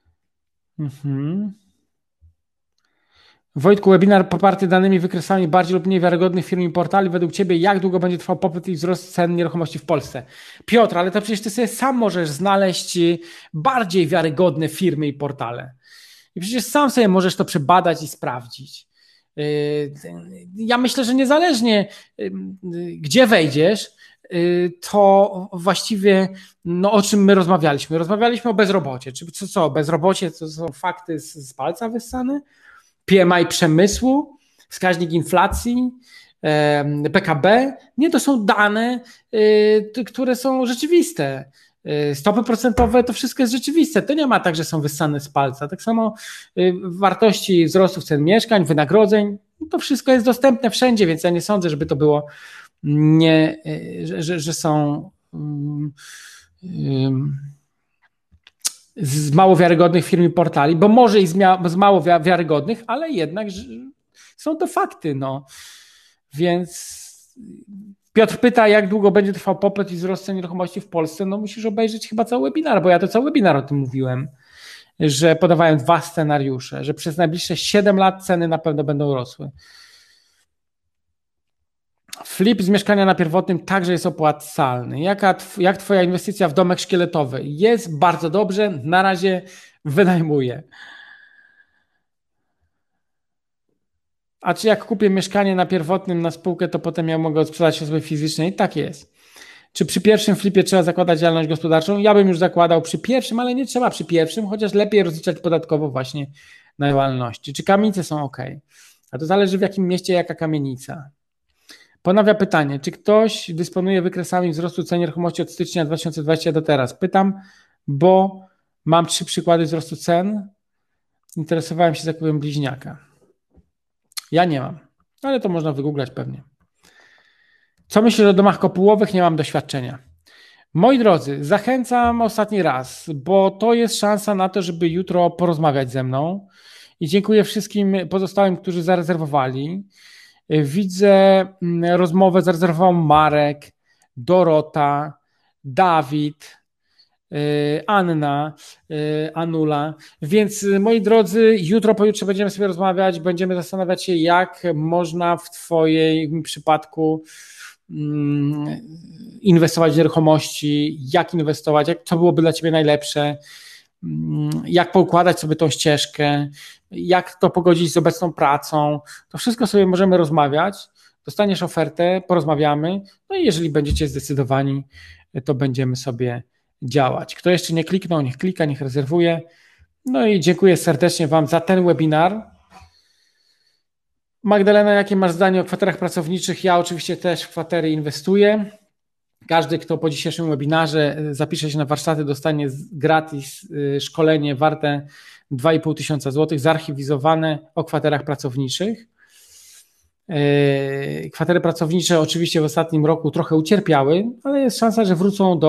Wojtku, webinar poparty danymi wykresami bardziej lub mniej wiarygodnych firm i portali. Według Ciebie jak długo będzie trwał popyt i wzrost cen nieruchomości w Polsce? Piotr, ale to przecież Ty sobie sam możesz znaleźć bardziej wiarygodne firmy i portale. I przecież sam sobie możesz to przebadać i sprawdzić. Ja myślę, że niezależnie gdzie wejdziesz, to właściwie o czym my rozmawialiśmy? Rozmawialiśmy o bezrobociu. Czy co? Bezrobocie to są fakty z palca wyssane? PMI przemysłu, wskaźnik inflacji, PKB. Nie, to są dane, które są rzeczywiste. Stopy procentowe, to wszystko jest rzeczywiste. To nie ma tak, że są wyssane z palca. Tak samo wartości wzrostów cen mieszkań, wynagrodzeń, to wszystko jest dostępne wszędzie, więc ja nie sądzę, żeby to było że są z mało wiarygodnych firm i portali, bo może i z mało wiarygodnych, ale jednak są to fakty. No. Więc Piotr pyta, jak długo będzie trwał popyt i wzrost cen nieruchomości w Polsce. No musisz obejrzeć chyba cały webinar, bo ja to cały webinar o tym mówiłem, że podawałem 2 scenariusze, że przez najbliższe 7 lat ceny na pewno będą rosły. Flip z mieszkania na pierwotnym także jest opłacalny. Jak Twoja inwestycja w domek szkieletowy? Jest bardzo dobrze, na razie wynajmuję. A czy jak kupię mieszkanie na pierwotnym na spółkę, to potem ja mogę sprzedać osobie fizycznej? Tak jest. Czy przy pierwszym flipie trzeba zakładać działalność gospodarczą? Ja bym już zakładał przy pierwszym, ale nie trzeba przy pierwszym, chociaż lepiej rozliczać podatkowo właśnie na działalności. Czy kamienice są ok? A to zależy w jakim mieście, jaka kamienica. Ponawia pytanie, czy ktoś dysponuje wykresami wzrostu cen nieruchomości od stycznia 2020 do teraz? Pytam, bo mam 3 przykłady wzrostu cen. Interesowałem się zakupem bliźniaka. Ja nie mam, ale to można wygooglać pewnie. Co myślisz o domach kopułowych? Nie mam doświadczenia. Moi drodzy, zachęcam ostatni raz, bo to jest szansa na to, żeby jutro porozmawiać ze mną. I dziękuję wszystkim pozostałym, którzy zarezerwowali. Widzę rozmowę, zarezerwował Marek, Dorota, Dawid, Anna, Anula. Więc moi drodzy, jutro, pojutrze będziemy sobie rozmawiać, będziemy zastanawiać się, jak można w Twoim przypadku inwestować w nieruchomości, jak inwestować, co byłoby dla Ciebie najlepsze, jak poukładać sobie tą ścieżkę, jak to pogodzić z obecną pracą. To wszystko sobie możemy rozmawiać. Dostaniesz ofertę, porozmawiamy. No i jeżeli będziecie zdecydowani, to będziemy sobie działać. Kto jeszcze nie kliknął, niech klika, niech rezerwuje. No i dziękuję serdecznie Wam za ten webinar. Magdalena, jakie masz zdanie o kwaterach pracowniczych? Ja oczywiście też w kwatery inwestuję. Każdy, kto po dzisiejszym webinarze zapisze się na warsztaty, dostanie gratis szkolenie warte 2500 zł, zarchiwizowane o kwaterach pracowniczych. Kwatery pracownicze oczywiście w ostatnim roku trochę ucierpiały, ale jest szansa, że wrócą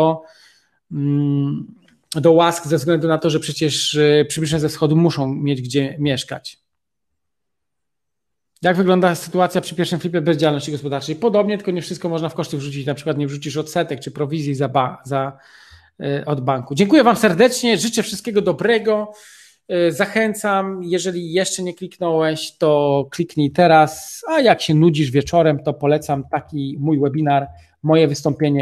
do łask ze względu na to, że przecież przybysze ze wschodu muszą mieć gdzie mieszkać. Jak wygląda sytuacja przy pierwszym flipie bez działalności gospodarczej? Podobnie, tylko nie wszystko można w koszty wrzucić, na przykład nie wrzucisz odsetek czy prowizji od banku. Dziękuję Wam serdecznie, życzę wszystkiego dobrego. Zachęcam, jeżeli jeszcze nie kliknąłeś, to kliknij teraz, a jak się nudzisz wieczorem, to polecam taki mój webinar, moje wystąpienie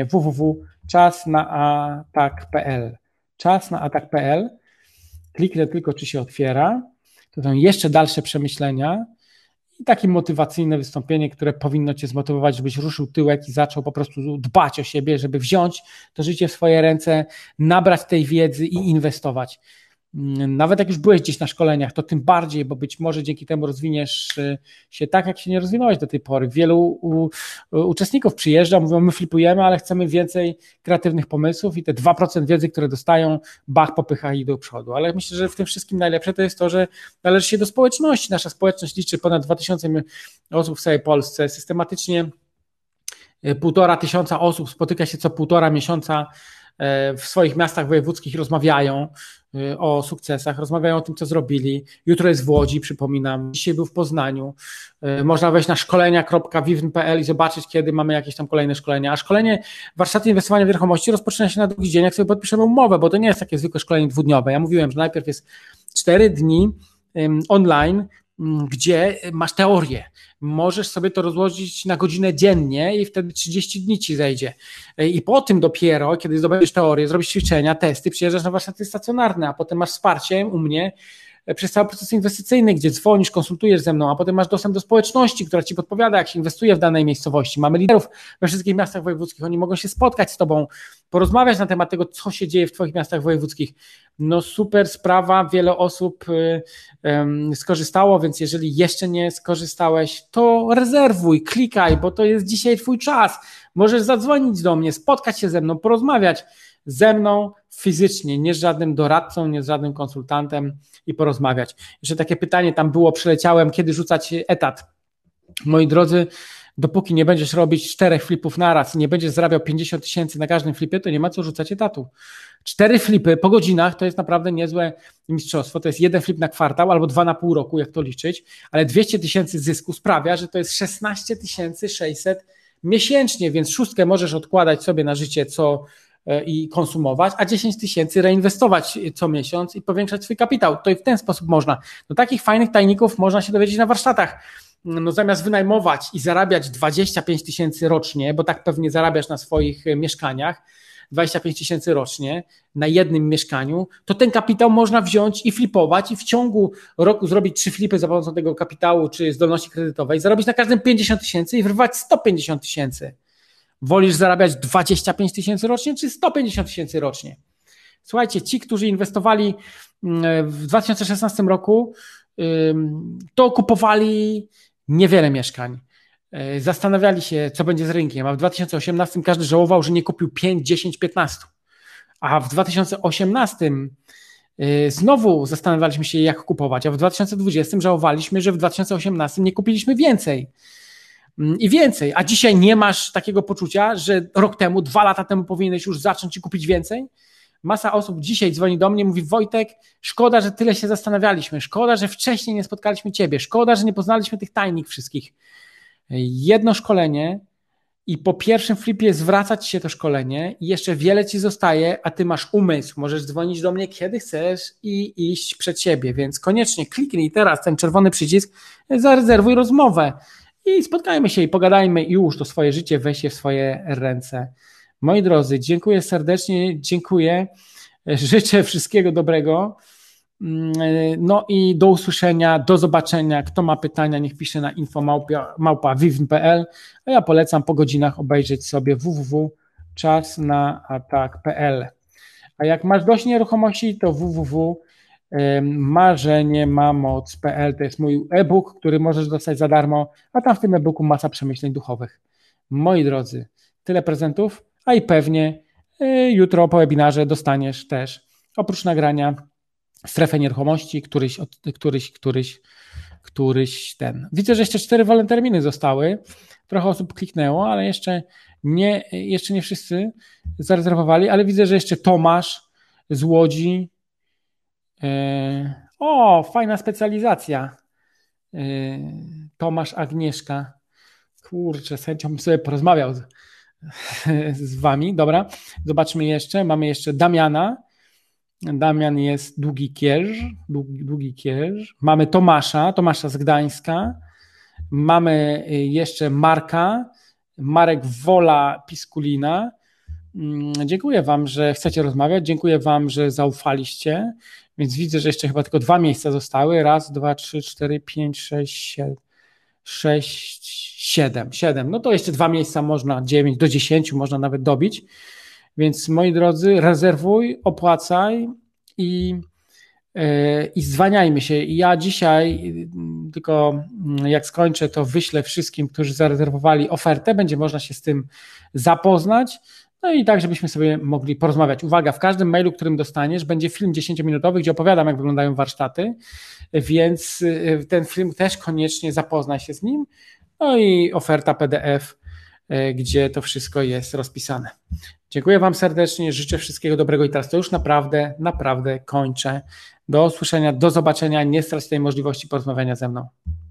www.czasnaatak.pl. Czasnaatak.pl. Kliknę tylko, czy się otwiera. To są jeszcze dalsze przemyślenia i takie motywacyjne wystąpienie, które powinno Cię zmotywować, żebyś ruszył tyłek i zaczął po prostu dbać o siebie, żeby wziąć to życie w swoje ręce, nabrać tej wiedzy i inwestować. Nawet jak już byłeś gdzieś na szkoleniach, to tym bardziej, bo być może dzięki temu rozwiniesz się tak, jak się nie rozwinąłeś do tej pory. Wielu uczestników przyjeżdża, mówią, my flipujemy, ale chcemy więcej kreatywnych pomysłów i te 2% wiedzy, które dostają, popycha ich do przodu. Ale myślę, że w tym wszystkim najlepsze to jest to, że należy się do społeczności. Nasza społeczność liczy ponad 2000 osób w całej Polsce. Systematycznie 1500 osób spotyka się co 1,5 miesiąca w swoich miastach wojewódzkich, rozmawiają o sukcesach, rozmawiają o tym, co zrobili. Jutro jest w Łodzi, przypominam, dzisiaj był w Poznaniu. Można wejść na szkolenia.vivn.pl i zobaczyć, kiedy mamy jakieś tam kolejne szkolenia. A szkolenie warsztaty inwestowania w nieruchomości rozpoczyna się na drugi dzień, jak sobie podpiszemy umowę, bo to nie jest takie zwykłe szkolenie dwudniowe. Ja mówiłem, że najpierw jest 4 dni online, gdzie masz teorię. Możesz sobie to rozłożyć na godzinę dziennie i wtedy 30 dni ci zejdzie. I po tym dopiero, kiedy zdobędziesz teorię, zrobisz ćwiczenia, testy, przyjeżdżasz na warsztaty stacjonarne, a potem masz wsparcie u mnie przez cały proces inwestycyjny, gdzie dzwonisz, konsultujesz ze mną, a potem masz dostęp do społeczności, która ci podpowiada, jak się inwestuje w danej miejscowości. Mamy liderów we wszystkich miastach wojewódzkich, oni mogą się spotkać z tobą, porozmawiać na temat tego, co się dzieje w twoich miastach wojewódzkich. No super sprawa, wiele osób skorzystało, więc jeżeli jeszcze nie skorzystałeś, to rezerwuj, klikaj, bo to jest dzisiaj twój czas. Możesz zadzwonić do mnie, spotkać się ze mną, porozmawiać ze mną fizycznie, nie z żadnym doradcą, nie z żadnym konsultantem i porozmawiać. Jeszcze takie pytanie tam było, przeleciałem, kiedy rzucać etat. Moi drodzy, dopóki nie będziesz robić 4 flipów naraz i nie będziesz zarabiał 50 000 na każdym flipie, to nie ma co rzucać etatu. 4 flipy po godzinach to jest naprawdę niezłe mistrzostwo. To jest 1 flip na kwartał albo 2 na pół roku, jak to liczyć, ale 200 000 zysku sprawia, że to jest 16 600 miesięcznie, więc 6 możesz odkładać sobie na życie i konsumować, a 10 000 reinwestować co miesiąc i powiększać swój kapitał. To i w ten sposób można. Do takich fajnych tajników można się dowiedzieć na warsztatach. No zamiast wynajmować i zarabiać 25 000 rocznie, bo tak pewnie zarabiasz na swoich mieszkaniach, 25 000 rocznie na jednym mieszkaniu, to ten kapitał można wziąć i flipować i w ciągu roku zrobić 3 flipy za pomocą tego kapitału czy zdolności kredytowej, zarobić na każdym 50 000 i wyrwać 150 000. Wolisz zarabiać 25 000 rocznie czy 150 000 rocznie? Słuchajcie, ci, którzy inwestowali w 2016 roku, to kupowali niewiele mieszkań. Zastanawiali się, co będzie z rynkiem, a w 2018 każdy żałował, że nie kupił 5, 10, 15. A w 2018 znowu zastanawialiśmy się, jak kupować, a w 2020 żałowaliśmy, że w 2018 nie kupiliśmy więcej. I więcej, a dzisiaj nie masz takiego poczucia, że rok temu, 2 lata temu powinieneś już zacząć i kupić więcej? Masa osób dzisiaj dzwoni do mnie, mówi: Wojtek, szkoda, że tyle się zastanawialiśmy, szkoda, że wcześniej nie spotkaliśmy ciebie, szkoda, że nie poznaliśmy tych tajnik wszystkich. Jedno szkolenie i po pierwszym flipie zwracać się to szkolenie i jeszcze wiele ci zostaje, a ty masz umysł, możesz dzwonić do mnie kiedy chcesz i iść przed siebie, więc koniecznie kliknij teraz ten czerwony przycisk, zarezerwuj rozmowę i spotkajmy się i pogadajmy i już to swoje życie weź je w swoje ręce. Moi drodzy, dziękuję serdecznie, dziękuję, życzę wszystkiego dobrego, no i do usłyszenia, do zobaczenia. Kto ma pytania, niech pisze na info@vivn.pl, a ja polecam po godzinach obejrzeć sobie www.czasnaatak.pl. A jak masz dość nieruchomości, to www.marzeniemamoc.pl, to jest mój e-book, który możesz dostać za darmo, a tam w tym e-booku masa przemyśleń duchowych. Moi drodzy, tyle prezentów, a i pewnie jutro po webinarze dostaniesz też oprócz nagrania strefę nieruchomości, któryś ten. Widzę, że jeszcze 4 wolne terminy zostały. Trochę osób kliknęło, ale jeszcze nie wszyscy zarezerwowali, ale widzę, że jeszcze Tomasz z Łodzi. O, fajna specjalizacja. Tomasz, Agnieszka. Kurczę, z chęcią bym sobie porozmawiał z wami. Dobra, zobaczmy jeszcze. Mamy jeszcze Damiana. Damian jest długi kierz. Mamy Tomasza z Gdańska. Mamy jeszcze Marek Wola Piskulina. Dziękuję wam, że chcecie rozmawiać. Dziękuję wam, że zaufaliście. Więc widzę, że jeszcze chyba tylko 2 miejsca zostały. 1, 2, 3, 4, 5, 6, 7. No to jeszcze 2 miejsca można, 9 do 10 można nawet dobić. Więc moi drodzy, rezerwuj, opłacaj i zwaniajmy się. I ja dzisiaj, tylko jak skończę, to wyślę wszystkim, którzy zarezerwowali ofertę, będzie można się z tym zapoznać. No i tak, żebyśmy sobie mogli porozmawiać. Uwaga, w każdym mailu, którym dostaniesz, będzie film 10-minutowy, gdzie opowiadam, jak wyglądają warsztaty, więc ten film też koniecznie zapoznaj się z nim. No i oferta PDF, gdzie to wszystko jest rozpisane. Dziękuję wam serdecznie, życzę wszystkiego dobrego i teraz to już naprawdę kończę. Do usłyszenia, do zobaczenia, nie strać tej możliwości porozmawiania ze mną.